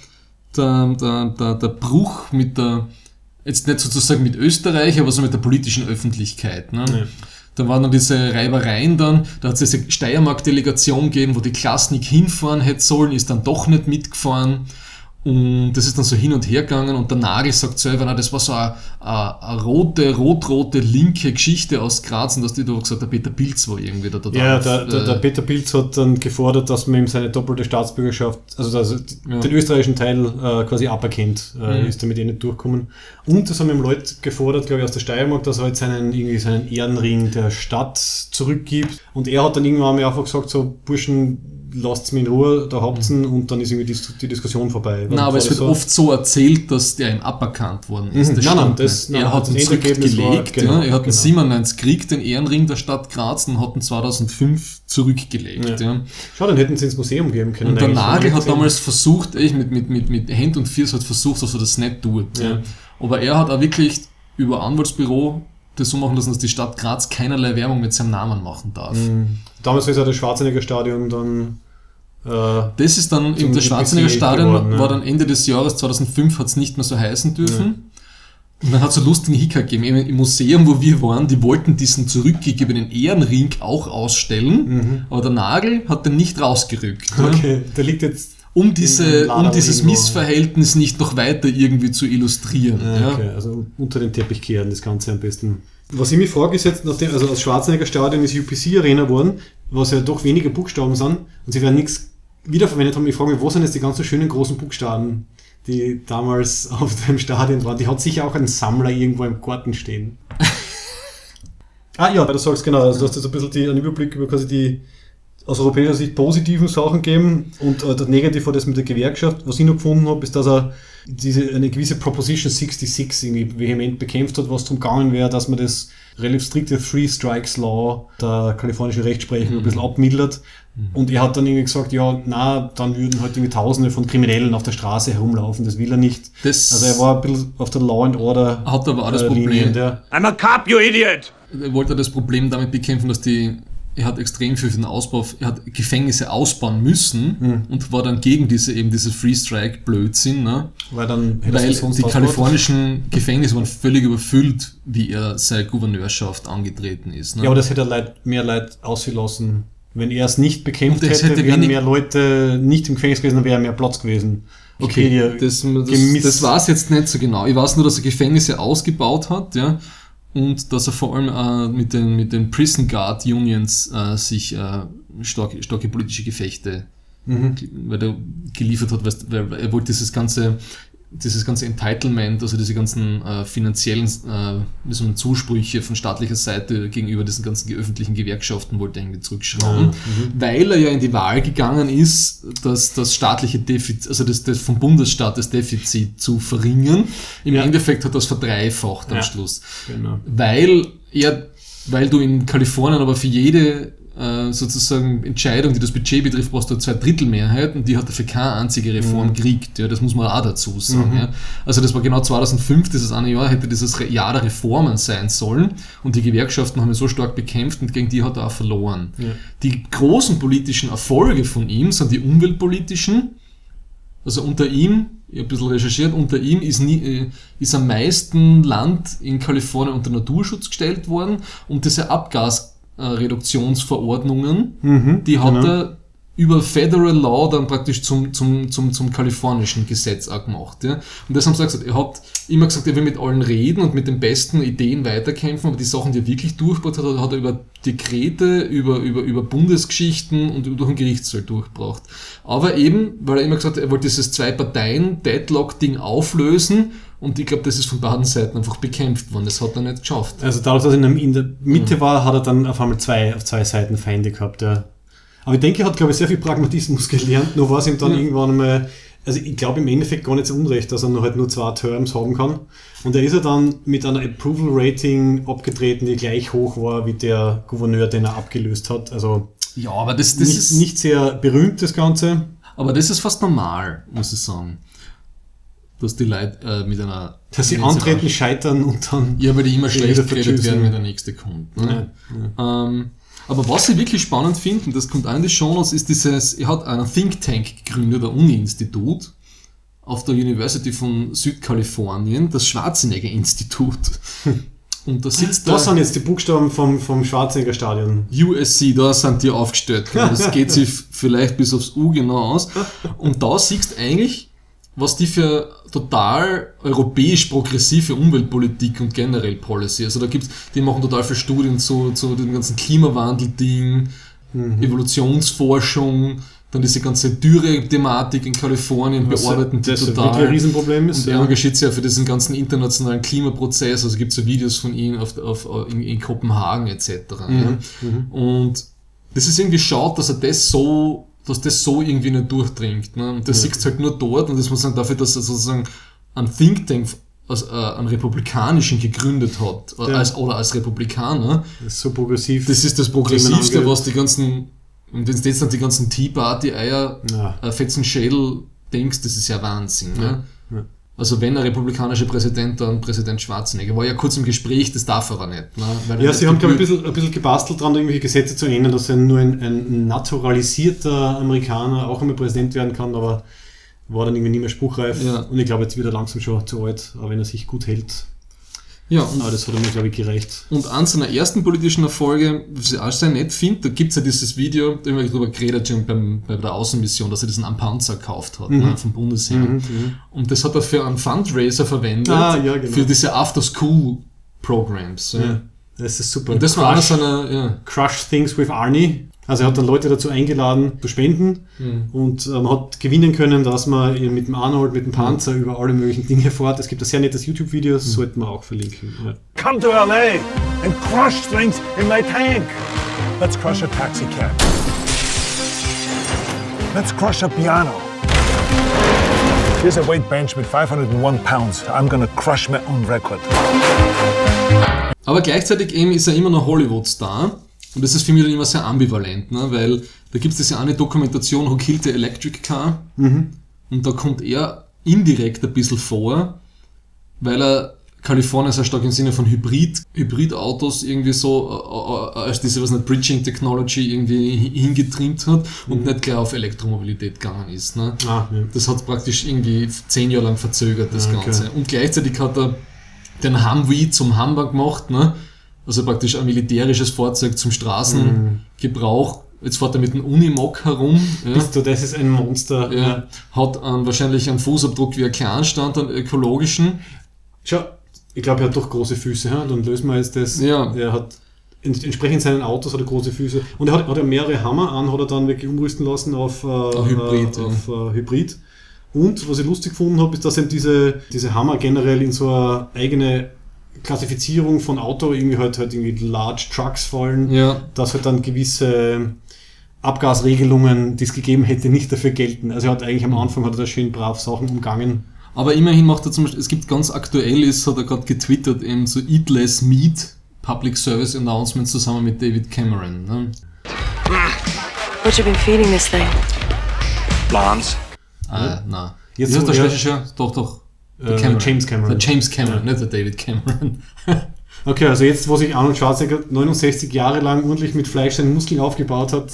der Bruch mit der, jetzt nicht sozusagen mit Österreich, aber so mit der politischen Öffentlichkeit. Ne? Ja. Da waren dann diese Reibereien dann, da hat es diese Steiermark-Delegation gegeben, wo die Klasnik hinfahren hätte sollen, ist dann doch nicht mitgefahren und das ist dann so hin und her gegangen und der Nagel sagt selber, na, das war so eine rot-rote linke Geschichte aus Graz und dass die da gesagt, der Peter Pilz war irgendwie da total. Ja, der Peter Pilz hat dann gefordert, dass man ihm seine doppelte Staatsbürgerschaft, den österreichischen Teil quasi aberkennt, ist damit nicht durchgekommen. Und das haben ihm Leute gefordert, glaube ich, aus der Steiermark, dass er halt seinen Ehrenring der Stadt zurückgibt und er hat dann irgendwann mal einfach gesagt, so Burschen, lasst's mich in Ruhe, da habt's ihn und dann ist irgendwie die Diskussion vorbei. Nein, aber es wird oft so erzählt, dass der ihm aberkannt worden ist. Er hat ihn zurückgelegt. Er hat den 97 gekriegt, den Ehrenring der Stadt Graz, und hat ihn 2005 zurückgelegt. Ja. Schau, dann hätten sie ins Museum geben können. Und der Nagel hat damals versucht, mit Hand und Fuß hat versucht, dass er das nicht tut. Ja. Aber er hat auch wirklich über Anwaltsbüro das so machen lassen, dass die Stadt Graz keinerlei Werbung mit seinem Namen machen darf. Damals ist ja das Schwarzenegger-Stadion dann Das ist dann im das Schwarzenegger Stadion war dann Ende des Jahres 2005 hat es nicht mehr so heißen dürfen. Und dann hat es einen lustigen Hickhack gegeben. Im Museum, wo wir waren, die wollten diesen zurückgegebenen Ehrenring auch ausstellen, aber der Nagel hat den nicht rausgerückt. Okay, der liegt jetzt um dieses Missverhältnis nicht noch weiter irgendwie zu illustrieren. Okay, also unter den Teppich kehren das Ganze am besten. Was ich mich frage, ist jetzt, also das Schwarzenegger Stadion ist UPC Arena geworden, was ja doch wenige Buchstaben sind und sie werden nichts wiederverwendet haben. Ich frage mich, wo sind jetzt die ganzen schönen großen Buchstaben, die damals auf dem Stadion waren? Die hat sicher auch ein Sammler irgendwo im Garten stehen. Du sagst genau, also du hast jetzt ein bisschen einen Überblick über quasi die aus europäischer Sicht positiven Sachen geben und das Negative war das mit der Gewerkschaft. Was ich noch gefunden habe, ist, dass er eine gewisse Proposition 66 irgendwie vehement bekämpft hat, was darum gegangen wäre, dass man das relativ strikte Three Strikes Law der kalifornischen Rechtsprechung ein bisschen abmildert. Und er hat dann irgendwie gesagt, dann würden halt irgendwie Tausende von Kriminellen auf der Straße herumlaufen, das will er nicht. Also er war ein bisschen auf der Law and Order hat aber auch das Problem. I'm a cop, you idiot! Er wollte das Problem damit bekämpfen, dass er hat extrem viel für den Ausbau, er hat Gefängnisse ausbauen müssen und war dann gegen diese Free Strike Blödsinn, ne? Weil die kalifornischen Gefängnisse waren völlig überfüllt, wie er seine Gouverneurschaft angetreten ist. Ne? Ja, aber das hätte mehr Leute ausgelassen. Wenn er es nicht bekämpft hätte, wären mehr Leute nicht im Gefängnis gewesen, dann wäre mehr Platz gewesen. Okay, das war es jetzt nicht so genau. Ich weiß nur, dass er Gefängnisse ausgebaut hat, ja. Und dass er vor allem mit den Prison Guard Unions sich starke politische Gefechte weil er geliefert hat, weil er wollte dieses ganze Entitlement, also diese ganzen finanziellen Zusprüche von staatlicher Seite gegenüber diesen ganzen öffentlichen Gewerkschaften wollte er irgendwie zurückschrauben, weil er ja in die Wahl gegangen ist, das staatliche Defizit, also das vom Bundesstaat das Defizit zu verringern. Im Endeffekt hat das verdreifacht am Schluss. Genau. Weil du in Kalifornien aber für jede sozusagen Entscheidung, die das Budget betrifft, brauchst du 2/3 Mehrheit und die hat er für keine einzige Reform gekriegt. Ja, das muss man auch dazu sagen. Ja. Also das war genau 2005, dieses eine Jahr, hätte dieses Jahr der Reformen sein sollen und die Gewerkschaften haben ihn so stark bekämpft und gegen die hat er auch verloren. Ja. Die großen politischen Erfolge von ihm sind die umweltpolitischen. Also unter ihm, ich habe ein bisschen recherchiert, unter ihm ist am meisten Land in Kalifornien unter Naturschutz gestellt worden und diese Abgasreduktionsverordnungen, die hat er über Federal Law dann praktisch zum kalifornischen Gesetz auch gemacht. Ja? Und das haben sie gesagt, er hat immer gesagt, er will mit allen reden und mit den besten Ideen weiterkämpfen, aber die Sachen, die er wirklich durchgebracht hat, hat er über Dekrete, über Bundesgeschichten und durch den Gerichtssaal durchgebracht. Aber eben, weil er immer gesagt hat, er wollte dieses Zwei-Parteien-Deadlock-Ding auflösen. Und ich glaube, das ist von beiden Seiten einfach bekämpft worden. Das hat er nicht geschafft. Also dadurch, dass er in der Mitte war, hat er dann auf einmal auf zwei Seiten Feinde gehabt. Ja. Aber ich denke, er hat, glaube ich, sehr viel Pragmatismus gelernt. Nur war es ihm dann irgendwann mal, also ich glaube im Endeffekt gar nicht so unrecht, dass er nur 2 Terms haben kann. Und er ist ja dann mit einer Approval-Rating abgetreten, die gleich hoch war wie der Gouverneur, den er abgelöst hat. Also ja, aber das ist nicht sehr berühmt, das Ganze. Aber das ist fast normal, muss ich sagen. Dass die Leute mit einer... Dass sie antreten, scheitern und dann... Ja, weil die immer schlecht geredet werden, wenn der nächste kommt. Ne? Ja. Aber was ich wirklich spannend finde, und das kommt auch in die Shownotes, ist er hat einen Think Tank gegründet, ein Uni-Institut, auf der University von Südkalifornien, das Schwarzenegger-Institut. Und da sitzt das sind jetzt die Buchstaben vom Schwarzenegger Stadion. USC, da sind die aufgestellt. Das geht sich vielleicht bis aufs U genau aus. Und da siehst du eigentlich, was die für total europäisch progressive Umweltpolitik und generell Policy, also die machen total viele Studien zu dem ganzen Klimawandel-Ding, Evolutionsforschung, dann diese ganze Dürre-Thematik in Kalifornien bearbeiten die das total. Das wirklich ein Riesenproblem ist. Und er engagiert sich ja für diesen ganzen internationalen Klimaprozess, also gibt es so Videos von ihm in Kopenhagen etc. Ja. Und das ist irgendwie schade, dass das so irgendwie nicht durchdringt. Ne? Und das siehst du halt nur dort, und das muss man dafür, dass er sozusagen ein Think Tank einen republikanischen gegründet hat, als Republikaner. Das ist so progressiv. Das ist das Progressivste, was die ganzen, und wenn du jetzt an die ganzen Tea Party Eier, Fetzenschädel denkst, das ist ja Wahnsinn. Ne? Ja. Also wenn ein republikanischer Präsident, dann Präsident Schwarzenegger. War ja kurz im Gespräch, das darf er nicht. Ne? Weil ja, sie haben, glaube ich, ein bisschen gebastelt dran, irgendwelche Gesetze zu ändern, dass nur ein naturalisierter Amerikaner auch einmal Präsident werden kann, aber war dann irgendwie nicht mehr spruchreif. Ja. Und ich glaube, jetzt wird er langsam schon zu alt, aber wenn er sich gut hält. Ja, und aber das hat mir, glaube ich, gereicht. Und eines seiner ersten politischen Erfolge, was ich auch sehr nett finde, da gibt es ja dieses Video, da haben wir drüber geredet schon bei der Außenmission, dass er diesen Panzer gekauft hat, ne, vom Bundesheer. Und das hat er für einen Fundraiser verwendet, genau. Für diese After-School-Programs. Ja, das ist super. Und das war einer seiner... Crush Things with Arnie. Also er hat dann Leute dazu eingeladen, zu spenden und man hat gewinnen können, dass man mit dem Arnold, mit dem Panzer über alle möglichen Dinge fährt. Es gibt ein sehr nettes YouTube-Video, das sollten wir auch verlinken. Ja. Come to LA and crush things in my tank. Let's crush a taxi cab. Let's crush a piano. Here's a weight bench with 501 pounds. I'm gonna crush my own record. Aber gleichzeitig eben ist er immer noch Hollywood-Star. Und das ist für mich dann immer sehr ambivalent, ne? Weil da gibt es diese eine Dokumentation, Who Killed the Electric Car? Und da kommt er indirekt ein bisschen vor, weil er Kalifornien sehr stark im Sinne von Hybridautos irgendwie so als diese, was nicht, Bridging Technology irgendwie hingetrimmt hat und nicht gleich auf Elektromobilität gegangen ist. Ne? Das hat praktisch irgendwie 10 Jahre lang verzögert, das Ganze. Und gleichzeitig hat er den Humvee zum Humber gemacht, ne? Also praktisch ein militärisches Fahrzeug zum Straßengebrauch. Jetzt fährt er mit einem Unimog herum. Ja. Bist du, das ist ein Monster. Ja. Hat wahrscheinlich einen Fußabdruck wie ein Kleinstand, einen ökologischen. Schau, ich glaube, er hat doch große Füße. Ja? Dann lösen wir jetzt das. Ja. Er hat entsprechend seinen Autos hat er große Füße. Und er hat mehrere Hammer an, hat er dann wirklich umrüsten lassen auf Hybrid. Und was ich lustig gefunden habe, ist, dass eben diese Hammer generell in so eine eigene Klassifizierung von Auto irgendwie halt irgendwie Large Trucks fallen, dass halt dann gewisse Abgasregelungen, die es gegeben hätte, nicht dafür gelten. Also er hat eigentlich am Anfang hat er da schön brav Sachen umgangen. Aber immerhin macht er zum Beispiel, es gibt ganz aktuell hat er gerade getwittert, eben so Eat Less Meat Public Service Announcements zusammen mit David Cameron. Ne? What you been feeding this thing? Blondes. Nein. Jetzt ist der Schwäche doch. James Cameron. Der James Cameron, nicht der David Cameron. Okay, also jetzt, wo sich Arnold Schwarzenegger 69 Jahre lang ordentlich mit Fleisch seine Muskeln aufgebaut hat,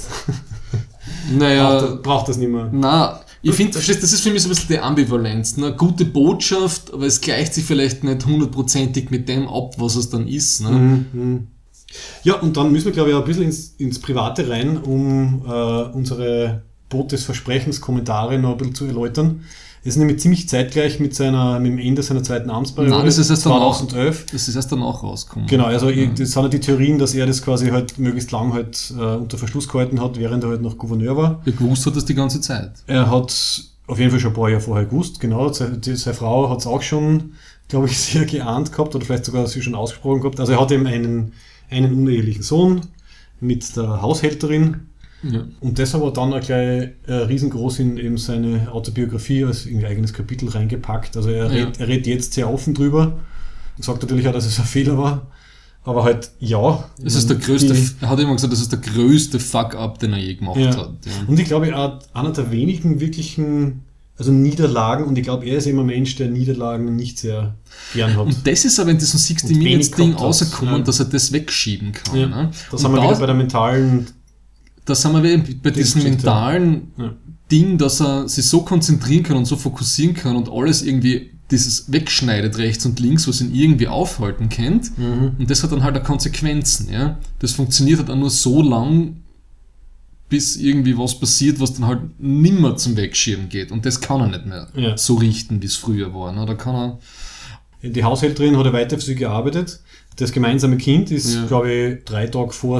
braucht das nicht mehr. Na, ich finde, das ist für mich so ein bisschen die Ambivalenz. Ne? Gute Botschaft, aber es gleicht sich vielleicht nicht 100%ig mit dem ab, was es dann ist. Ne? Ja, und dann müssen wir, glaube ich, ein bisschen ins Private rein, um unsere Boot des Versprechens Kommentare noch ein bisschen zu erläutern. Es ist nämlich ziemlich zeitgleich mit dem Ende seiner zweiten Amtsperiode. Nein, das ist erst 2011. Das ist erst danach rausgekommen. Genau, also das sind ja die Theorien, dass er das quasi halt möglichst lang halt unter Verschluss gehalten hat, während er halt noch Gouverneur war. Er gewusst hat das die ganze Zeit. Er hat auf jeden Fall schon ein paar Jahre vorher gewusst, genau. Seine Frau hat es auch schon, glaube ich, sehr geahnt gehabt oder vielleicht sogar sie schon ausgesprochen gehabt. Also er hat eben einen unehelichen Sohn mit der Haushälterin. Ja. Und das aber dann auch gleich riesengroß in eben seine Autobiografie als irgendwie eigenes Kapitel reingepackt. Also er redet jetzt sehr offen drüber. Sagt natürlich auch, dass es ein Fehler war. Aber halt, ja. Es ist der größte, er hat immer gesagt, das ist der größte Fuck-up, den er je gemacht hat. Ja. Und ich glaube, er hat einer der wenigen wirklichen, also Niederlagen, und ich glaube, er ist immer ein Mensch, der Niederlagen nicht sehr gern hat. Und das ist aber in diesem 60 Minutes Ding rausgekommen, dass er das wegschieben kann. Ja. Ne? Das haben wir wieder bei der mentalen... Da sind wir wieder bei diesem mentalen Ding, dass er sich so konzentrieren kann und so fokussieren kann und alles irgendwie dieses wegschneidet rechts und links, was ihn irgendwie aufhalten kennt. Und das hat dann halt auch Konsequenzen. Ja? Das funktioniert halt auch nur so lang, bis irgendwie was passiert, was dann halt nimmer zum Wegschieben geht. Und das kann er nicht mehr so richten, wie es früher war. Ne? Da kann er... Die Haushälterin hat weiter für sie gearbeitet. Das gemeinsame Kind ist, glaube ich, 3 Tage vor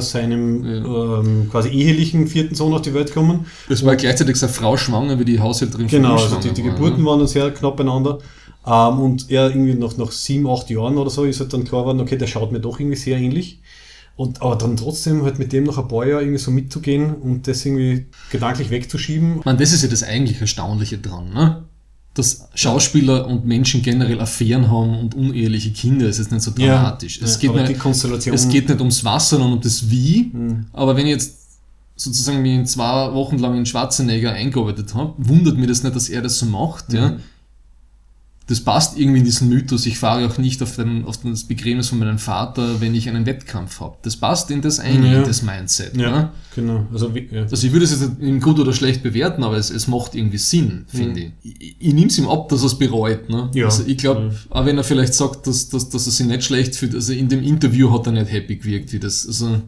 seinem quasi ehelichen 4. Sohn auf die Welt gekommen. Es war gleichzeitig seine Frau schwanger, wie die Haushälterin genau, also die Geburten waren dann sehr knapp beieinander. Und er irgendwie nach 7, 8 Jahren oder so ist halt dann klar geworden, okay, der schaut mir doch irgendwie sehr ähnlich. Aber dann trotzdem halt mit dem noch ein paar Jahre irgendwie so mitzugehen und das irgendwie gedanklich wegzuschieben. Man, das ist ja das eigentlich Erstaunliche dran, ne? Dass Schauspieler und Menschen generell Affären haben und uneheliche Kinder, es ist nicht so dramatisch. Es geht nicht ums Was, sondern um das Wie. Aber wenn ich jetzt sozusagen mich 2 Wochen lang in Schwarzenegger eingearbeitet habe, wundert mich das nicht, dass er das so macht. Ja? das passt irgendwie in diesen Mythos, ich fahre auch nicht auf das Begräbnis von meinem Vater, wenn ich einen Wettkampf habe. Das passt in das in das Mindset. Ja, ne? Genau. Also ich würde es jetzt nicht gut oder schlecht bewerten, aber es macht irgendwie Sinn, finde ich. Ich nehme es ihm ab, dass er es bereut. Ne? Ja. Also ich glaube, auch wenn er vielleicht sagt, dass er sich nicht schlecht fühlt, also in dem Interview hat er nicht happy gewirkt, wie das. Also,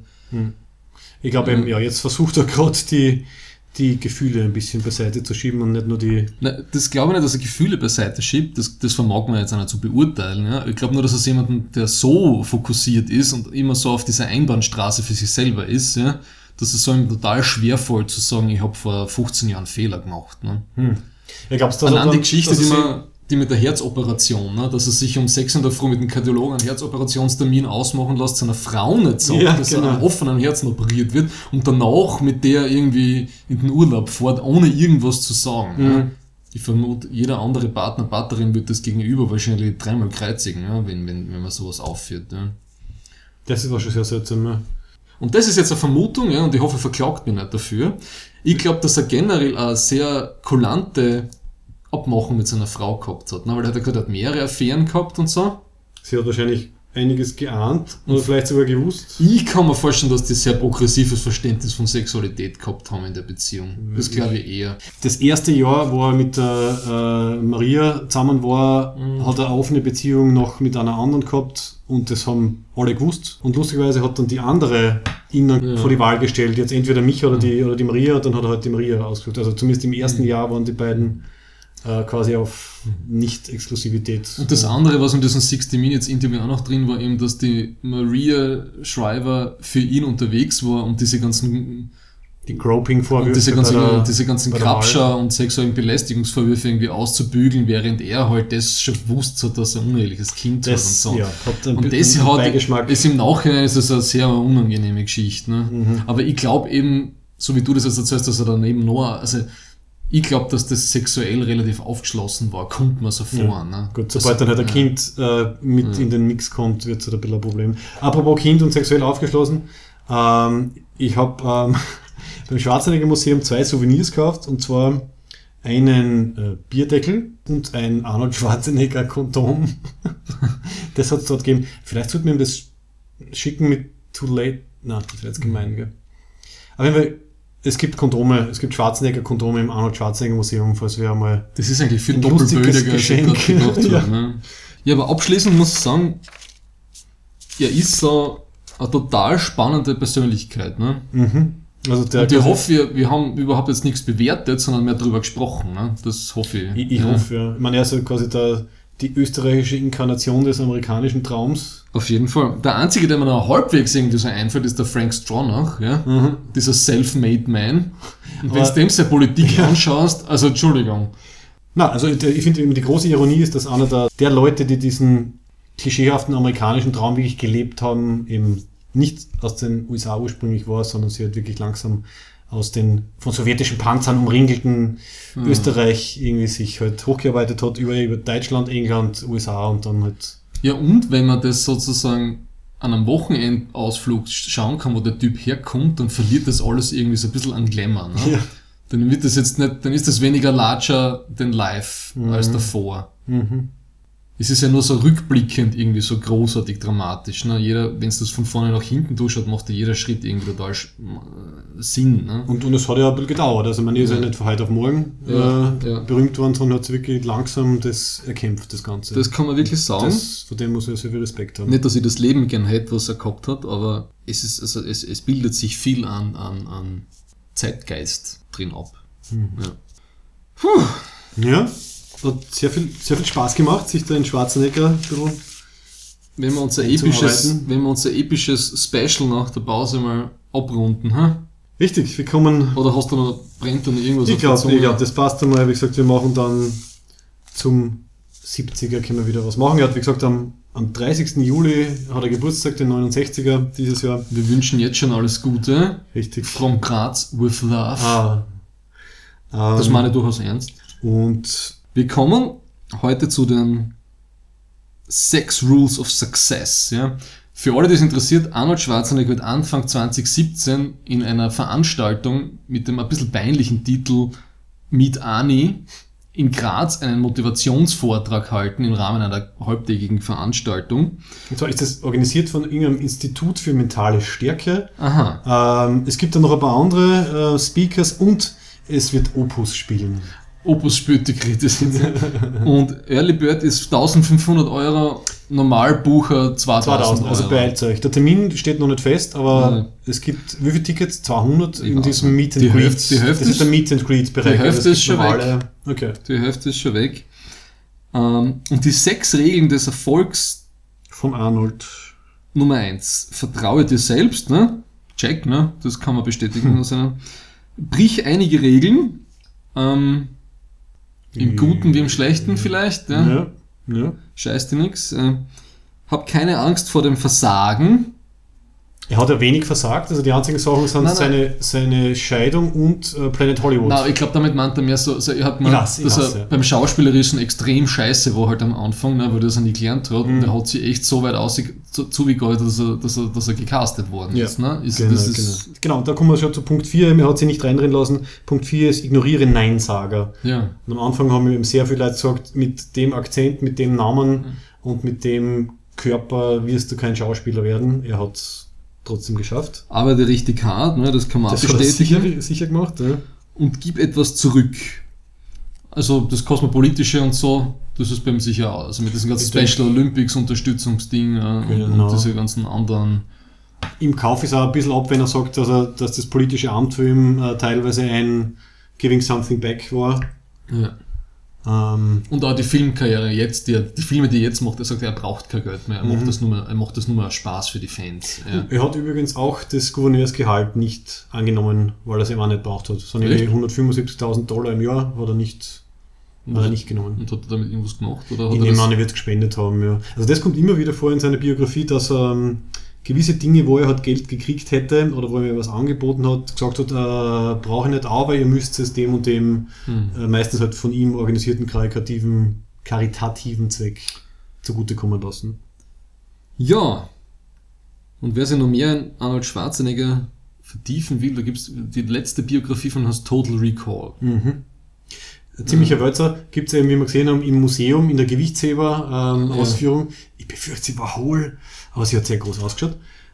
ich glaube eben, jetzt versucht er gerade die Gefühle ein bisschen beiseite zu schieben und nicht nur die... Nein, das glaube ich nicht, dass er Gefühle beiseite schiebt, das vermag man jetzt auch nicht zu beurteilen. Ja? Ich glaube nur, dass es jemanden, der so fokussiert ist und immer so auf dieser Einbahnstraße für sich selber ist, ja, dass es so ihm total schwerfällt zu sagen, ich habe vor 15 Jahren Fehler gemacht. Ne? Ja, glaub's, dass allein dann, die Geschichte, die mit der Herzoperation, ne, dass er sich um 6 in der Früh mit dem Kardiologen einen Herzoperationstermin ausmachen lässt, seiner Frau nicht sagt, dass er am offenen Herzen operiert wird und danach mit der irgendwie in den Urlaub fährt, ohne irgendwas zu sagen. Ne. Ich vermute, jeder andere Partner, Partnerin wird das Gegenüber wahrscheinlich 3-mal kreuzigen, ja, wenn man sowas aufführt. Ja. Das war schon sehr seltsam, ja. Und das ist jetzt eine Vermutung, ja, und ich hoffe, er verklagt mich nicht dafür. Ich glaube, dass er generell eine sehr kulante Abmachung mit seiner Frau gehabt hat, ne? Weil er hat gesagt, mehrere Affären gehabt und so. Sie hat wahrscheinlich einiges geahnt oder vielleicht sogar gewusst. Ich kann mir vorstellen, dass die sehr progressives Verständnis von Sexualität gehabt haben in der Beziehung. Das glaube ich eher. Das erste Jahr, wo er mit der Maria zusammen war, hat er eine offene Beziehung noch mit einer anderen gehabt und das haben alle gewusst. Und lustigerweise hat dann die andere ihn vor die Wahl gestellt, jetzt entweder mich oder die Maria, und dann hat er halt die Maria ausgesucht. Also zumindest im ersten Jahr waren die beiden quasi auf Nicht-Exklusivität. Und das andere, was in diesem 60 Minutes Interview auch noch drin war, eben, dass die Maria Shriver für ihn unterwegs war und diese ganzen Groping-Vorwürfe, diese ganzen Grabscher und sexuellen Belästigungsvorwürfe irgendwie auszubügeln, während er halt das schon gewusst hat, dass er ein uneheliches Kind hat und so. Ja, hat und das hat, ist im Nachhinein ist das eine sehr unangenehme Geschichte. Ne? Aber ich glaube eben, so wie du das jetzt erzählst, dass er daneben noch, also ich glaube, dass das sexuell relativ aufgeschlossen war, kommt man so vor. Ja. Ne? Gut, sobald dann halt ein Kind mit in den Mix kommt, wird es halt ein bisschen ein Problem. Apropos Kind und sexuell aufgeschlossen, ich habe beim Schwarzenegger Museum 2 Souvenirs gekauft, und zwar einen Bierdeckel und ein Arnold Schwarzenegger Kondom. Das hat es dort gegeben. Vielleicht sollten wir ihm das schicken mit Too Late. Nein, das wäre jetzt gemein, gell? Aber wenn wir es gibt Kondome, es gibt Schwarzenegger-Kondome im Arnold Schwarzenegger Museum, falls wir einmal... Das ist eigentlich viel doppelbödiger Geschenk. Ja, aber abschließend muss ich sagen, er ist so eine total spannende Persönlichkeit. Ne? Also und ich hoffe, wir haben überhaupt jetzt nichts bewertet, sondern mehr darüber gesprochen. Ne? Das hoffe ich. Ich hoffe, ja. Ich meine, er ist ja quasi die österreichische Inkarnation des amerikanischen Traums. Auf jeden Fall. Der einzige, der mir noch halbwegs irgendwie so einfällt, ist der Frank Stronach, ja? Dieser Self-Made Man. Und wenn du dem seine Politik anschaust, also Entschuldigung. Na, also ich finde eben die große Ironie ist, dass einer der Leute, die diesen klischeehaften amerikanischen Traum wirklich gelebt haben, eben nicht aus den USA ursprünglich war, sondern sie halt wirklich langsam aus den von sowjetischen Panzern umringelten Österreich irgendwie sich halt hochgearbeitet hat über Deutschland, England, USA und dann halt... Ja, und wenn man das sozusagen an einem Wochenendausflug schauen kann, wo der Typ herkommt, dann verliert das alles irgendwie so ein bisschen an Glamour. Ne? Ja. Dann wird das jetzt nicht, dann ist das weniger larger than life als davor. Es ist ja nur so rückblickend irgendwie so großartig dramatisch. Ne? Wenn es das von vorne nach hinten durchschaut, macht ja jeder Schritt irgendwie total Sinn. Ne? Und es hat ja ein bisschen gedauert. Also man ist ja nicht von heute auf morgen berühmt worden, sondern hat es wirklich langsam das erkämpft, das Ganze. Das kann man wirklich sagen. Von dem muss er sehr viel Respekt haben. Nicht, dass ich das Leben gern hätte, was er gehabt hat, aber es bildet sich viel an Zeitgeist drin ab. Ja. Hat sehr viel Spaß gemacht, sich da in Schwarzenegger ein bisschen wenn wir unser episches Special nach der Pause mal abrunden, Richtig, wir kommen... Oder hast du noch, brennt da noch irgendwas? Ich glaube, das passt einmal. Wie gesagt, wir machen dann zum 70er können wir wieder was machen. Er hat, wie gesagt, am 30. Juli hat er Geburtstag, den 69er dieses Jahr. Wir wünschen jetzt schon alles Gute. Richtig. From Graz with Love. Das meine ich durchaus ernst. Und wir kommen heute zu den 6 Rules of Success. Ja. Für alle, die es interessiert, Arnold Schwarzenegger wird Anfang 2017 in einer Veranstaltung mit dem ein bisschen peinlichen Titel Meet Arnie in Graz einen Motivationsvortrag halten im Rahmen einer halbtägigen Veranstaltung. Und zwar ist das organisiert von irgendeinem Institut für mentale Stärke. Aha. Es gibt dann noch ein paar andere Speakers und es wird Opus spielen. Opus spielt die Kritis. Und Early Bird ist 1.500 €, Normalbucher 2.000 €. Also beeilt euch. Der Termin steht noch nicht fest, aber es gibt, wie viele Tickets? 200 in diesem Meet and Greet. Die Hälfte das ist der Meet and Greet Bereich. Die Hälfte ist schon weg. Okay. Die Hälfte ist schon weg. Und die 6 Regeln des Erfolgs von Arnold. Nummer 1. Vertraue dir selbst, ne? Check, ne? Das kann man bestätigen. Also, brich einige Regeln. Im Guten wie im Schlechten vielleicht. Ja. Scheiß dir nix. Hab keine Angst vor dem Versagen. Er hat ja wenig versagt, also die einzigen Sachen sind seine Scheidung und Planet Hollywood. Nein, ich glaube, damit meint er mehr so er hat man, dass er beim Schauspielerischen extrem scheiße war halt am Anfang, ne, weil das er nie gelernt hat und er hat sich echt so weit zugegeigt, dass er gecastet worden ist. Ne? Genau, da kommen wir schon zu Punkt 4, er hat sich nicht reinrennen lassen. Punkt 4 ist, ignoriere Neinsager. Ja. Und am Anfang haben wir eben sehr viele Leute gesagt, mit dem Akzent, mit dem Namen und mit dem Körper wirst du kein Schauspieler werden. Er hat trotzdem geschafft. Arbeite richtig hart, ne, das kann man das bestätigen. Sicher gemacht, ja. Und gib etwas zurück. Also das Kosmopolitische und so, das ist bei ihm sicher auch. Also mit diesem ganzen Special Olympics Unterstützungsding und diese ganzen anderen. Im Kauf ist auch ein bisschen ab, wenn er sagt, dass das politische Amt für ihn teilweise ein Giving Something Back war. Ja. Und auch die Filmkarriere jetzt, die Filme, die er jetzt macht, er sagt, er braucht kein Geld mehr, er macht das nur mal Spaß für die Fans. Ja. Er hat übrigens auch das Gouverneursgehalt nicht angenommen, weil er es eben auch nicht braucht hat. Das sind $175.000 im Jahr, hat er nicht genommen. Und hat er damit irgendwas gemacht? Oder ich nehme an, er wird gespendet haben, ja. Also das kommt immer wieder vor in seiner Biografie, dass er gewisse Dinge, wo er halt Geld gekriegt hätte oder wo er mir was angeboten hat, gesagt hat, brauche ich nicht, aber ihr müsst es dem und dem meistens halt von ihm organisierten karitativen Zweck zugutekommen lassen. Ja, und wer sich noch mehr in Arnold Schwarzenegger vertiefen will, da gibt es die letzte Biografie von Total Recall. Ziemlicher Wälzer gibt es eben, wie wir gesehen haben, im Museum in der Gewichtsheber-Ausführung. Ich befürchte, sie war hohl, aber sie hat sehr groß ausgeschaut.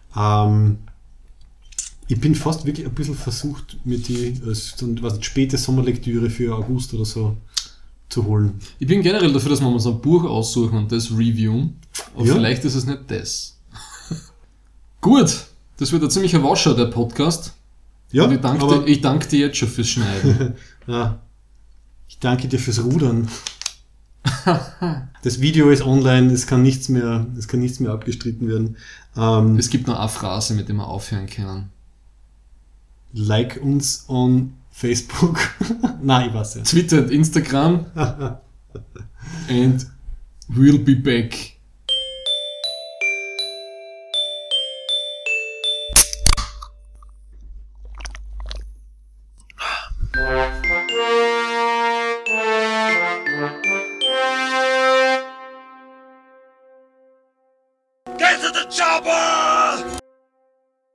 Ich bin fast wirklich ein bisschen versucht, mir die späte Sommerlektüre für August oder so zu holen. Ich bin generell dafür, dass wir mal so ein Buch aussuchen und das reviewen. Aber vielleicht ist es nicht das. Gut, das wird ein ziemlicher Wascher, der Podcast. Ja, und ich danke dir jetzt schon fürs Schneiden. Ja. Ich danke dir fürs Rudern. Das Video ist online, es kann nichts mehr abgestritten werden. Es gibt noch eine Phrase, mit der wir aufhören können. Like uns on Facebook. Nein, ich weiß ja. Twitter und Instagram. And we'll be back. Get to the chopper!